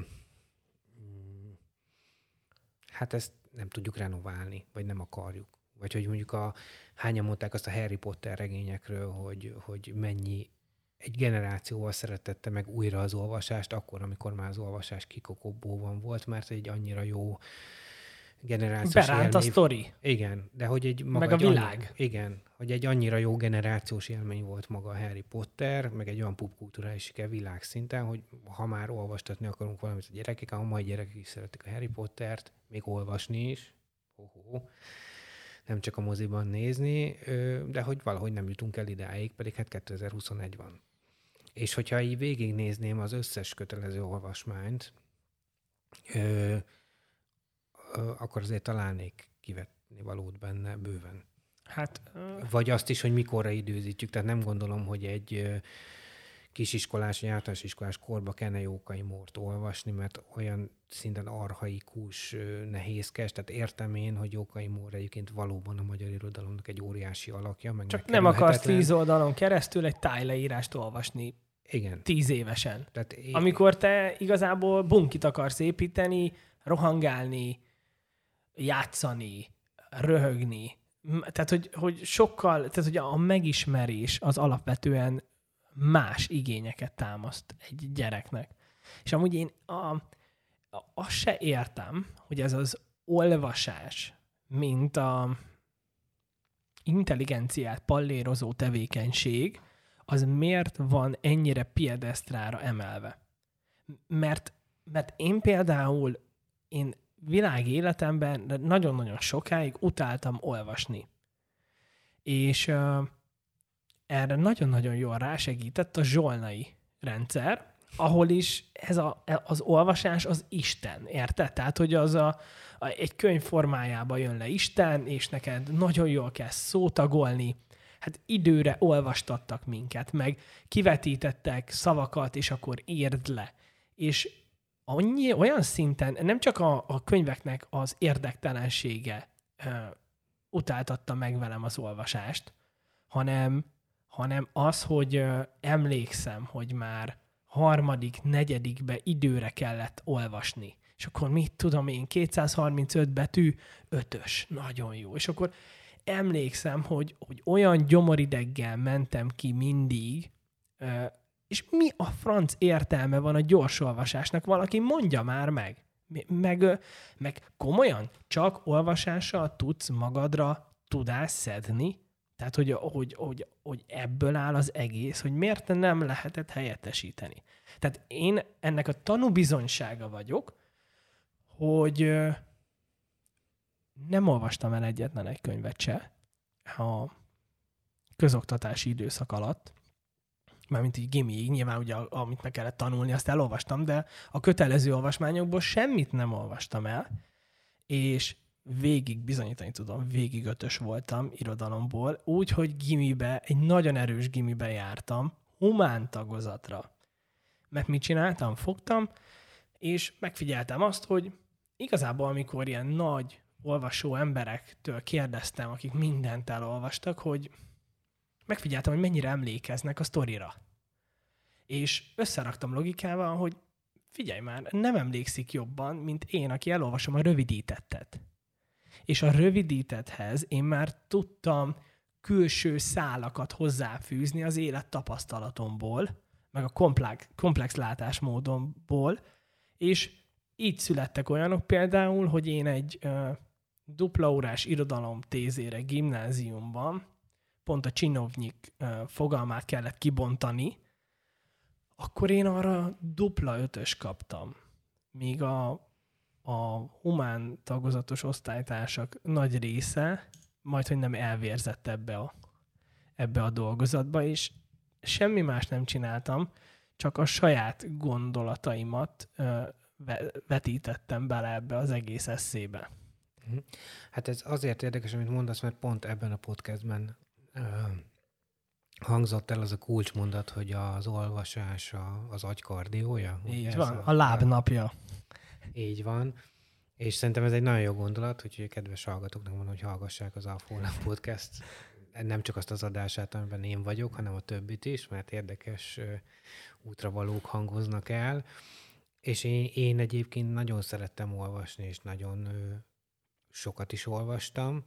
hát ezt nem tudjuk renoválni, vagy nem akarjuk. Vagy hogy mondjuk a, hányan mondták azt a Harry Potter regényekről, hogy, hogy mennyi egy generációval szeretette meg újra az olvasást, akkor, amikor már az olvasás kikokóbóban volt, mert egy annyira jó generációs Beránt élmény. a sztori. Igen, de hogy egy maga meg a egy világ. Annyi, igen, hogy egy annyira jó generációs élmény volt maga a Harry Potter, meg egy olyan popkulturális siker világszinten, hogy ha már olvastatni akarunk valamit a gyerekek, a mai gyerekek is szeretik a Harry Pottert, még olvasni is, ho-ho, nem csak a moziban nézni, de hogy valahogy nem jutunk el idáig, pedig hát kétezer-huszonegy van. És hogyha így végignézném az összes kötelező olvasmányt, ö, ö, akkor azért találnék kivetni valót benne bőven. Hát, ö... Vagy azt is, hogy mikorra időzítjük. Tehát nem gondolom, hogy egy ö, kisiskolás, vagy általános iskolás korba kellene Jókai Mórt olvasni, mert olyan szinten archaikus, ö, nehézkes. Tehát értem én, hogy Jókai Mór egyébként valóban a magyar irodalomnak egy óriási alakja. Meg csak nem akarsz tíz oldalon keresztül egy tájleírást olvasni. Igen. Tíz évesen. Tehát én... Amikor te igazából bunkit akarsz építeni, rohangálni, játszani, röhögni. Tehát, hogy, hogy sokkal, tehát, hogy a megismerés az alapvetően más igényeket támaszt egy gyereknek. És amúgy én a, a, azt se értem, hogy ez az olvasás, mint a intelligenciát pallérozó tevékenység, az miért van ennyire piedesztrára emelve? Mert, mert én például, én világ életemben nagyon-nagyon sokáig utáltam olvasni. És uh, erre nagyon-nagyon jól rásegített a zsolnai rendszer, ahol is ez a, az olvasás az Isten, érted? Tehát, hogy az a, a, egy könyv formájába jön le Isten, és neked nagyon jól kell szótagolni. Hát időre olvastattak minket, meg kivetítettek szavakat, és akkor írd le. És annyi, olyan szinten nem csak a, a könyveknek az érdektelensége uh, utáltatta meg velem az olvasást, hanem, hanem az, hogy uh, emlékszem, hogy már harmadik, negyedikbe időre kellett olvasni. És akkor mit tudom én, kétszázharmincöt betű, ötös, nagyon jó. És akkor emlékszem, hogy, hogy olyan gyomorideggel mentem ki mindig, uh, és mi a franc értelme van a gyorsolvasásnak? Valaki mondja már meg. Meg, meg komolyan, csak olvasással tudsz magadra tudást szedni? Tehát, hogy, hogy, hogy, hogy ebből áll az egész, hogy miért nem lehetett helyettesíteni. Tehát én ennek a tanúbizonysága vagyok, hogy nem olvastam el egyetlen egy könyvet se a közoktatási időszak alatt, mármint így gimiig, nyilván ugye amit meg kellett tanulni, azt elolvastam, de a kötelező olvasmányokból semmit nem olvastam el, és végig bizonyítani tudom, végig ötös voltam irodalomból, úgy, hogy gimibe, egy nagyon erős gimibe jártam, humán tagozatra. Mert mit csináltam? Fogtam, és megfigyeltem azt, hogy igazából amikor ilyen nagy olvasó emberektől kérdeztem, akik mindent elolvastak, hogy megfigyeltem, hogy mennyire emlékeznek a sztorira. És összeraktam logikával, hogy figyelj már, nem emlékszik jobban, mint én, aki elolvasom a rövidítettet. És a rövidítetthez én már tudtam külső szálakat hozzáfűzni az élet tapasztalatomból, meg a komplex, komplex látásmódomból, és így születtek olyanok például, hogy én egy ö, dupla órás irodalom tézére gimnáziumban pont a csinovnyik ö, fogalmát kellett kibontani, akkor én arra dupla ötös kaptam. Míg a, a humán tagozatos osztálytársak nagy része majd, hogy nem elvérzett ebbe a, ebbe a dolgozatba, és semmi más nem csináltam, csak a saját gondolataimat ö, vetítettem bele ebbe az egész eszébe. Hát ez azért érdekes, amit mondasz, mert pont ebben a podcastben uh, hangzott el az a kulcsmondat, hogy az olvasás a, az agy kardiója. Így ez van, a, a lábnapja. Így van. És szerintem ez egy nagyon jó gondolat, hogy a kedves hallgatóknak mondom, hogy hallgassák az Alfa Holland Podcast. Nem csak azt az adását, amiben én vagyok, hanem a többit is, mert érdekes útravalók hangoznak el. És én, én egyébként nagyon szerettem olvasni, és nagyon sokat is olvastam.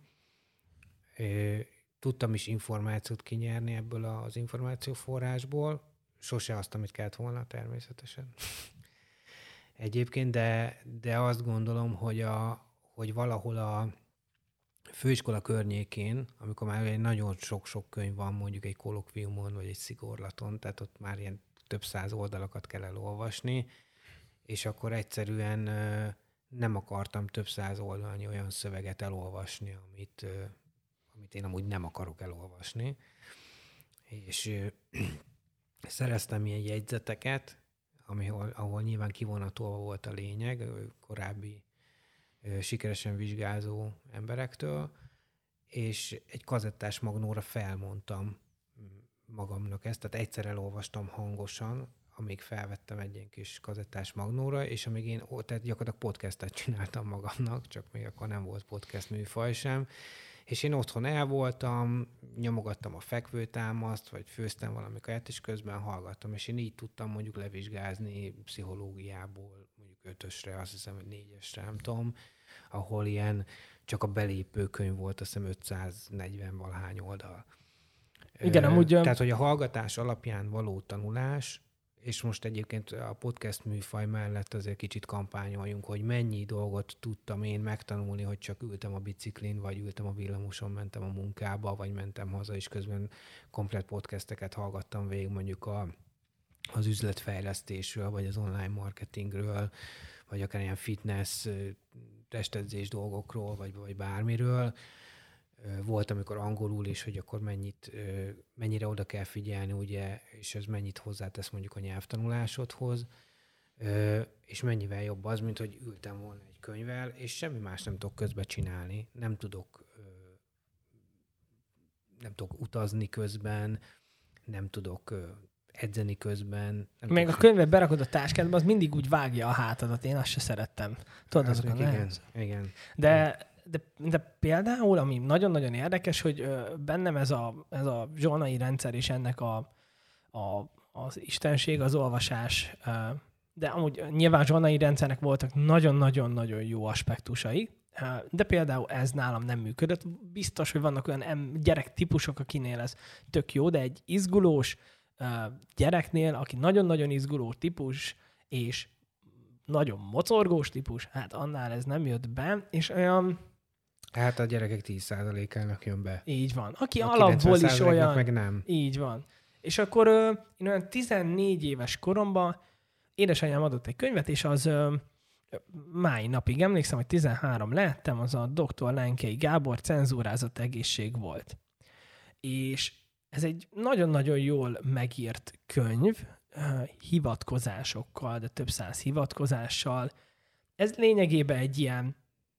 Tudtam is információt kinyerni ebből az információforrásból. Sose azt, amit kellett volna természetesen. Egyébként, de, de azt gondolom, hogy, a, hogy valahol a főiskola környékén, amikor már egy nagyon sok-sok könyv van, mondjuk egy kolokviumon, vagy egy szigorlaton, tehát ott már ilyen több száz oldalakat kell elolvasni, és akkor egyszerűen nem akartam több száz oldalnyi olyan szöveget elolvasni, amit, amit én amúgy nem akarok elolvasni. És szereztem ilyen jegyzeteket, Ahol, ahol nyilván kivonatolva volt a lényeg korábbi ö, sikeresen vizsgázó emberektől, és egy kazettás magnóra felmondtam magamnak ezt, tehát egyszer elolvastam hangosan, amíg felvettem egy ilyen kis kazettás magnóra, és amíg én, tehát gyakorlatilag podcastet csináltam magamnak, csak még akkor nem volt podcast műfaj sem, és én otthon el voltam, nyomogattam a fekvőtámaszt, vagy főztem valami kaját, és közben hallgattam, és én így tudtam mondjuk levizsgázni pszichológiából, mondjuk ötösre, azt hiszem, hogy négyesre, nem tudom, ahol ilyen csak a belépő könyv volt, azt hiszem ötszáznegyven valahány oldal. Igen, Ö, amúgy... Tehát, hogy a hallgatás alapján való tanulás, és most egyébként a podcast műfaj mellett azért kicsit kampányoljunk, hogy mennyi dolgot tudtam én megtanulni, hogy csak ültem a biciklin, vagy ültem a villamoson, mentem a munkába, vagy mentem haza, és közben komplett podcasteket hallgattam végig mondjuk a, az üzletfejlesztésről, vagy az online marketingről, vagy akár ilyen fitness, testedzés dolgokról, vagy, vagy bármiről. Volt, amikor angolul is, hogy akkor mennyit, mennyire oda kell figyelni, ugye, és ez mennyit hozzátesz mondjuk a nyelvtanulásodhoz, és mennyivel jobb az, mint hogy ültem volna egy könyvvel, és semmi más nem tudok közben csinálni. Nem tudok, nem tudok utazni közben, nem tudok edzeni közben. Nem Még tudok a könyvet berakod a táskádba, az mindig úgy vágja a hátadat, én azt se szerettem. Tudod, az azok a igen, igen. De De, de például, ami nagyon-nagyon érdekes, hogy ö, bennem ez a, ez a zsolnai rendszer és ennek a, a, az istenség, az olvasás, ö, de amúgy nyilván zsolnai rendszernek voltak nagyon-nagyon-nagyon jó aspektusai, ö, de például ez nálam nem működött. Biztos, hogy vannak olyan em, gyerektípusok, akinél ez tök jó, de egy izgulós ö, gyereknél, aki nagyon-nagyon izguló típus, és nagyon mocorgós típus, hát annál ez nem jött be, és olyan... Hát a gyerekek tíz százalékának jön be. Így van. Aki alapból is olyan... meg nem. Így van. És akkor ö, én olyan tizennégy éves koromban édesanyám adott egy könyvet, és az ö, máj napig emlékszem, hogy tizenhárom lehettem, az a doktor Lenkei Gábor Cenzúrázott egészség volt. És ez egy nagyon-nagyon jól megírt könyv, ö, hivatkozásokkal, de több száz hivatkozással. Ez lényegében egy ilyen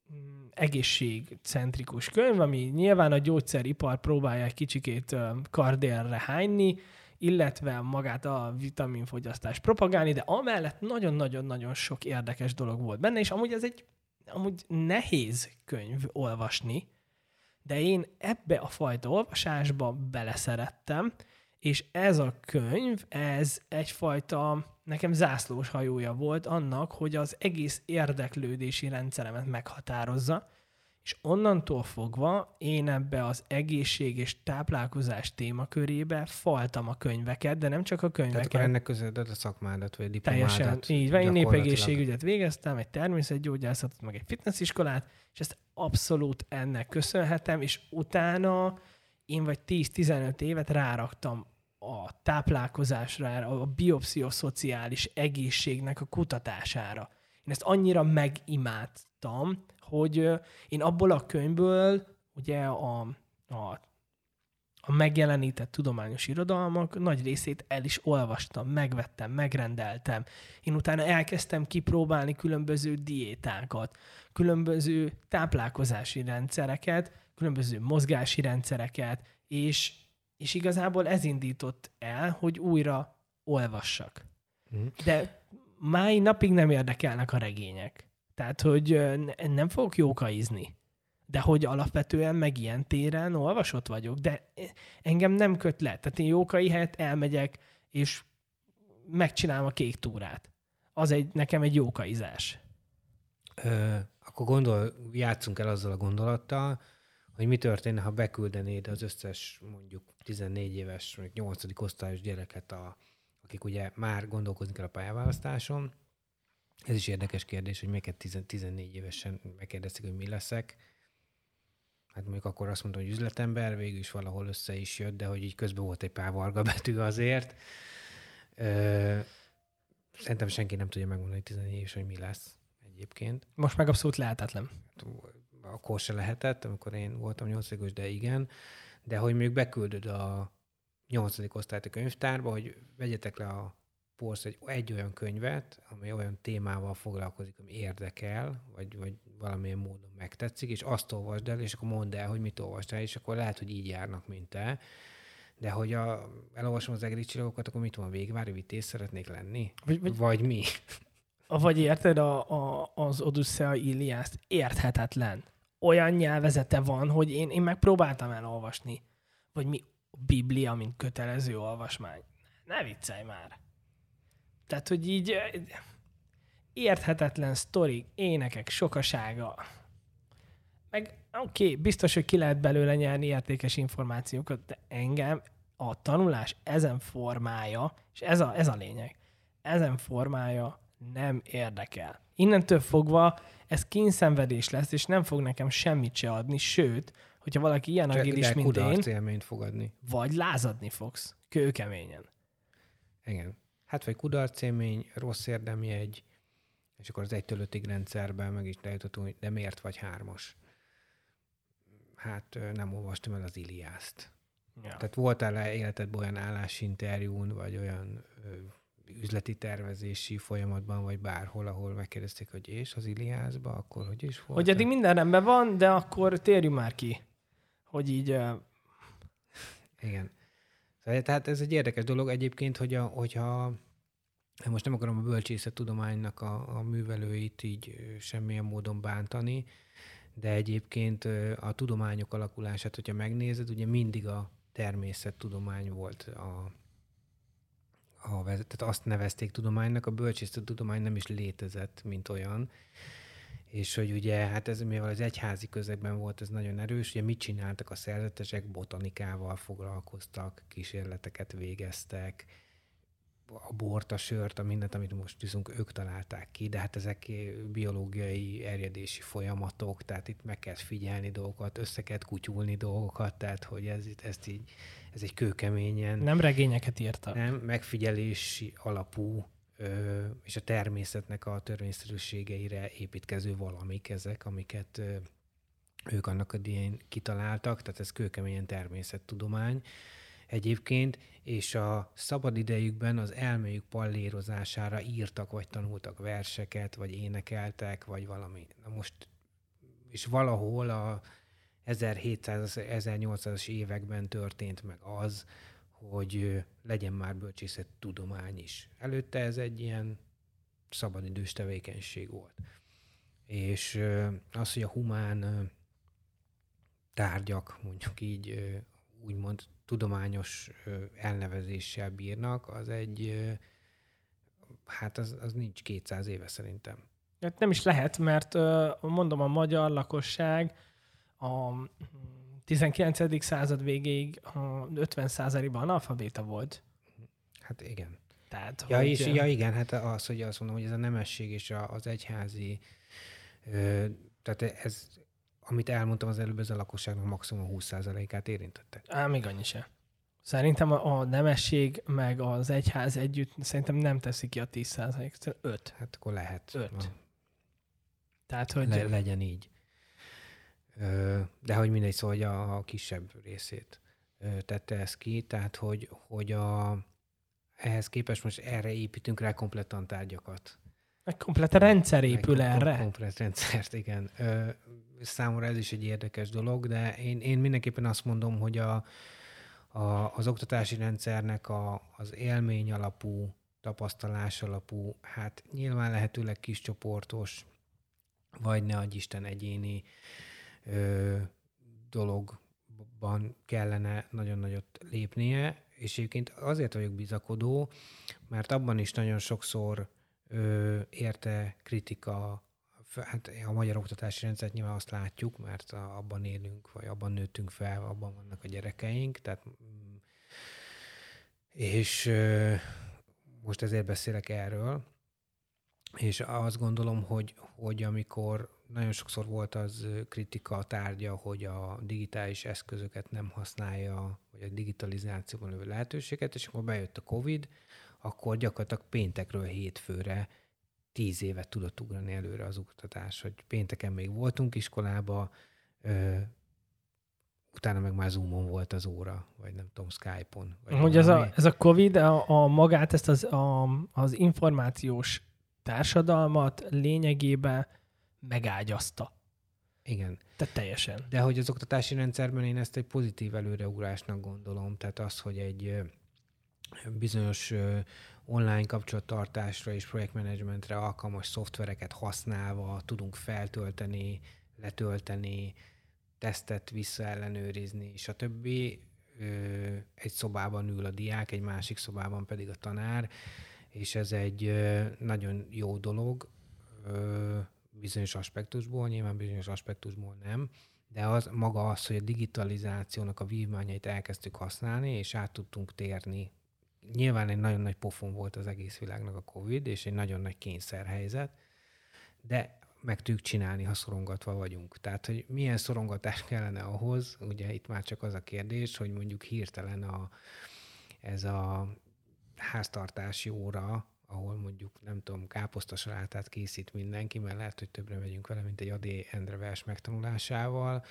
egészségcentrikus könyv, ami nyilván a gyógyszeripar próbálja egy kicsikét kardélre hányni, illetve magát a vitaminfogyasztást propagálni, de amellett nagyon-nagyon-nagyon sok érdekes dolog volt benne, és amúgy ez egy amúgy nehéz könyv olvasni, de én ebbe a fajta olvasásba beleszerettem, és ez a könyv, ez egyfajta nekem zászlós hajója volt annak, hogy az egész érdeklődési rendszeremet meghatározza, és onnantól fogva én ebbe az egészség és táplálkozás témakörébe faltam a könyveket, de nem csak a könyveket. Tehát ennek közötted a szakmádat, vagy a diplomádat. Teljesen, így van. Én népegészségügyet végeztem, egy természetgyógyászatot, meg egy fitnessiskolát, és ezt abszolút ennek köszönhetem, és utána én vagy tíz-tizenöt évet ráraktam a táplálkozásra, a biopszichoszociális egészségnek a kutatására. Én ezt annyira megimádtam, hogy én abból a könyvből ugye a, a, a megjelenített tudományos irodalmak nagy részét el is olvastam, megvettem, megrendeltem. Én utána elkezdtem kipróbálni különböző diétákat, különböző táplálkozási rendszereket, különböző mozgási rendszereket, és És igazából ez indított el, hogy újra olvassak. Mm. De mai napig nem érdekelnek a regények. Tehát, hogy nem fogok jókaizni. De hogy alapvetően meg ilyen téren olvasott vagyok, de engem nem köt le. Tehát én jókai helyett elmegyek, és megcsinálom a kék túrát. Az egy, nekem egy jókaizás. Ö, akkor gondol, játszunk el azzal a gondolattal, hogy mi történne, ha beküldenéd az összes mondjuk tizennégy éves, mondjuk nyolcadik osztályos gyereket, a, akik ugye már gondolkozni kell a pályaválasztáson. Ez is érdekes kérdés, hogy miket tizennégy évesen megkérdezték, hogy mi leszek. Hát mondjuk akkor azt mondtam, hogy üzletember, végül is valahol össze is jött, de hogy így közben volt egy pár varga betű azért. Ö, szerintem senki nem tudja megmondani tizennégy éves, hogy mi lesz egyébként. Most meg abszolút lehetetlen. Akkor se lehetett, amikor én voltam nyolcadikos, de igen. De hogy még beküldöd a nyolcadik osztályt a könyvtárba, hogy vegyetek le a polcra egy, egy olyan könyvet, ami olyan témával foglalkozik, ami érdekel, vagy, vagy valamilyen módon megtetszik, és azt olvasd el, és akkor mondd el, hogy mit olvastál, és akkor lehet, hogy így járnak, mint te. De hogy a, elolvasom az egri csillagokat, akkor mit van, végvári vitéz szeretnék lenni? Vagy, vagy, vagy mi? Vagy érted a, a, az Odyssea Iliászt? Érthetetlen. Olyan nyelvezete van, hogy én, én megpróbáltam elolvasni. Vagy mi Biblia, mint kötelező olvasmány. Ne viccelj már. Tehát, hogy így érthetetlen sztorik, énekek, sokasága. Meg oké, okay, biztos, hogy ki lehet belőle nyerni értékes információkat, de engem a tanulás ezen formája, és ez a, ez a lényeg, ezen formája nem érdekel. Innentől fogva ez kényszenvedés lesz, és nem fog nekem semmit se adni, sőt, hogyha valaki ilyen agilis, mint én, élményt fog adni. Vagy lázadni fogsz, kőkeményen. Igen. Hát vagy kudarcélmény, rossz érdemjegy, és akkor az egytől ötig rendszerben meg is lejutottunk, hogy de miért vagy hármas? Hát nem olvastam el az Iliászt. Ja. Tehát voltál életedben olyan állásinterjún, vagy olyan ö, üzleti tervezési folyamatban, vagy bárhol, ahol megkérdezték, hogy és az Iliászba, akkor hogy is volt? Hogy eddig minden rendben van, de akkor térjünk már ki. Hogy így... Uh... Igen. Tehát ez egy érdekes dolog egyébként, hogy a, hogyha most nem akarom a bölcsészettudománynak a, a művelőit így semmilyen módon bántani, de egyébként a tudományok alakulását, hogyha megnézed, ugye mindig a természettudomány volt a, a tehát azt nevezték tudománynak, a bölcsészettudomány nem is létezett, mint olyan. És hogy ugye, hát ez mivel az egyházi közegben volt, ez nagyon erős, ugye mit csináltak a szerzetesek, botanikával foglalkoztak, kísérleteket végeztek, a bort, a sört, a mindent, amit most iszunk, ők találták ki, de hát ezek biológiai erjedési folyamatok, tehát itt meg kell figyelni dolgokat, össze kell kutyulni dolgokat, tehát hogy ez, ezt így, ez egy kőkeményen... Nem regényeket írtak. Nem, megfigyelési alapú és a természetnek a törvényszerűségeire építkező valamik ezek, amiket ők annak idején kitaláltak, tehát ez kőkeményen természettudomány egyébként, és a szabad idejükben az elméjük pallérozására írtak, vagy tanultak verseket, vagy énekeltek, vagy valami. Na most, és valahol a ezerhétszáz-ezernyolcszázas években történt meg az, hogy legyen már bölcsészettudomány is. Előtte ez egy ilyen szabadidős tevékenység volt. És az, hogy a humán tárgyak, mondjuk így úgymond tudományos elnevezéssel bírnak, az egy, hát az, az nincs kétszáz éve szerintem. Hát nem is lehet, mert mondom, a magyar lakosság a tizenkilencedik század végéig a ötven százalékban analfabéta volt. Hát igen. Tehát, ja, hogy... és, ja, igen, hát az, hogy azt mondom, hogy ez a nemesség és a, az egyházi, ö, tehát ez, amit elmondtam az előbb, ez a lakosságnak maximum húsz százalékát érintette. Á, még annyi se. Szerintem a, a nemesség meg az egyház együtt szerintem nem teszi ki a tíz százalékot, öt. Hát akkor lehet. öt. Na. Tehát, hogy... Le, legyen így. De hogy mindegy, szóval hogy a, a kisebb részét tette ezt ki, tehát hogy, hogy a, ehhez képest most erre építünk rá komplet tantárgyakat. Egy komplet rendszer épül Egy erre. Komplet rendszert, igen. Számomra ez is egy érdekes dolog, de én, én mindenképpen azt mondom, hogy a, a, az oktatási rendszernek a, az élmény alapú, tapasztalás alapú, hát nyilván lehetőleg kiscsoportos, vagy ne adj Isten egyéni ö, dologban kellene nagyon nagyot lépnie, és egyébként azért vagyok bizakodó, mert abban is nagyon sokszor ö, érte kritika, hát a magyar oktatási rendszert nyilván azt látjuk, mert a, abban élünk, vagy abban nőttünk fel, abban vannak a gyerekeink, tehát és ö, most ezért beszélek erről, és azt gondolom, hogy, hogy amikor nagyon sokszor volt az kritika tárgya, hogy a digitális eszközöket nem használja, vagy a digitalizációban lévő lehetőséget, és akkor bejött a Covid, akkor gyakorlatilag péntekről hétfőre tíz évet tudott ugrani előre az oktatás, hogy pénteken még voltunk iskolába, ö, utána meg már Zoomon volt az óra, vagy nem tudom, Skype-on. Vagy hogy ez a, ez a Covid a, a magát, ezt az, a, az információs társadalmat lényegében megágyazta. Igen. Tehát teljesen. De hogy az oktatási rendszerben én ezt egy pozitív előreugrásnak gondolom, tehát az, hogy egy bizonyos online kapcsolattartásra és projektmenedzsmentre alkalmas szoftvereket használva tudunk feltölteni, letölteni, tesztet visszaellenőrizni, stb. Egy szobában ül a diák, egy másik szobában pedig a tanár, és ez egy nagyon jó dolog bizonyos aspektusból, nyilván bizonyos aspektusból nem, de az maga az, hogy a digitalizációnak a vívmányait elkezdtük használni, és át tudtunk térni. Nyilván egy nagyon nagy pofon volt az egész világnak a Covid, és egy nagyon nagy kényszerhelyzet, de meg tudjuk csinálni, ha szorongatva vagyunk. Tehát, hogy milyen szorongatás kellene ahhoz, ugye itt már csak az a kérdés, hogy mondjuk hirtelen a, ez a háztartási óra, ahol mondjuk, nem tudom, káposztasalátát készít mindenki, mert lehet, hogy többre megyünk vele, mint egy Ady Endre vers megtanulásával,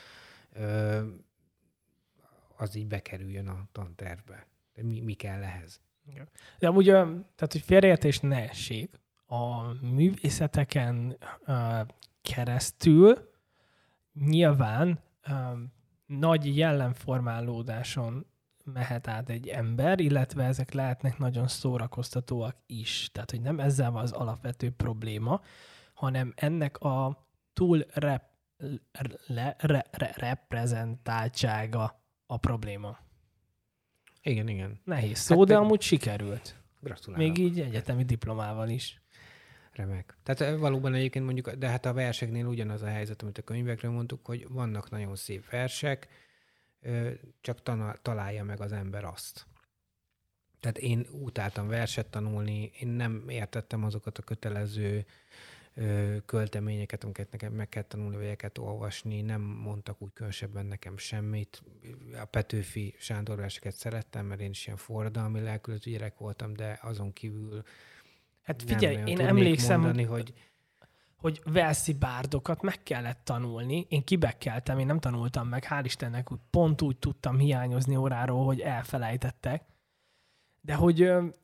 az így bekerüljön a tantervbe. De mi, mi kell ehhez? De amúgy, tehát, hogy félreértés ne essék, a művészeteken uh, keresztül nyilván um, nagy jellemformálódáson mehet át egy ember, illetve ezek lehetnek nagyon szórakoztatóak is. Tehát, hogy nem ezzel van az alapvető probléma, hanem ennek a túl rep, le, re, re, reprezentáltsága a probléma. Igen, igen. Nehéz szó, hát de te... amúgy sikerült. Gratulálok. Még így egyetemi diplomával is. Remek. Tehát valóban egyébként mondjuk, de hát a verseknél ugyanaz a helyzet, amit a könyvekről mondtuk, hogy vannak nagyon szép versek, csak találja meg az ember azt. Tehát én utáltam verset tanulni, én nem értettem azokat a kötelező költeményeket, amiket nekem meg kell tanulni, vagy kell olvasni, nem mondtak úgy különösebben nekem semmit. A Petőfi Sándor verseket szerettem, mert én is ilyen forradalmi lelkületű gyerek voltam, de azon kívül hát figyelj, nem én emlékszem, mondani, hogy hogy velszi bárdokat meg kellett tanulni. Én kibekkeltem, én nem tanultam meg, hál' Istennek, hogy pont úgy tudtam hiányozni óráról, hogy elfelejtettek. De hogy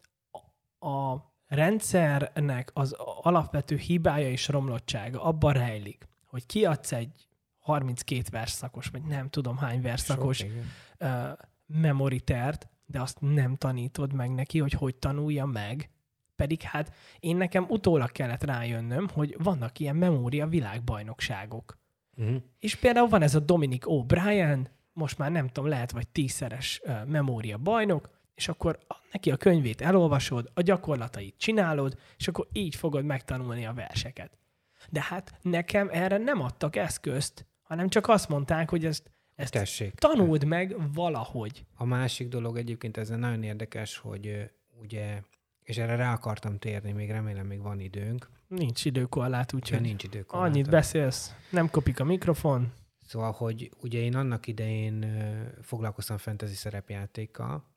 a rendszernek az alapvető hibája és romlottsága abban rejlik, hogy kiadsz egy harminckét versszakos, vagy nem tudom hány versszakos uh, memoritert, de azt nem tanítod meg neki, hogy hogy tanulja meg. Pedig hát én nekem utólag kellett rájönnöm, hogy vannak ilyen memória világbajnokságok. Uh-huh. És például van ez a Dominic O'Brien, most már nem tudom, lehet vagy tízszeres uh, memória bajnok, és akkor neki a könyvét elolvasod, a gyakorlatait csinálod, és akkor így fogod megtanulni a verseket. De hát nekem erre nem adtak eszközt, hanem csak azt mondták, hogy ezt, ezt Tessék. tanuld meg valahogy. A másik dolog egyébként ezzel nagyon érdekes, hogy uh, ugye, és erre rá akartam térni, még remélem még van időnk. Nincs időkorlát, úgyhogy nincs időkorlát. Annyit beszélsz, nem kopik a mikrofon. Szóval, hogy ugye én annak idején uh, foglalkoztam fantasy szerepjátékkal,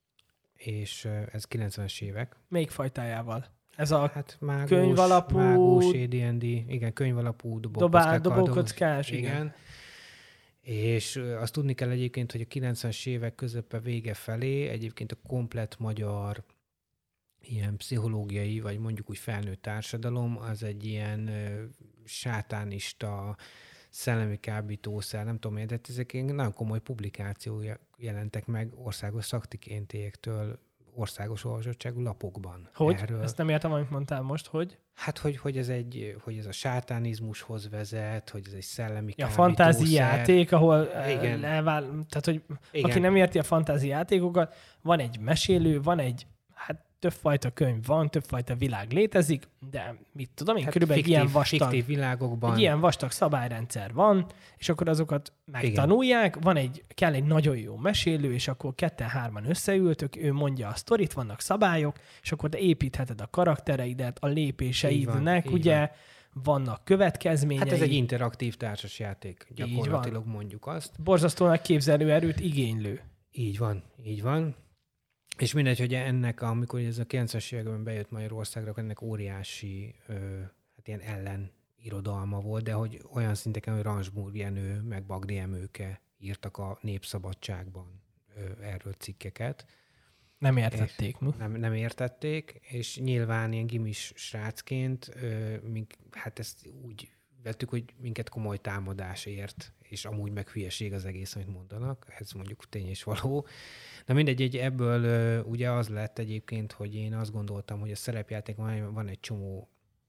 és ez kilencvenes évek. Melyik fajtájával? Ez a hát mágus, könyvalapú... Mágus, á dé and dé, igen, könyvalapú dobókockás. Dobókockás, igen. igen. És azt tudni kell egyébként, hogy a kilencvenes évek közepe vége felé egyébként a komplett magyar ilyen pszichológiai, vagy mondjuk úgy felnőtt társadalom, az egy ilyen sátánista, szellemi kábítószer, nem tudom én, de ezek nagyon komoly publikációk jelentek meg országos szaktikintiektől, országos olvasottságú lapokban. Hogy? Erről. Ezt nem értem, amit mondtál most, hogy? Hát, hogy, hogy, ez egy, hogy ez a sátánizmushoz vezet, hogy ez egy szellemi ja, kábítószer. fantázi játék, ahol igen. elvál, tehát, hogy igen. aki nem érti a fantázi játékokat, van egy mesélő, van egy, hát többfajta könyv van, többfajta világ létezik, de mit tudom én, hát körülbelül fiktív, ilyen vastag, fiktív világokban. egy ilyen vastag szabályrendszer van, és akkor azokat megtanulják, van egy, kell egy nagyon jó mesélő, és akkor ketten-hárman összeültök, ő mondja a sztorit, vannak szabályok, és akkor te építheted a karaktereidet, a lépéseidnek, ugye van. vannak következményei. Hát ez egy interaktív társasjáték, gyakorlatilag mondjuk azt. Borzasztó nagy képzelőerőt igénylő. Így van, így van. És mindegy, hogy ennek, amikor ez a kilencvenes években bejött Magyarországra, akkor ennek óriási ö, hát ilyen ellen irodalma volt, de hogy olyan szinteken, hogy Ransburg Jenő, meg Bagdi Emőke írtak a Népszabadságban ö, erről cikkeket. Nem értették, mi? Nem, nem értették, és nyilván ilyen gimis srácként ö, mink, hát ezt úgy vettük, hogy minket komoly támadás ért, és amúgy meg hülyeség az egész, amit mondanak. Ez mondjuk tény és való. Na mindegy, egy, ebből ö, ugye az lett egyébként, hogy én azt gondoltam, hogy a szerepjáték van, van egy csomó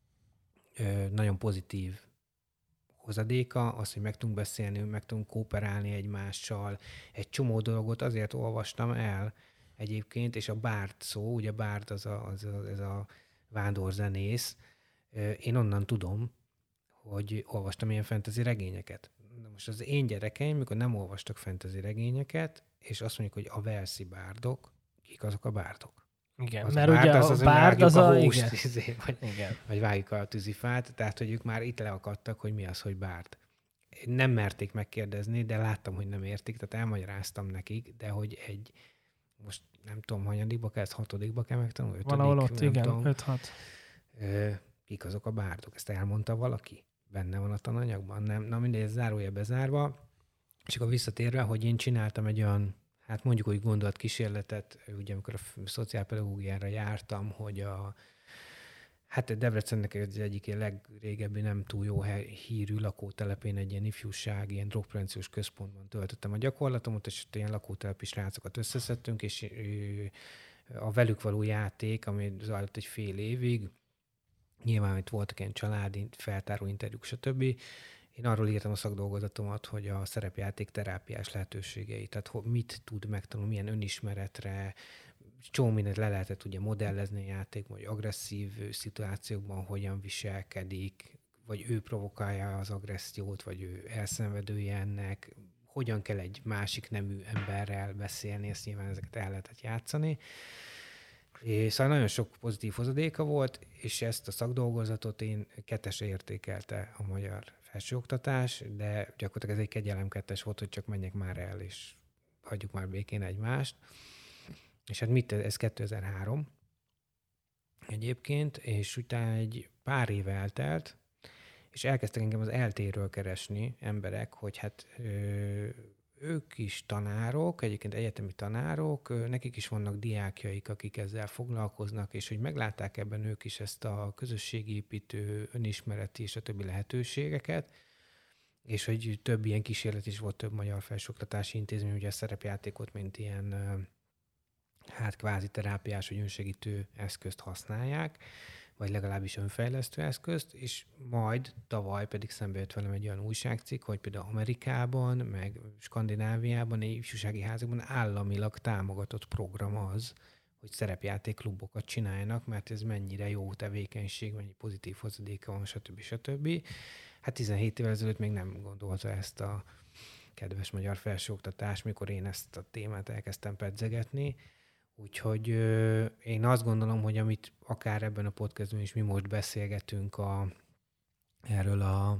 ö, nagyon pozitív hozadéka, az, hogy meg tudunk beszélni, meg tudunk kooperálni egymással. Egy csomó dolgot azért olvastam el egyébként, és a bárd szó, ugye bárd az a, az a, ez a vándorzenész, ö, én onnan tudom, hogy olvastam ilyen fantasy regényeket. Na most az én gyerekeim, mikor nem olvastak fantasy regényeket, és azt mondjuk, hogy a velszi bárdok, kik azok a bárdok? Igen, az mert bárd, ugye az a az, bárd az a... a húst, igen. Izé, vagy, igen. vagy vágjuk a tűzifát, tehát hogy ők már itt leakadtak, hogy mi az, hogy bárd. Nem merték megkérdezni, de láttam, hogy nem értik, tehát elmagyaráztam nekik, de hogy egy, most nem tudom, hanyadikba kell, ezt hatodikba kell megtanulni? Valahol ott, igen, öt-hat. Kik azok a bárdok? Ezt elmondta valaki? Benne van a tananyagban? Nem. Na mindegy, ez zárója bezárva. És akkor visszatérve, hogy én csináltam egy olyan, hát mondjuk úgy gondolatkísérletet, ugye amikor a szociálpedagógiára jártam, hogy a, hát Debrecennek az egyik legrégebbi, nem túl jó hely, hírű lakótelepén egy ilyen ifjúság, ilyen drogprevenciós központban töltöttem a gyakorlatomat, és ilyen lakótelepi srácokat összeszedtünk, és a velük való játék, ami zajlott egy fél évig, nyilván itt voltak ilyen családi, feltáró interjúk, stb. Én arról írtam a szakdolgozatomat, hogy a szerepjáték terápiás lehetőségei, tehát mit tud megtanulni, milyen önismeretre, csomó mindent le lehetett ugye modellezni a játék, vagy agresszív szituációkban hogyan viselkedik, vagy ő provokálja az agressziót, vagy ő elszenvedője ennek, hogyan kell egy másik nemű emberrel beszélni, ezt nyilván ezeket el lehetett játszani. És szóval nagyon sok pozitív hozadéka volt, és ezt a szakdolgozatot én kettesre értékelte a magyar felsőoktatás, de gyakorlatilag ez egy kegyelem kettes volt, hogy csak menjek már el, és hagyjuk már békén egymást. És hát mit, ez kétezer-három egyébként, és utána egy pár év eltelt, és elkezdtek engem az eltéről keresni emberek, hogy hát ö, ők is tanárok, egyébként egyetemi tanárok, nekik is vannak diákjaik, akik ezzel foglalkoznak, és hogy meglátták ebben ők is ezt a közösségépítő, önismereti és a többi lehetőségeket, és hogy több ilyen kísérlet is volt, több magyar felsőoktatási intézmény, ugye a szerepjátékot, mint ilyen hát kvázi terápiás vagy önsegítő eszközt használják, vagy legalábbis önfejlesztő eszközt, és majd tavaly pedig szembe jött velem egy olyan újságcikk, hogy például Amerikában, meg Skandináviában, ifjúsági házakban államilag támogatott program az, hogy szerepjátékklubokat csináljanak, mert ez mennyire jó tevékenység, mennyi pozitív hozadéka van, stb. stb. Hát tizenhét évvel ezelőtt még nem gondolta ezt a kedves magyar felsőoktatás, mikor én ezt a témát elkezdtem pedzegetni. Úgyhogy ö, én azt gondolom, hogy amit akár ebben a podcastban is mi most beszélgetünk a, erről a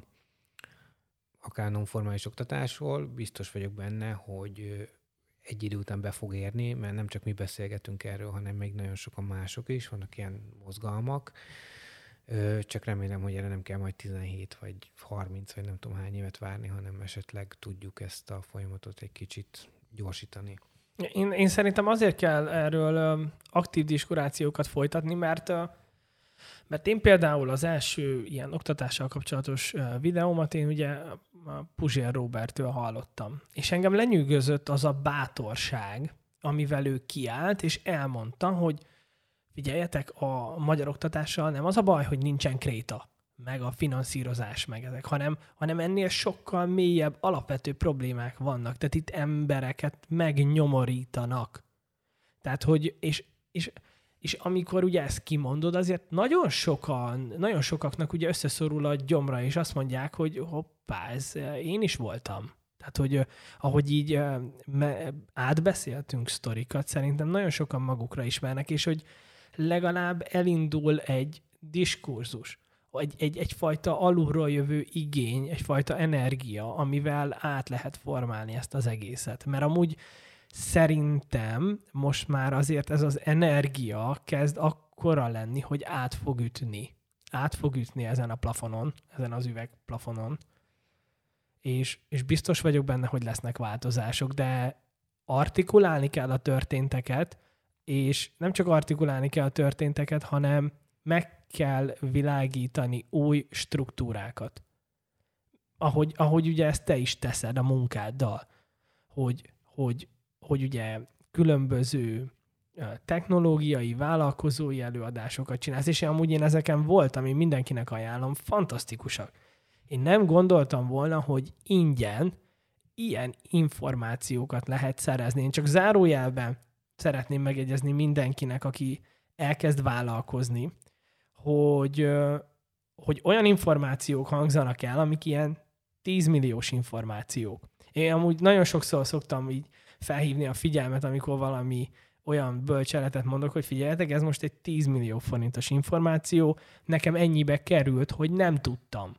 akár nonformális oktatásról, biztos vagyok benne, hogy ö, egy idő után be fog érni, mert nem csak mi beszélgetünk erről, hanem még nagyon sokan mások is, vannak ilyen mozgalmak. Ö, csak remélem, hogy erre nem kell majd tizenhét vagy harminc, vagy nem tudom hány évet várni, hanem esetleg tudjuk ezt a folyamatot egy kicsit gyorsítani. Én, én szerintem azért kell erről ö, aktív diskurációkat folytatni, mert, ö, mert én például az első ilyen oktatással kapcsolatos ö, videómat én ugye a Puzsér Róberttől hallottam. És engem lenyűgözött az a bátorság, amivel ő kiállt, és elmondta, hogy figyeljetek, a magyar oktatással nem az a baj, hogy nincsen kréta, meg a finanszírozás, meg ezek, hanem, hanem ennél sokkal mélyebb, alapvető problémák vannak. Tehát itt embereket megnyomorítanak. Tehát, hogy, és, és, és amikor ugye ezt kimondod, azért nagyon sokan, nagyon sokaknak ugye összeszorul a gyomra, és azt mondják, hogy hoppá, ez én is voltam. Tehát, hogy ahogy így átbeszéltünk sztorikat, szerintem nagyon sokan magukra ismernek, és hogy legalább elindul egy diskurzus, egy, egy, egyfajta alulról jövő igény, egyfajta energia, amivel át lehet formálni ezt az egészet. Mert amúgy szerintem most már azért ez az energia kezd akkora lenni, hogy át fog ütni. Át fog ütni ezen a plafonon, ezen az üvegplafonon. És, és biztos vagyok benne, hogy lesznek változások, de artikulálni kell a történteket, és nem csak artikulálni kell a történteket, hanem meg kell világítani új struktúrákat. Ahogy, ahogy ugye ezt te is teszed a munkáddal, hogy, hogy, hogy ugye különböző technológiai, vállalkozói előadásokat csinálsz, és amúgy én ezeken voltam, én mindenkinek ajánlom, fantasztikusak. Én nem gondoltam volna, hogy ingyen ilyen információkat lehet szerezni. Én csak zárójelben szeretném megjegyezni mindenkinek, aki elkezd vállalkozni, hogy, hogy olyan információk hangzanak el, amik ilyen tízmilliós információk. Én amúgy nagyon sokszor szoktam így felhívni a figyelmet, amikor valami olyan bölcseletet mondok, hogy figyeljetek, ez most egy tízmillió forintos információ, nekem ennyibe került, hogy nem tudtam.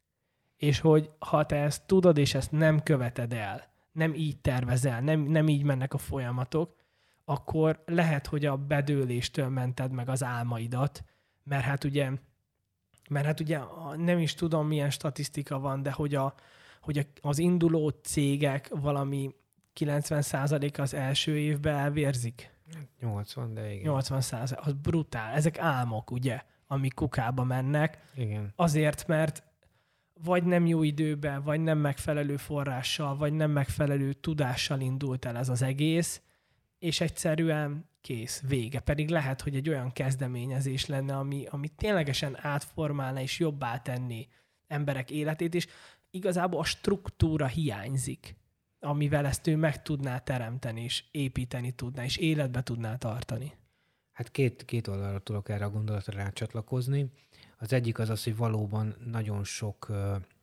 És hogy ha te ezt tudod, és ezt nem követed el, nem így tervezel, nem, nem így mennek a folyamatok, akkor lehet, hogy a bedőléstől mented meg az álmaidat, mert hát ugye, mert hát ugye nem is tudom, milyen statisztika van, de hogy, a, hogy az induló cégek valami kilencven százaléka az első évben elvérzik. nyolcvan, de igen. nyolcvan százalék, az brutál. Ezek álmok, ugye, amik kukába mennek. Igen. Azért, mert vagy nem jó időben, vagy nem megfelelő forrással, vagy nem megfelelő tudással indult el ez az egész, és egyszerűen kész, vége. Pedig lehet, hogy egy olyan kezdeményezés lenne, ami, ami ténylegesen átformálna és jobbá tenni emberek életét, és igazából a struktúra hiányzik, amivel ezt ő meg tudná teremteni, és építeni tudná, és életbe tudná tartani. Hát két, két oldalra tudok erre a gondolatra rácsatlakozni. Az egyik az az, hogy valóban nagyon sok,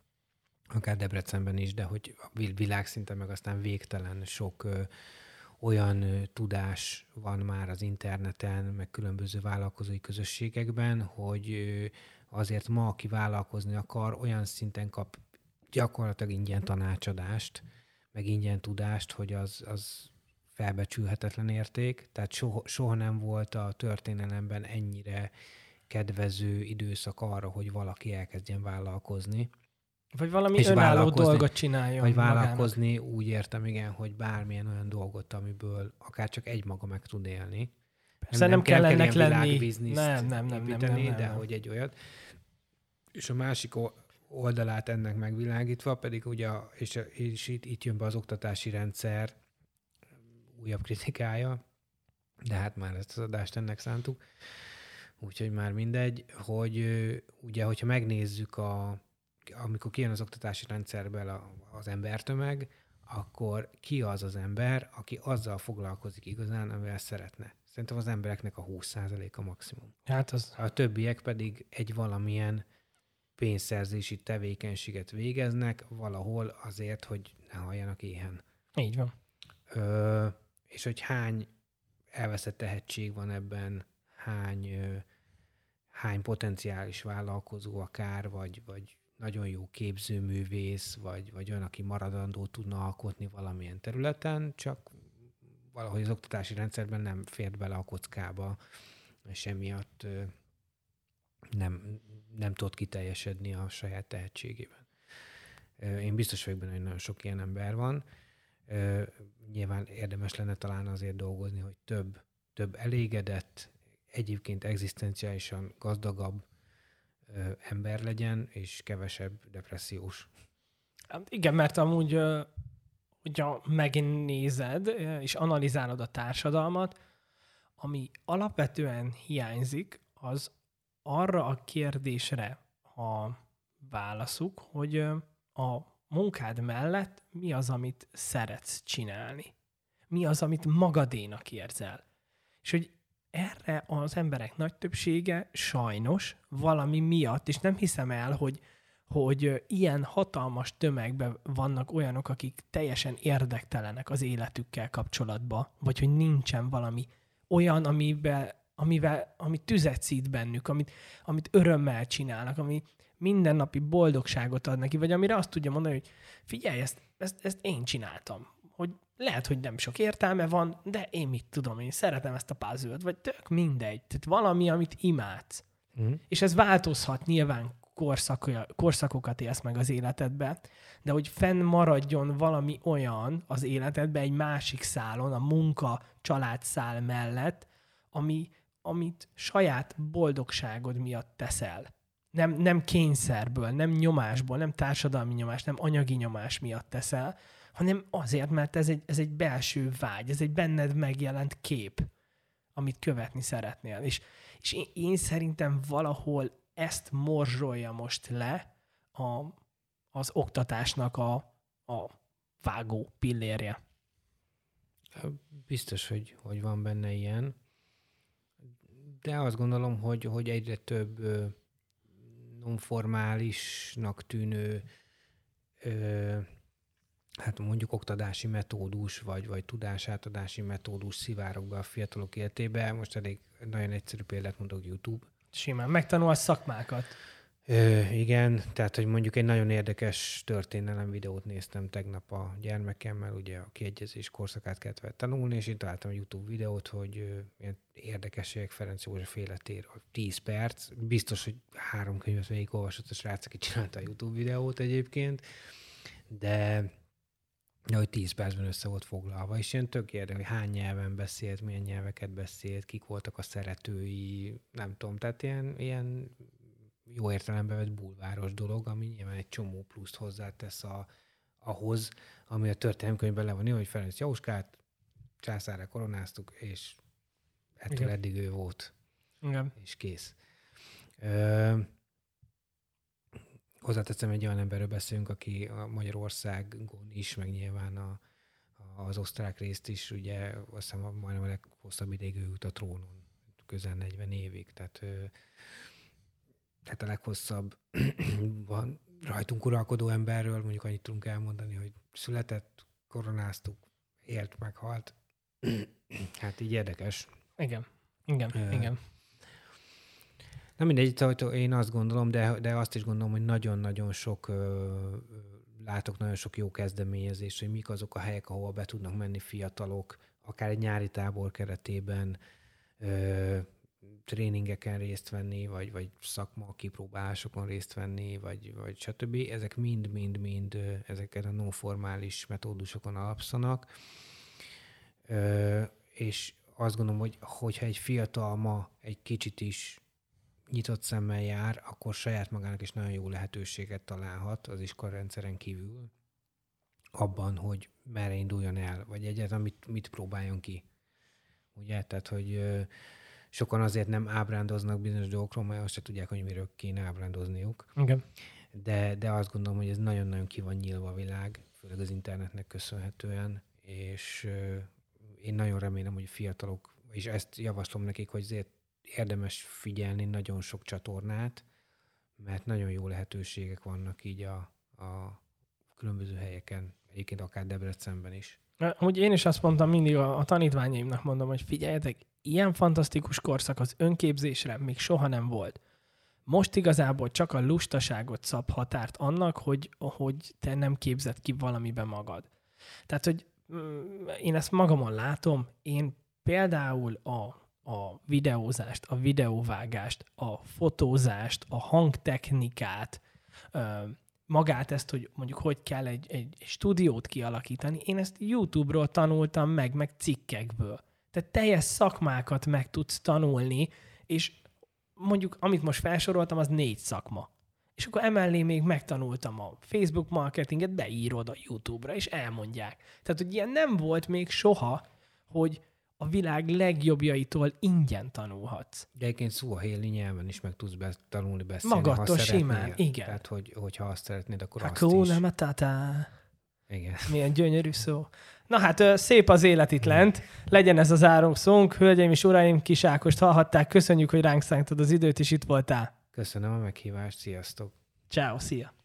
akár Debrecenben is, de hogy világszinten meg aztán végtelen sok olyan tudás van már az interneten, meg különböző vállalkozói közösségekben, hogy azért ma, aki vállalkozni akar, olyan szinten kap gyakorlatilag ingyen tanácsadást, meg ingyen tudást, hogy az, az felbecsülhetetlen érték. Tehát soha, soha nem volt a történelemben ennyire kedvező időszak arra, hogy valaki elkezdjen vállalkozni. Vagy valami önálló dolgot csináljon. Vagy vállalkozni, magának. Úgy értem, igen, hogy bármilyen olyan dolgot, amiből akár csak egy maga meg tud élni. Persze nem, nem kell ennek lenni. Nem, nem, nem, nem, nem, nem. De nem. Hogy egy olyat. És a másik oldalát ennek megvilágítva pedig ugye, és, és itt, itt jön be az oktatási rendszer újabb kritikája, de hát már ezt az adást ennek szántuk, úgyhogy már mindegy, hogy ugye, hogyha megnézzük a amikor kijön az oktatási rendszerből az embertömeg, akkor ki az az ember, aki azzal foglalkozik igazán, amivel szeretne. Szerintem az embereknek a húsz százaléka maximum. Hát az... A többiek pedig egy valamilyen pénzszerzési tevékenységet végeznek valahol azért, hogy ne halljanak éhen. Így van. Ö, és hogy hány elveszett tehetség van ebben, hány, ö, hány potenciális vállalkozó akár, vagy, vagy nagyon jó képzőművész, vagy, vagy olyan, aki maradandó tudna alkotni valamilyen területen, csak valahogy az oktatási rendszerben nem fért bele a kockába, és emiatt ö, nem, nem tud kiteljesedni a saját tehetségében. Ö, én biztos vagyok benne, hogy nagyon sok ilyen ember van. Ö, nyilván érdemes lenne talán azért dolgozni, hogy több, több elégedett, egyébként egzisztenciálisan gazdagabb ö, ember legyen, és kevesebb depressziós. Igen, mert amúgy hogyha megnézed és analizálod a társadalmat, ami alapvetően hiányzik, az arra a kérdésre a válaszuk, hogy a munkád mellett mi az, amit szeretsz csinálni. Mi az, amit magadénak érzel. És hogy erre az emberek nagy többsége sajnos valami miatt, és nem hiszem el, hogy, hogy ilyen hatalmas tömegben vannak olyanok, akik teljesen érdektelenek az életükkel kapcsolatban, vagy hogy nincsen valami olyan, amiben, amivel, ami tüzet szít bennük, amit, amit örömmel csinálnak, ami mindennapi boldogságot ad neki, vagy amire azt tudja mondani, hogy figyelj, ezt, ezt, ezt én csináltam. Hogy lehet, hogy nem sok értelme van, de én mit tudom, én szeretem ezt a puzzle-t, vagy tök mindegy. Tehát valami, amit imádsz. Mm. És ez változhat, nyilván korszak, korszakokat élsz meg az életedbe, de hogy fenn maradjon valami olyan az életedbe egy másik szálon, a munka, család szál mellett, ami, amit saját boldogságod miatt teszel. Nem, nem kényszerből, nem nyomásból, nem társadalmi nyomás, nem anyagi nyomás miatt teszel, hanem azért, mert ez egy, ez egy belső vágy, ez egy benned megjelent kép, amit követni szeretnél. És, és én, én szerintem valahol ezt morzsolja most le a, az oktatásnak a, a vágó pillérje. Biztos, hogy, hogy van benne ilyen. De azt gondolom, hogy, hogy egyre több ö, nonformálisnak tűnő ö, hát mondjuk oktatási metódus, vagy, vagy tudásátadási metódus szivárog be a fiatalok életébe. Most elég nagyon egyszerű példát mondok, YouTube. Simán, megtanulsz szakmákat. Ö, igen, tehát, hogy mondjuk egy nagyon érdekes történelem videót néztem tegnap a gyermekemmel, ugye a kiegyezés korszakát kellett tanulni, és én találtam egy YouTube videót, hogy ö, ilyen érdekességek Ferenc József életéről. tíz perc, biztos, hogy három könyvet végig olvasott a srác, aki csinálta a YouTube videót egyébként, de de hogy tíz percben össze volt foglalva, és ilyen tök érdekes, hogy hány nyelven beszélt, milyen nyelveket beszélt, kik voltak a szeretői, nem tudom, tehát ilyen, ilyen jó értelemben vett bulváros dolog, ami nyilván egy csomó pluszt hozzátesz a, ahhoz, ami a történelemkönyvben le van írva, hogy Ferenc Jóskát császárra koronáztuk, és ettől igen. Eddig ő volt. Igen. És kész. Ö, Hozzáteszem, egy olyan emberről beszélünk, aki a Magyarországon is, meg nyilván a, az osztrák részt is, ugye azt hiszem majdnem a leghosszabb ideig ő ült a trónon, közel negyven évig, tehát, tehát a leghosszabb van rajtunk uralkodó emberről, mondjuk annyit tudunk elmondani, hogy született, koronáztuk, élt, meghalt. Hát így érdekes. Igen, igen, uh, igen. Na mindegy, én azt gondolom, de, de azt is gondolom, hogy nagyon-nagyon sok, ö, látok nagyon sok jó kezdeményezést, hogy mik azok a helyek, ahol be tudnak menni fiatalok, akár egy nyári tábor keretében ö, tréningeken részt venni, vagy, vagy szakma kipróbálásokon részt venni, vagy, vagy stb. Ezek mind-mind-mind ezeken a non-formális metódusokon alapszanak. Ö, és azt gondolom, hogy hogyha egy fiatal ma egy kicsit is nyitott szemmel jár, akkor saját magának is nagyon jó lehetőséget találhat az iskolarendszeren kívül abban, hogy merre induljon el, vagy egyáltalán mit, mit próbáljon ki. Ugye? Tehát, hogy ö, sokan azért nem ábrándoznak bizonyos dolgokról, mert azt se tudják, hogy miről kéne ábrándozniuk. Okay. De, de azt gondolom, hogy ez nagyon-nagyon ki van nyílva a világ, főleg az internetnek köszönhetően, és ö, én nagyon remélem, hogy a fiatalok, és ezt javaslom nekik, hogy azért érdemes figyelni nagyon sok csatornát, mert nagyon jó lehetőségek vannak így a, a különböző helyeken, egyébként akár Debrecenben is. Úgy én is azt mondtam mindig a, a tanítványaimnak, mondom, hogy figyeljetek, ilyen fantasztikus korszak az önképzésre még soha nem volt. Most igazából csak a lustaságot szab határt annak, hogy, hogy te nem képzed ki valamiben magad. Tehát, hogy mm, én ezt magamon látom, én például a a videózást, a videóvágást, a fotózást, a hangtechnikát, magát ezt, hogy mondjuk hogy kell egy, egy, egy stúdiót kialakítani, én ezt YouTube-ról tanultam meg, meg cikkekből. Tehát teljes szakmákat meg tudsz tanulni, és mondjuk, amit most felsoroltam, az négy szakma. és akkor emellé még megtanultam a Facebook marketinget, beírod a YouTube-ra, és elmondják. Tehát, hogy ilyen nem volt még soha, hogy a világ legjobbjaitól ingyen tanulhatsz. De egyébként szóahéli nyelven is meg tudsz be, tanulni beszélni, Magadtól ha simán, igen. Tehát, hogy, hogyha azt szeretnéd, akkor Hakuna azt is. Matata. Igen. Milyen gyönyörű szó. Na hát szép az élet itt lent. Legyen ez az záró szónk. Hölgyeim és uraim, Kis Ákost hallhatták. Köszönjük, hogy ránk szántad az időt, és itt voltál. Köszönöm a meghívást. Sziasztok! Ciao, szia!